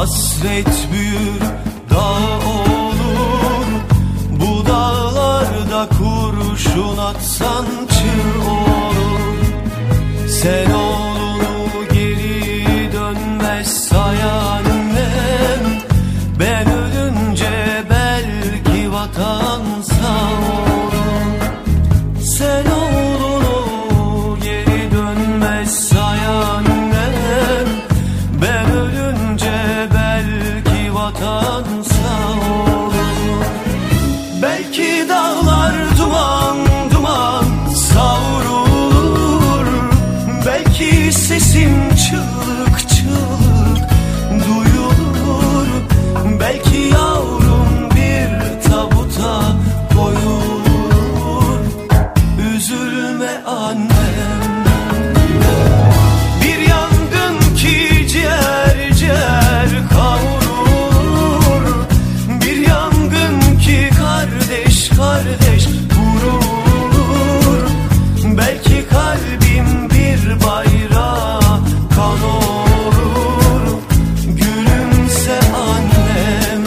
Hasret büyür dağ olur, bu dağlarda kurşun atsan çığ olur. Sen oğlunu geri dönmez say annem, ben ölünce belki vatan sağ olur. Sen oğlunu geri dönmez say annem, ben ölünce belki vatan sağ olur. Belki dağlar duman duman savrulur, belki sesim çığlık çığlık duyulur, belki yavrum bir tabuta koyulur. Üzülme annem, bir yangın ki ciğer ciğer kavrulur, bir yangın ki kardeş kardeş vurur. Belki kalbim bir bayrağa kan olur, gülümse annem.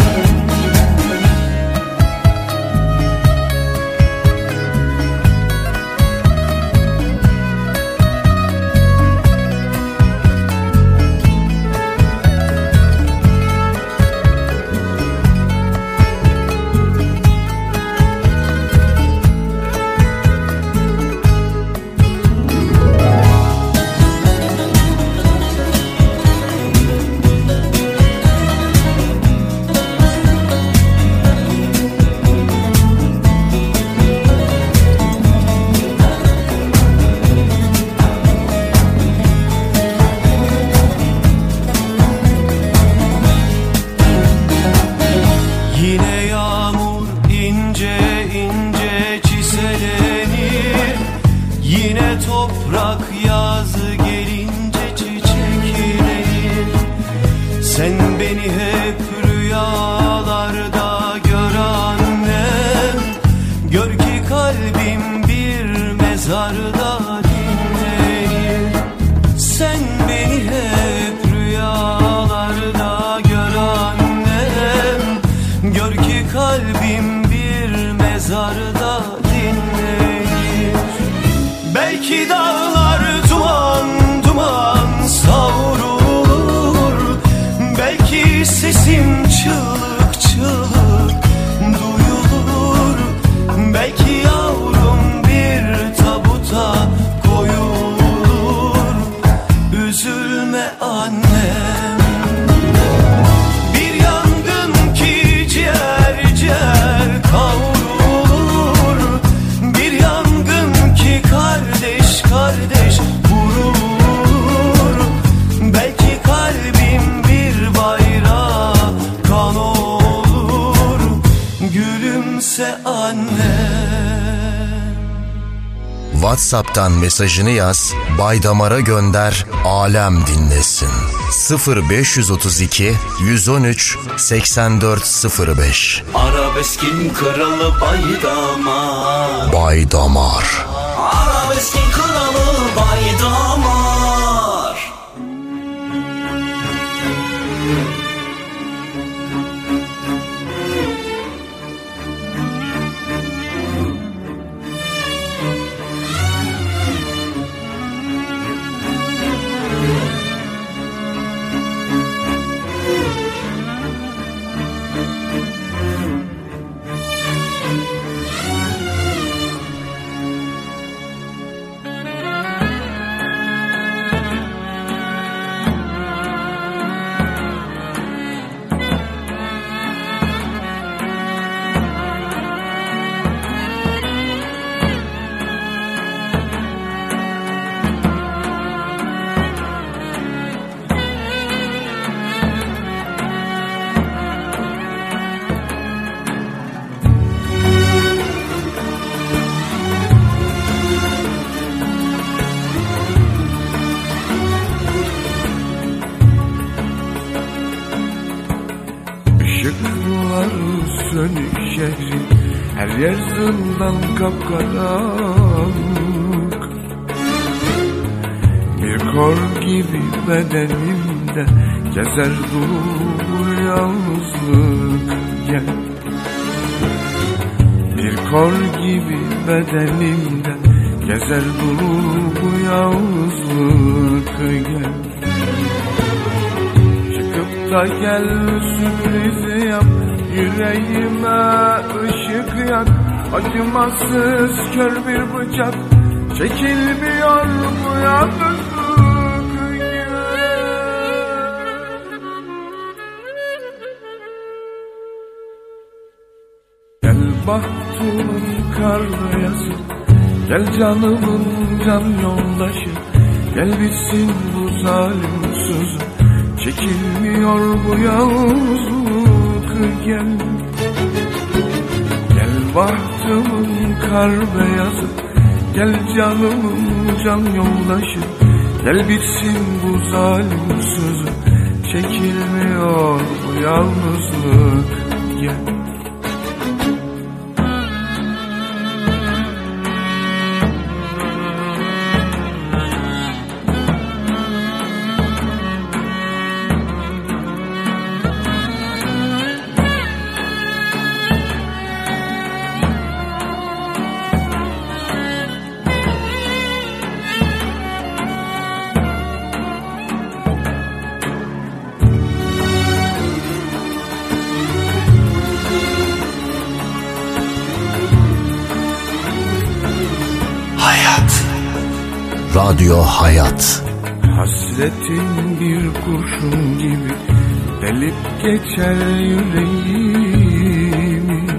Yine yağmur ince ince çiselenir, yine toprak yazı gelince çiçeklenir. Sen beni hep rüyalarda gör annem, gör ki kalbim bir mezarda dinlenir. Sen beni hep rüyalarda gör annem, gör ki kalbim bir mezarda dinlenir. Belki dağlar duman duman savrulur, belki sesim çığlık çığlık duyulur, belki yavrum bir tabuta koyulur. Üzülme annem, bir yangın ki ciğer ciğer kavrulur, bir yangın ki kardeş kardeş vurur. Belki kalbim bir bayrağa kan olur, gülümse annem. WhatsApp'tan mesajını yaz, Baydamar'a gönder, alem dinlesin. 0532 113 8405. Arabeskin kralı Baydamar. Baydamar. Arabeskin kralı Baydamar. Işıklar sönük şehrin, her yer zindan kapkaranlık. Bir kor gibi bedenimde bedenimde gezer durur bu yalnızlık. Gel, bir kor gibi bedenimde gezer durur bu yalnızlık. Gel, çıkıp da gel sürpriz yap, yüreğime ışık yak. Acımasız kör bir bıçak, çekilmiyor bu yalnızlık. Gel bahtımın kar beyazı, gel canımın can yoldaşı. Gel bitsin bu zalim sözü, çekilmiyor bu yalnızlık. Gel, gel bahtımın kar beyazı, gel canımın can yoldaşı. Gel bitsin bu zalim sözü, çekilmiyor bu yalnızlık. Gel. Radyo Hayat. Hasretin bir kurşun gibi delip geçer yüreğimi.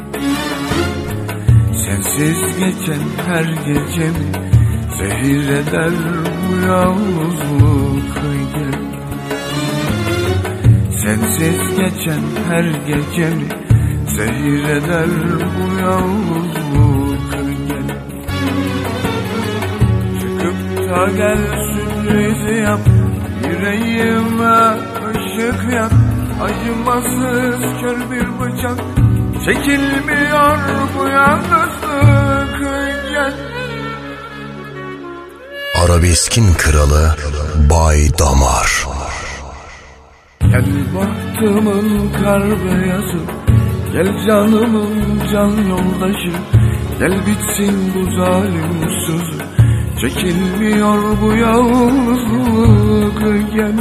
Sensiz geçen her gecemi zehir eder bu yalnızlık. Gel, sensiz geçen her gecemi zehir eder bu yalnızlık. Ta gel sürpriz yap, yüreğime ışık yak. Acımasız kör bir bıçak, çekilmiyor bu yalnızlık. Gel. Arabeskin kralı Bay Damar. Gel bahtımın kar beyazı, gel canımın can yoldaşı. Gel bitsin bu zalim sözü, çekilmiyor bu yalnızlık. Gel,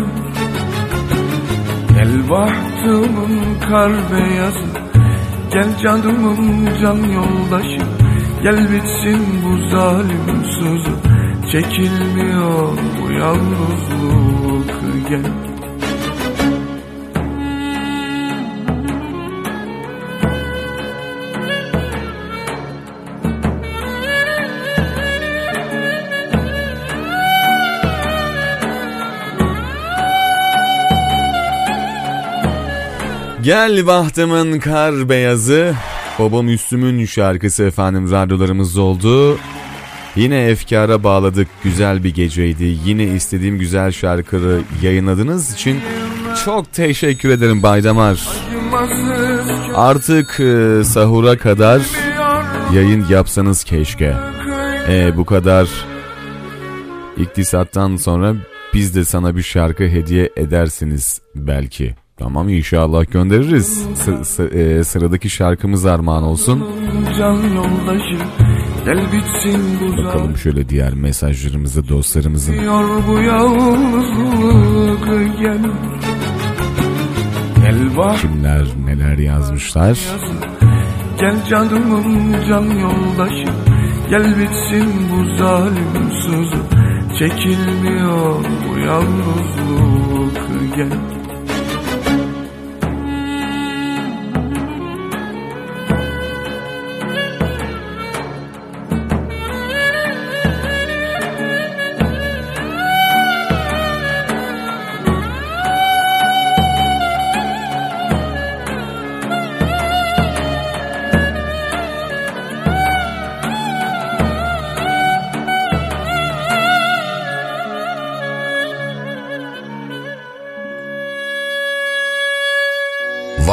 gel bahtımın kar beyazı, gel canımın can yoldaşı. Gel bitsin bu zalim sözü, çekilmiyor bu yalnızlık. Gel. Gel bahtımın kar beyazı, Baba Müslüm'ün şarkısı efendim radyolarımızda oldu. Yine efkara bağladık, güzel bir geceydi. Yine istediğim güzel şarkıları yayınladığınız için çok teşekkür ederim Bay Damar. Artık sahura kadar yayın yapsanız keşke. Bu kadar iktisattan sonra biz de sana bir şarkı hediye edersiniz belki. Tamam, inşallah göndeririz. Sıradaki şarkımız armağan olsun. Bakalım şöyle diğer mesajlarımızı dostlarımızın. Kimler neler yazmışlar. Gel canımın can yoldaşı, gel bitsin bu zalim sözü, çekilmiyor bu yalnızlık. Gel.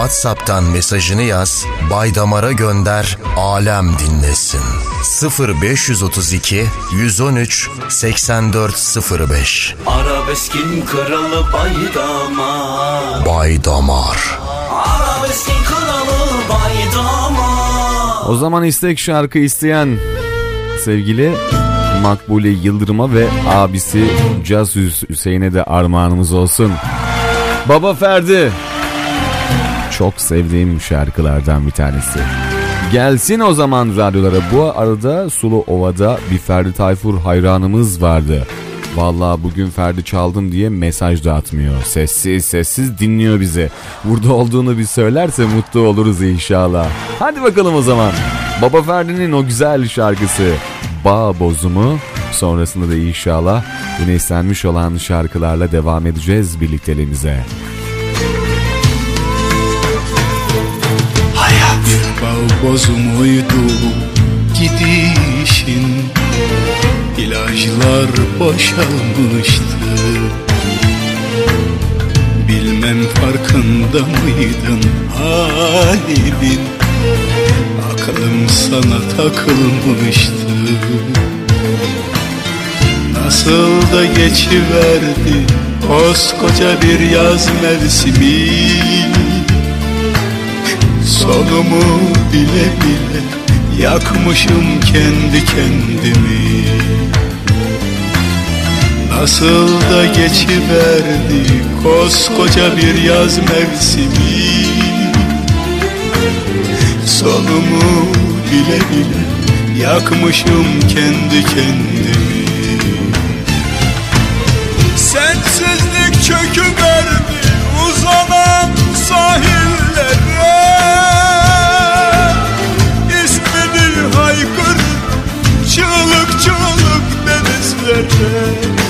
WhatsApp'tan mesajını yaz, Baydamar'a gönder, alem dinlesin. 0532 113 8405. Arabeskin kralı Baydamar. Baydamar. Arabeskin kralı Baydamar. O zaman istek şarkı isteyen sevgili Makbule Yıldırım'a ve abisi Caz Hüseyin'e de armağanımız olsun. Baba Ferdi. Çok sevdiğim şarkılardan bir tanesi. Gelsin o zaman radyolara. Bu arada Sulu Ova'da bir Ferdi Tayfur hayranımız vardı. Vallahi bugün Ferdi çaldım diye mesaj da atmıyor. Sessiz sessiz dinliyor bizi. Burada olduğunu bir söylerse mutlu oluruz inşallah. Hadi bakalım o zaman. Baba Ferdi'nin o güzel şarkısı Bağ Bozumu. Sonrasında da inşallah yine istenmiş olan şarkılarla devam edeceğiz birlikteliğimize. Bir bağ bozumuydu gidişin, İlaçlar boşalmıştı. Bilmem farkında mıydın halimin, aklım sana takılmıştı. Nasıl da geçiverdi koskoca bir yaz mevsimi, sonumu bile bile yakmışım kendi kendimi. Nasıl da geçiverdi koskoca bir yaz mevsimi, sonumu bile bile yakmışım kendi kendimi. Sensizlik çöküverdi uzanan sahillere, ismini haykır çığlık çığlık denizlere.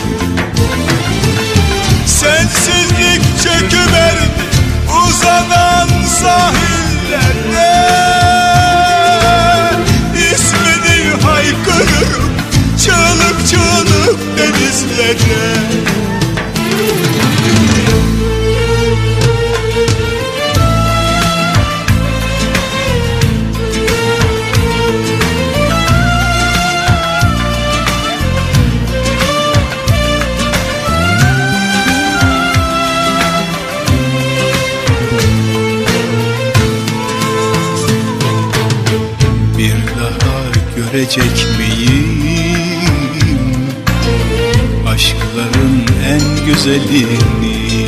Sensizlik çöküverdi uzanan sahillere, ismini haykırırım çığlık çığlık denizlere. Bir daha görecek miyim aşkların en güzelini?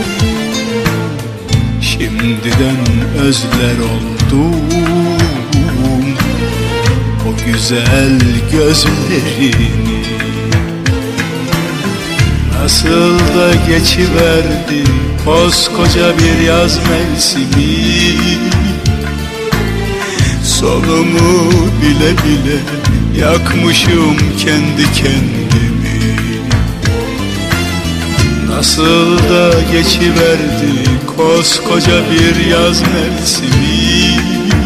Şimdiden özler oldum o güzel gözlerini. Nasıl da geçiverdi koskoca bir yaz mevsimi, sonumu bile bile yakmışım kendi kendimi. Nasıl da geçiverdi koskoca bir yaz mevsimi,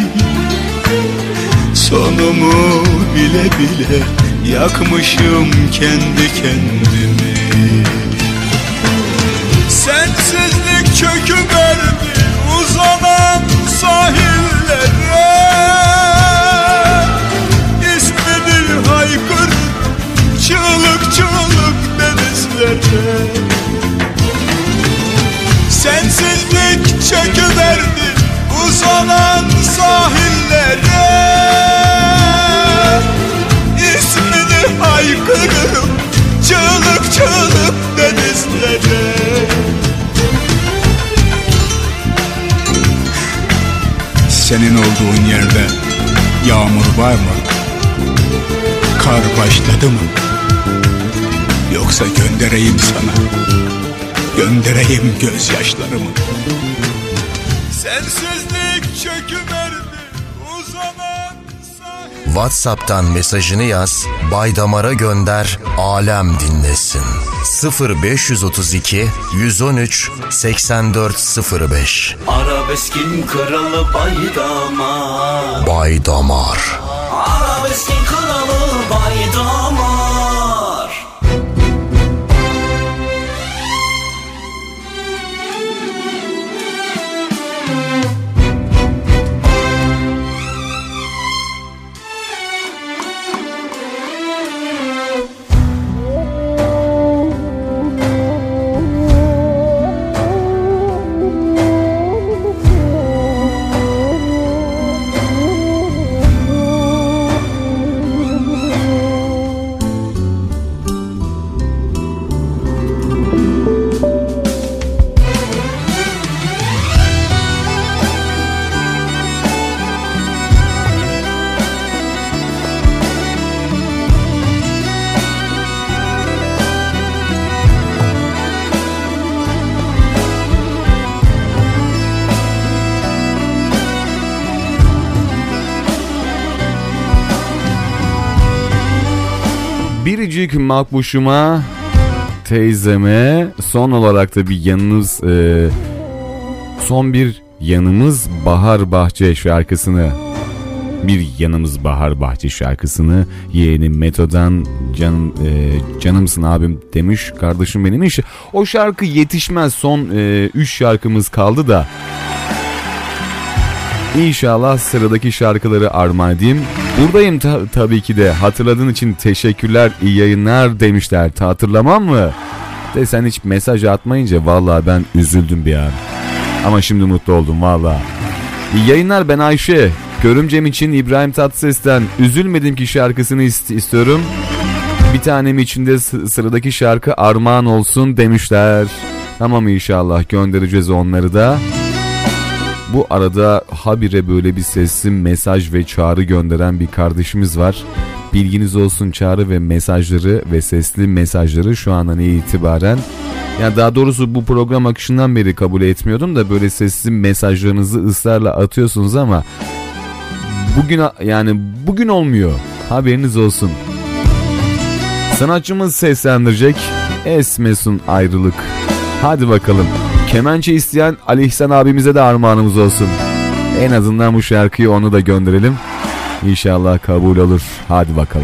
sonumu bile bile yakmışım kendi kendimi. Sensizlik çöküverdi uzanan sahillere, ismini haykır çığlık çığlık denizlere. Sensizlik çöküverdi uzanan sahillere, ismini haykırırım çığlık çığlık denizlere. Senin olduğun yerde yağmur var mı? Kar başladı mı? Yoksa göndereyim sana, göndereyim gözyaşlarımı. Sensizlik çöküverdi uzanan sahil. WhatsApp'tan mesajını yaz, Baydamar'a gönder, alem dinlesin. 0532 113 8405. Arabeskin kralı Baydamar. Baydamar. Arabeskin kralı Baydamar. biricik makbuşuma, teyzeme, son olarak da bir yanınız, son bir yanımız Bahar Bahçe şarkısını, bir yanımız Bahar Bahçe şarkısını yeğenim Meto'dan canımsın abim demiş kardeşim benim. İşte o şarkı yetişmez, son 3 şarkımız kaldı da İnşallah sıradaki şarkıları armağan edeyim. Buradayım tabii ki de, hatırladığın için teşekkürler, iyi yayınlar demişler. Hatırlamam mı? De sen hiç mesaj atmayınca vallahi ben üzüldüm bir an. Ama şimdi mutlu oldum vallahi. İyi yayınlar, ben Ayşe. Görümcem için İbrahim Tatlıses'ten Üzülmedim Ki şarkısını istiyorum. Bir tanem için de sıradaki şarkı armağan olsun demişler. Tamam, inşallah göndereceğiz onları da. Bu arada habire böyle bir sesli mesaj ve çağrı gönderen bir kardeşimiz var. Bilginiz olsun, çağrı ve mesajları ve sesli mesajları şu andan itibaren, yani daha doğrusu bu program akışından beri kabul etmiyordum da böyle sesli mesajlarınızı ısrarla atıyorsunuz ama bugün olmuyor. Haberiniz olsun. Sanatçımız seslendirecek Esmesun Ayrılık. Hadi bakalım. Kemençe isteyen Ali İhsan abimize de armağanımız olsun. En azından bu şarkıyı onu da gönderelim. İnşallah kabul olur. Hadi bakalım.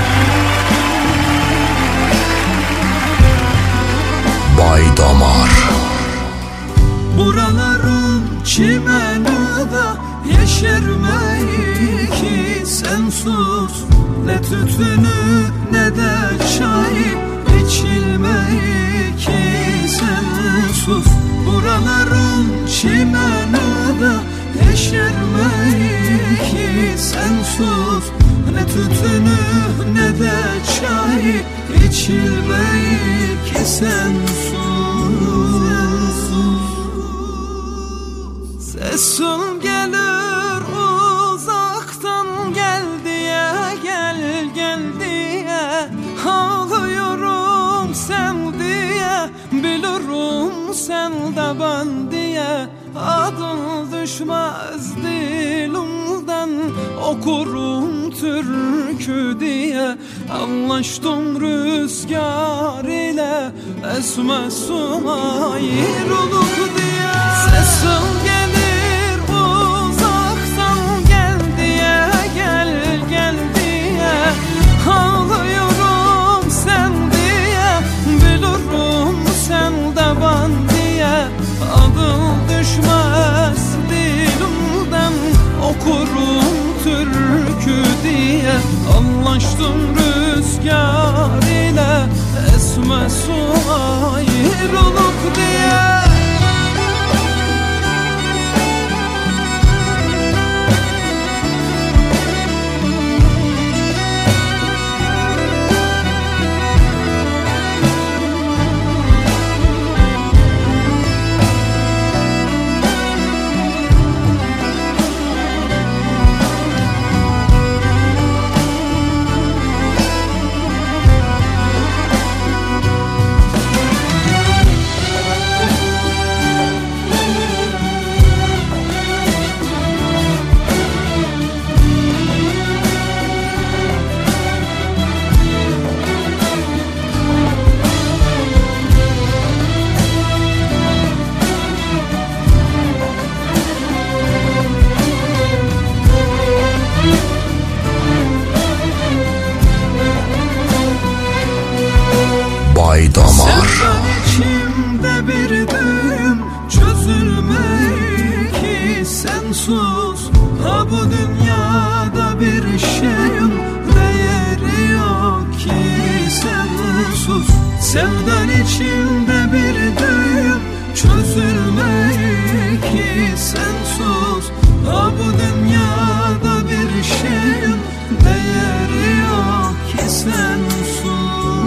Bay Damar. Buraların çimeninde yeşermeyi ki sen sus. Ne tütünü ne de çay içilmeyi ki sen sus. Buraların çimeninde yeşermeyi ki sen sus. Ne tütünü ne de çay içilmeyi ki sen sus. Sesin gelir uzaktan, gel diye, gel gel diye. Ağlıyorum sen diye, bilirim sen de ben diye. Adın düşmez dilimden, okurum türkü diye. Anlaştım rüzgar ile, esmesun ayrılık diye. Sesin gelir uzaktan, gel diye, gel gel diye. Ağlıyorum sen diye, bilirim sen de ben diye. Adın düşmez dilimden, okurum türkü diye. Anlaştım rüzgar ile, esmesun ayrılık diye. Bay Damar. Sen içimde bir düğüm çözülmeyi ki sen sus. Ha bu dünyada bir şeyin değeri yok ki sen sus. Sevdan içimde bir düğüm çözülmeyi ki sen sus. Ha bu dünyada bir şeyin değeri yok ki sen sus.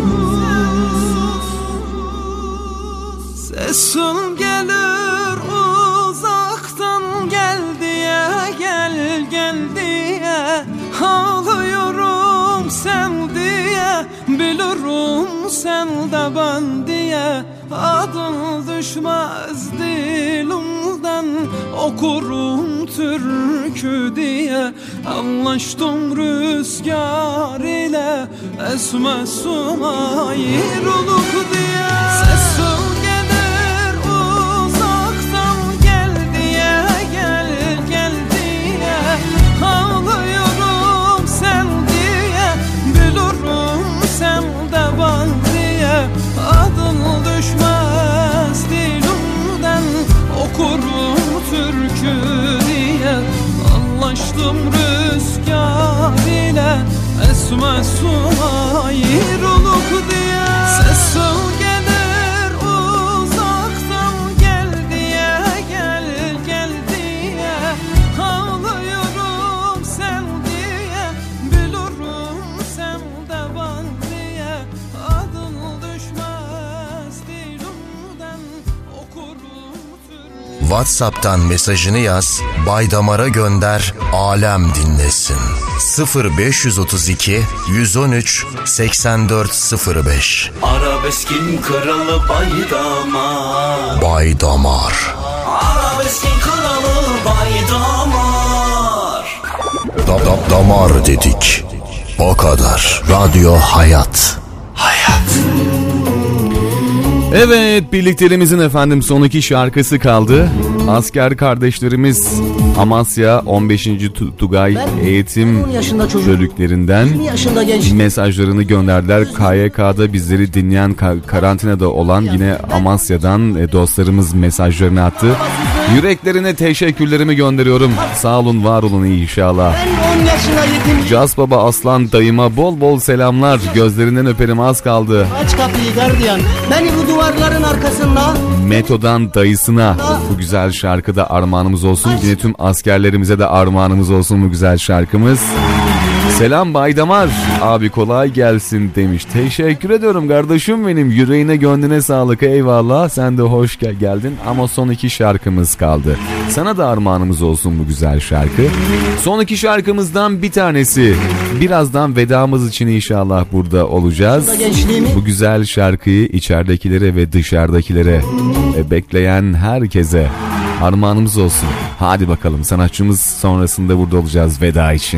Sesin gelir uzaktan, gel diye, gel gel diye. Ağlıyorum sen diye, Bilirim sen de ben diye adın düşmez dilimden. Okurum türkü diye anlaştım rüzgar ile. Esmesim ayrılık diye sesim gelir uzaktan. Gel diye gel gel diye ağlıyorum sen diye. Bilirim sen de ben diye adın düşmez dilimden. Okurum türkü diye anlaştım rüzgar ile. Esmesim ayrılık diye sesim gelir uzaktan. Gel diye gel gel diye ağlıyorum sen diye. Bilirim sen de ben diye adın düşmez dilimden. Okurum türkü. WhatsApp'tan mesajını yaz, Baydamar'a gönder, alem dinlesin. 0532 113 8405. Arabeskin kralı Baydamar. Baydamar. Arabeskin kralı Baydamar. Damar dedik. O kadar. Radyo hayat. Evet, birlikteliğimizin efendim son iki şarkısı kaldı. Asker kardeşlerimiz Amasya 15. Tugay Eğitim Bölüklerinden mesajlarını gönderdiler. KYK'da bizleri dinleyen, karantinada olan yine Amasya'dan dostlarımız mesajlarını attı. Yüreklerine teşekkürlerimi gönderiyorum. Sağ olun, var olun inşallah. Cas Baba Aslan dayıma bol bol selamlar. Gözlerinden öperim, az kaldı. Aç kapıyı gardiyan. Beni bu duvarların arkasında. Meto'dan dayısına bu güzel şarkıda armağanımız olsun. Yine tüm askerlerimize de armağanımız olsun bu güzel şarkımız. Selam Baydamar abi, kolay gelsin demiş. Teşekkür ediyorum kardeşim benim, yüreğine gönlüne sağlık, eyvallah. Sen de hoş geldin ama son iki şarkımız kaldı. Sana da armağanımız olsun bu güzel şarkı. Son iki şarkımızdan bir tanesi. Birazdan vedamız için inşallah burada olacağız. Bu güzel şarkıyı içeridekilere ve dışarıdakilere bekleyen herkese armağanımız olsun. Hadi bakalım, sanatçımız sonrasında burada olacağız veda için.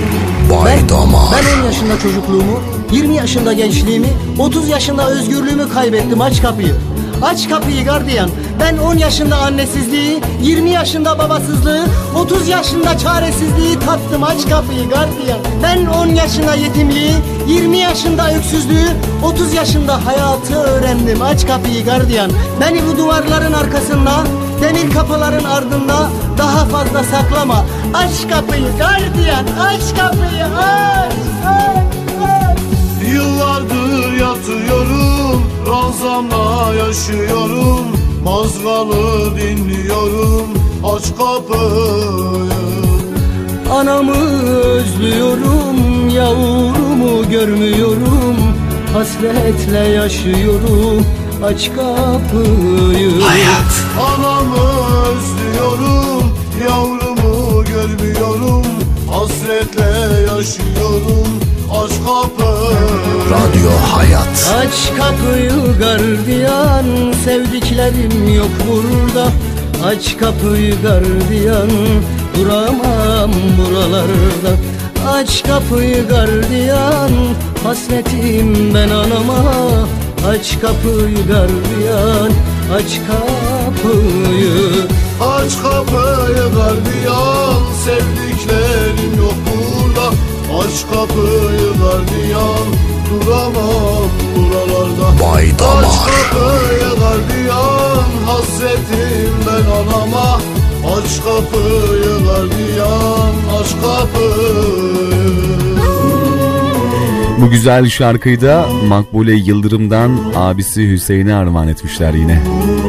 Baydamar. Ben 10 yaşında çocukluğumu, 20 yaşında gençliğimi, 30 yaşında özgürlüğümü kaybettim. Aç kapıyı. Aç kapıyı gardiyan. Ben 10 yaşında annesizliği, 20 yaşında babasızlığı, 30 yaşında çaresizliği tattım. Aç kapıyı gardiyan. Ben 10 yaşında yetimliği, 20 yaşında öksüzlüğü, 30 yaşında hayatı öğrendim. Aç kapıyı gardiyan. Beni bu duvarların arkasında, demir kapıların ardında daha fazla saklama. Aç kapıyı gardiyan, aç kapıyı, aç, aç, aç. Yıllardır yatıyorum, ranzamla yaşıyorum, mazgalı dinliyorum, aç kapıyı. Anamı özlüyorum, yavrumu görmüyorum, hasretle yaşıyorum, aç kapıyı. Hayat. Anamı özlüyorum, yavrumu görmüyorum, hasretle yaşıyorum, aç kapıyı. Radyo hayat. Aç kapıyı gardiyan, sevdiklerim yok burada. Aç kapıyı gardiyan, duramam buralarda. Aç kapıyı gardiyan, hasretim ben anama. Aç kapıyı gardiyan, aç kapıyı. Aç kapıyı gardiyan, sevdiklerim yok burada. Aç kapıyı gardiyan, duramam buralarda. Baydamar. Aç kapıyı gardiyan, hasretim ben anama. Aç kapıyı gardiyan, aç kapıyı. Bu güzel şarkıyı da Makbule Yıldırım'dan abisi Hüseyin'e armağan etmişler yine.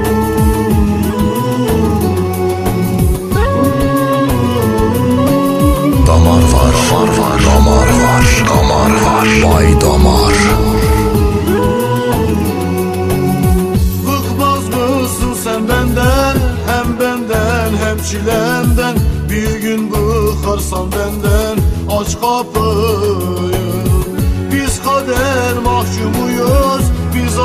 Damar var, damar var, damar var, Baydamar. Bıkmaz mısın sen benden, hem benden hem çilemden? Bir gün bıkarsan benden, aç kapıyı. Biz kader mahkum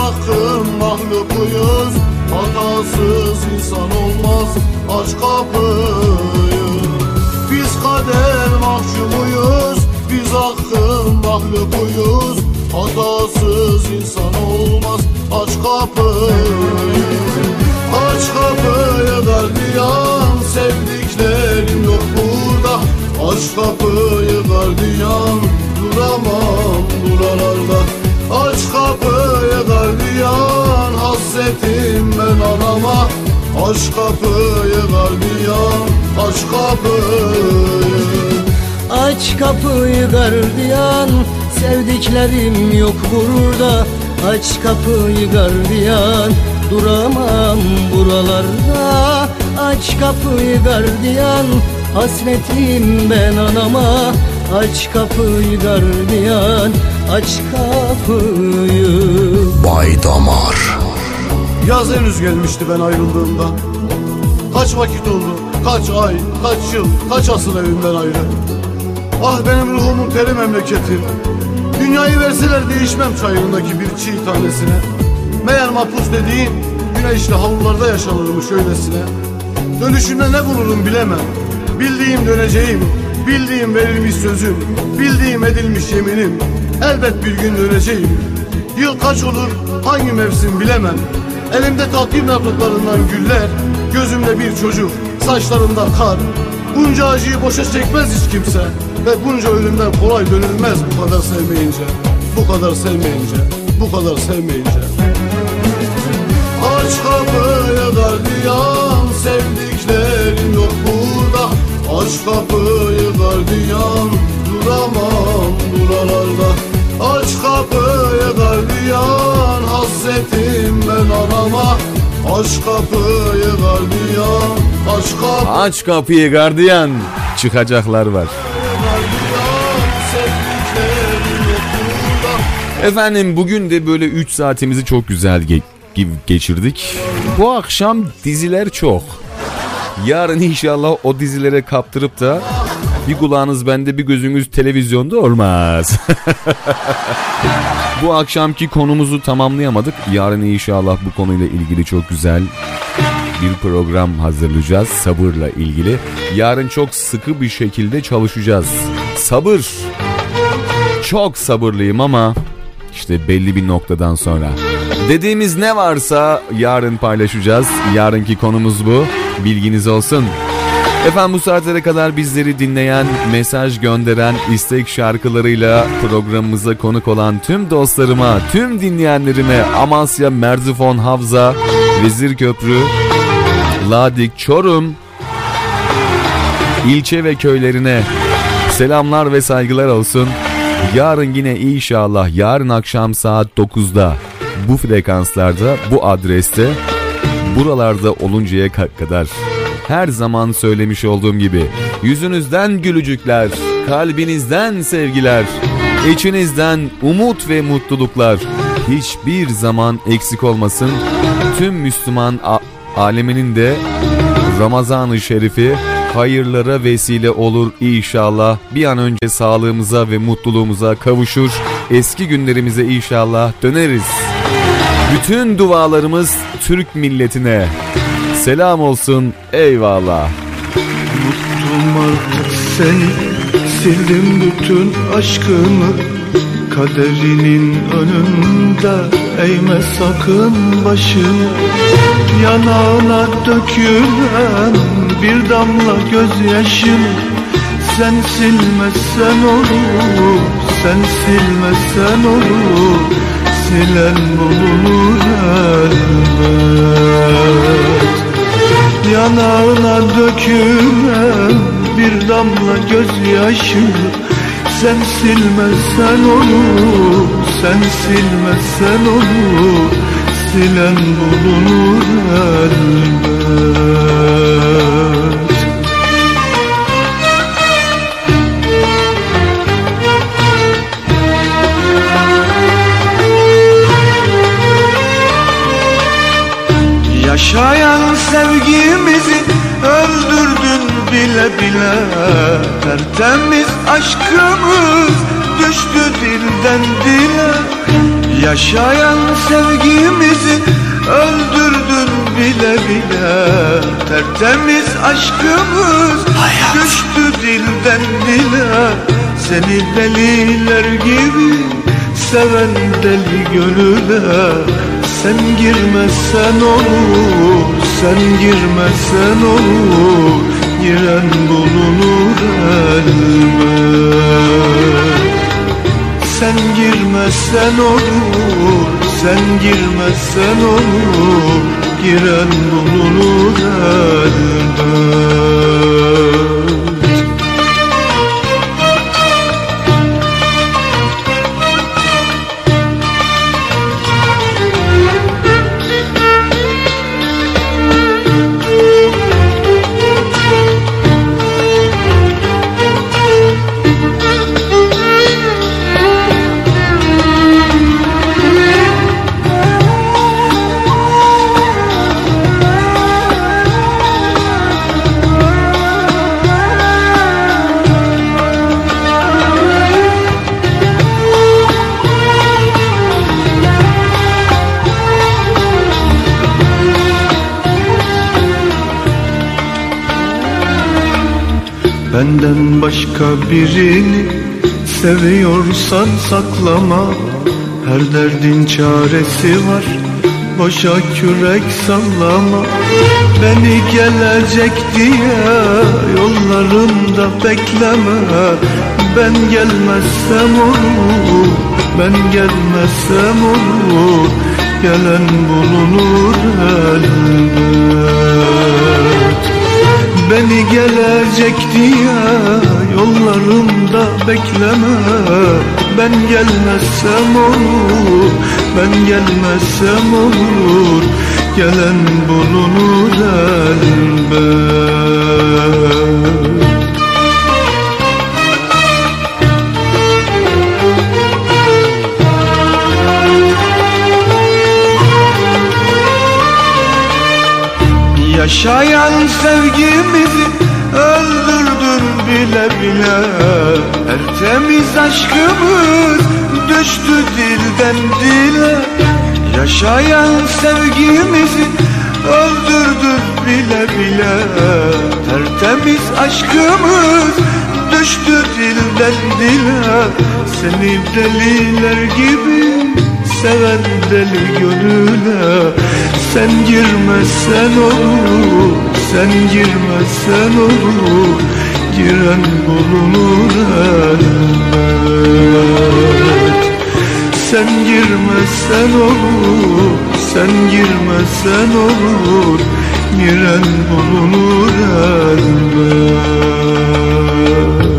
hakkın mahlukuyuz, hatasız insan olmaz, aç kapıyı. Biz kader mahkumuyuz, biz hakkın mahlukuyuz, hatasız insan olmaz, aç kapıyı. Aç kapıyı gardiyan, sevdiklerim yok burada. Aç kapıyı gardiyan, duramam buralarda. Aç kapıyı gardiyan, hasretim ben anama. Aç kapıyı gardiyan, aç kapıyı. Aç kapıyı gardiyan, sevdiklerim yok burada. Aç kapıyı gardiyan, duramam buralarda. Aç kapıyı gardiyan, hasretim ben anama. Aç kapıyı gardiyan, aç kapıyı. Bay Damar. Yaz henüz gelmişti ben ayrıldığımda. Kaç vakit oldu, kaç ay, kaç yıl, kaç asıl evimden ayrı. Ah benim ruhumun teri memleketim. Dünyayı verseler değişmem çayırındaki bir çiğ tanesine. Meğer mahpus dediğin güneşli havlularda yaşanırmış öylesine. Dönüşünde ne bulurum bilemem. Bildiğim döneceğim, bildiğim verilmiş sözüm, bildiğim edilmiş yeminim. Elbet bir gün döneceğim. Yıl kaç olur, hangi mevsim bilemem. Elimde takvim yapraklarından güller, gözümde bir çocuk, saçlarımda kar. Bunca acıyı boşa çekmez hiç kimse. Ve bunca ölümden kolay dönülmez bu kadar sevmeyince. Bu kadar sevmeyince, bu kadar sevmeyince. Aç kapıyı gardiyan, sevdiklerim yok burada. Aç kapıyı gardiyan, duramam buralarda. Aç kapıyı gardiyan, hasretim ben anama. Aç kapıyı gardiyan, aç kapıyı. Aç kapıyı gardiyan, çıkacaklar var. Efendim bugün de böyle 3 saatimizi çok güzel geçirdik. Bu akşam diziler çok. Yarın inşallah o dizilere kaptırıp da bir kulağınız bende bir gözünüz televizyonda olmaz. Bu akşamki konumuzu tamamlayamadık. Yarın inşallah bu konuyla ilgili çok güzel bir program hazırlayacağız. Sabırla ilgili. Yarın çok sıkı bir şekilde çalışacağız. Sabır. Çok sabırlıyım ama işte belli bir noktadan sonra. Dediğimiz ne varsa yarın paylaşacağız. Yarınki konumuz bu. Bilginiz olsun. Efendim bu saatlere kadar bizleri dinleyen, mesaj gönderen, istek şarkılarıyla programımıza konuk olan tüm dostlarıma, tüm dinleyenlerime, Amasya, Merzifon, Havza, Vezirköprü, Ladik, Çorum, ilçe ve köylerine selamlar ve saygılar olsun. Yarın yine inşallah yarın akşam saat 9'da bu frekanslarda, bu adreste, buralarda oluncaya kadar her zaman söylemiş olduğum gibi yüzünüzden gülücükler, kalbinizden sevgiler, içinizden umut ve mutluluklar hiçbir zaman eksik olmasın. Tüm Müslüman aleminin de Ramazan-ı Şerifi hayırlara vesile olur inşallah. Bir an önce sağlığımıza ve mutluluğumuza kavuşur. Eski günlerimize inşallah döneriz. Bütün dualarımız Türk milletine. Selam olsun, eyvallah. Unuttum artık seni, sildim bütün aşkımı. Kaderinin önünde eğme sakın başını. Yanağına dökülen bir damla gözyaşını sen silmezsen olur, sen silmezsen olur. Silen bulunur elbet. Yanağına dökülen bir damla gözyaşını sen silmezsen olur, sen silmezsen olur. Silen bulunur elbet. Yaşayan sevgimizi öldürdün bile bile. Tertemiz aşkımız düştü dilden dile. Yaşayan sevgimizi öldürdün bile bile. Tertemiz aşkımız düştü dilden dile. Seni deliler gibi seven deli gönüle. Sen girmezsen olur, sen girmezsen olur, giren bulunur elbet. Sen girmezsen olur, sen girmezsen olur, giren bulunur elbet. Benden başka birini seviyorsan saklama. Her derdin çaresi var, boşa kürek sallama. Beni gelecek diye yollarımda bekleme. Ben gelmezsem olur, ben gelmezsem olur, gelen bulunur elbet. Beni gelecek diye yollarımda bekleme. Ben gelmezsem olur, ben gelmezsem olur, gelen bulunur elbet. Yaşayan sevgimizi öldürdün bile bile. Tertemiz aşkımız düştü dilden dile. Yaşayan sevgimizi öldürdün bile bile. Tertemiz aşkımız düştü dilden dile. Seni deliler gibi seven deli gönüle. Sen girmezsen olur, sen girmezsen olur, giren bulunur elbet. Sen girmezsen olur, sen girmezsen olur, giren bulunur elbet.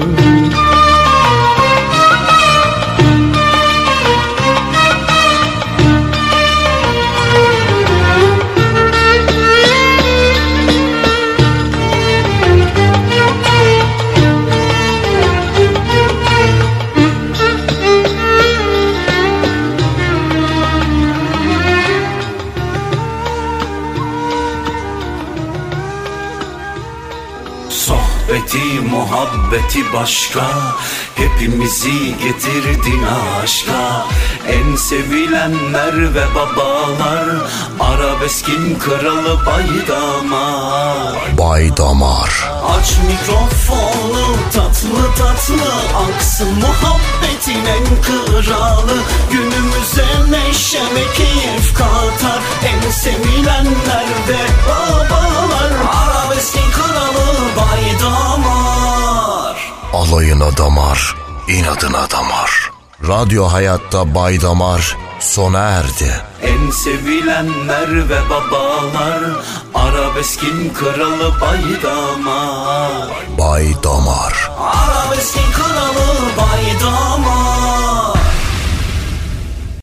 Muhabbeti başka, hepimizi getirdin aşka. En sevilenler ve babalar, arabeskin kralı Baydamar. Baydamar. Aç mikrofonu, tatlı tatlı aksın muhabbetin en kralı. Günümüze neşe ve keyif katar, en sevilenler ve babalar, arabeskin kralı Baydamar. Alayına damar, inadına damar. Radyo Hayat'ta Baydamar sona erdi. En sevilenler ve babalar, arabeskin kralı Baydamar. Baydamar. Arabeskin kralı Baydamar.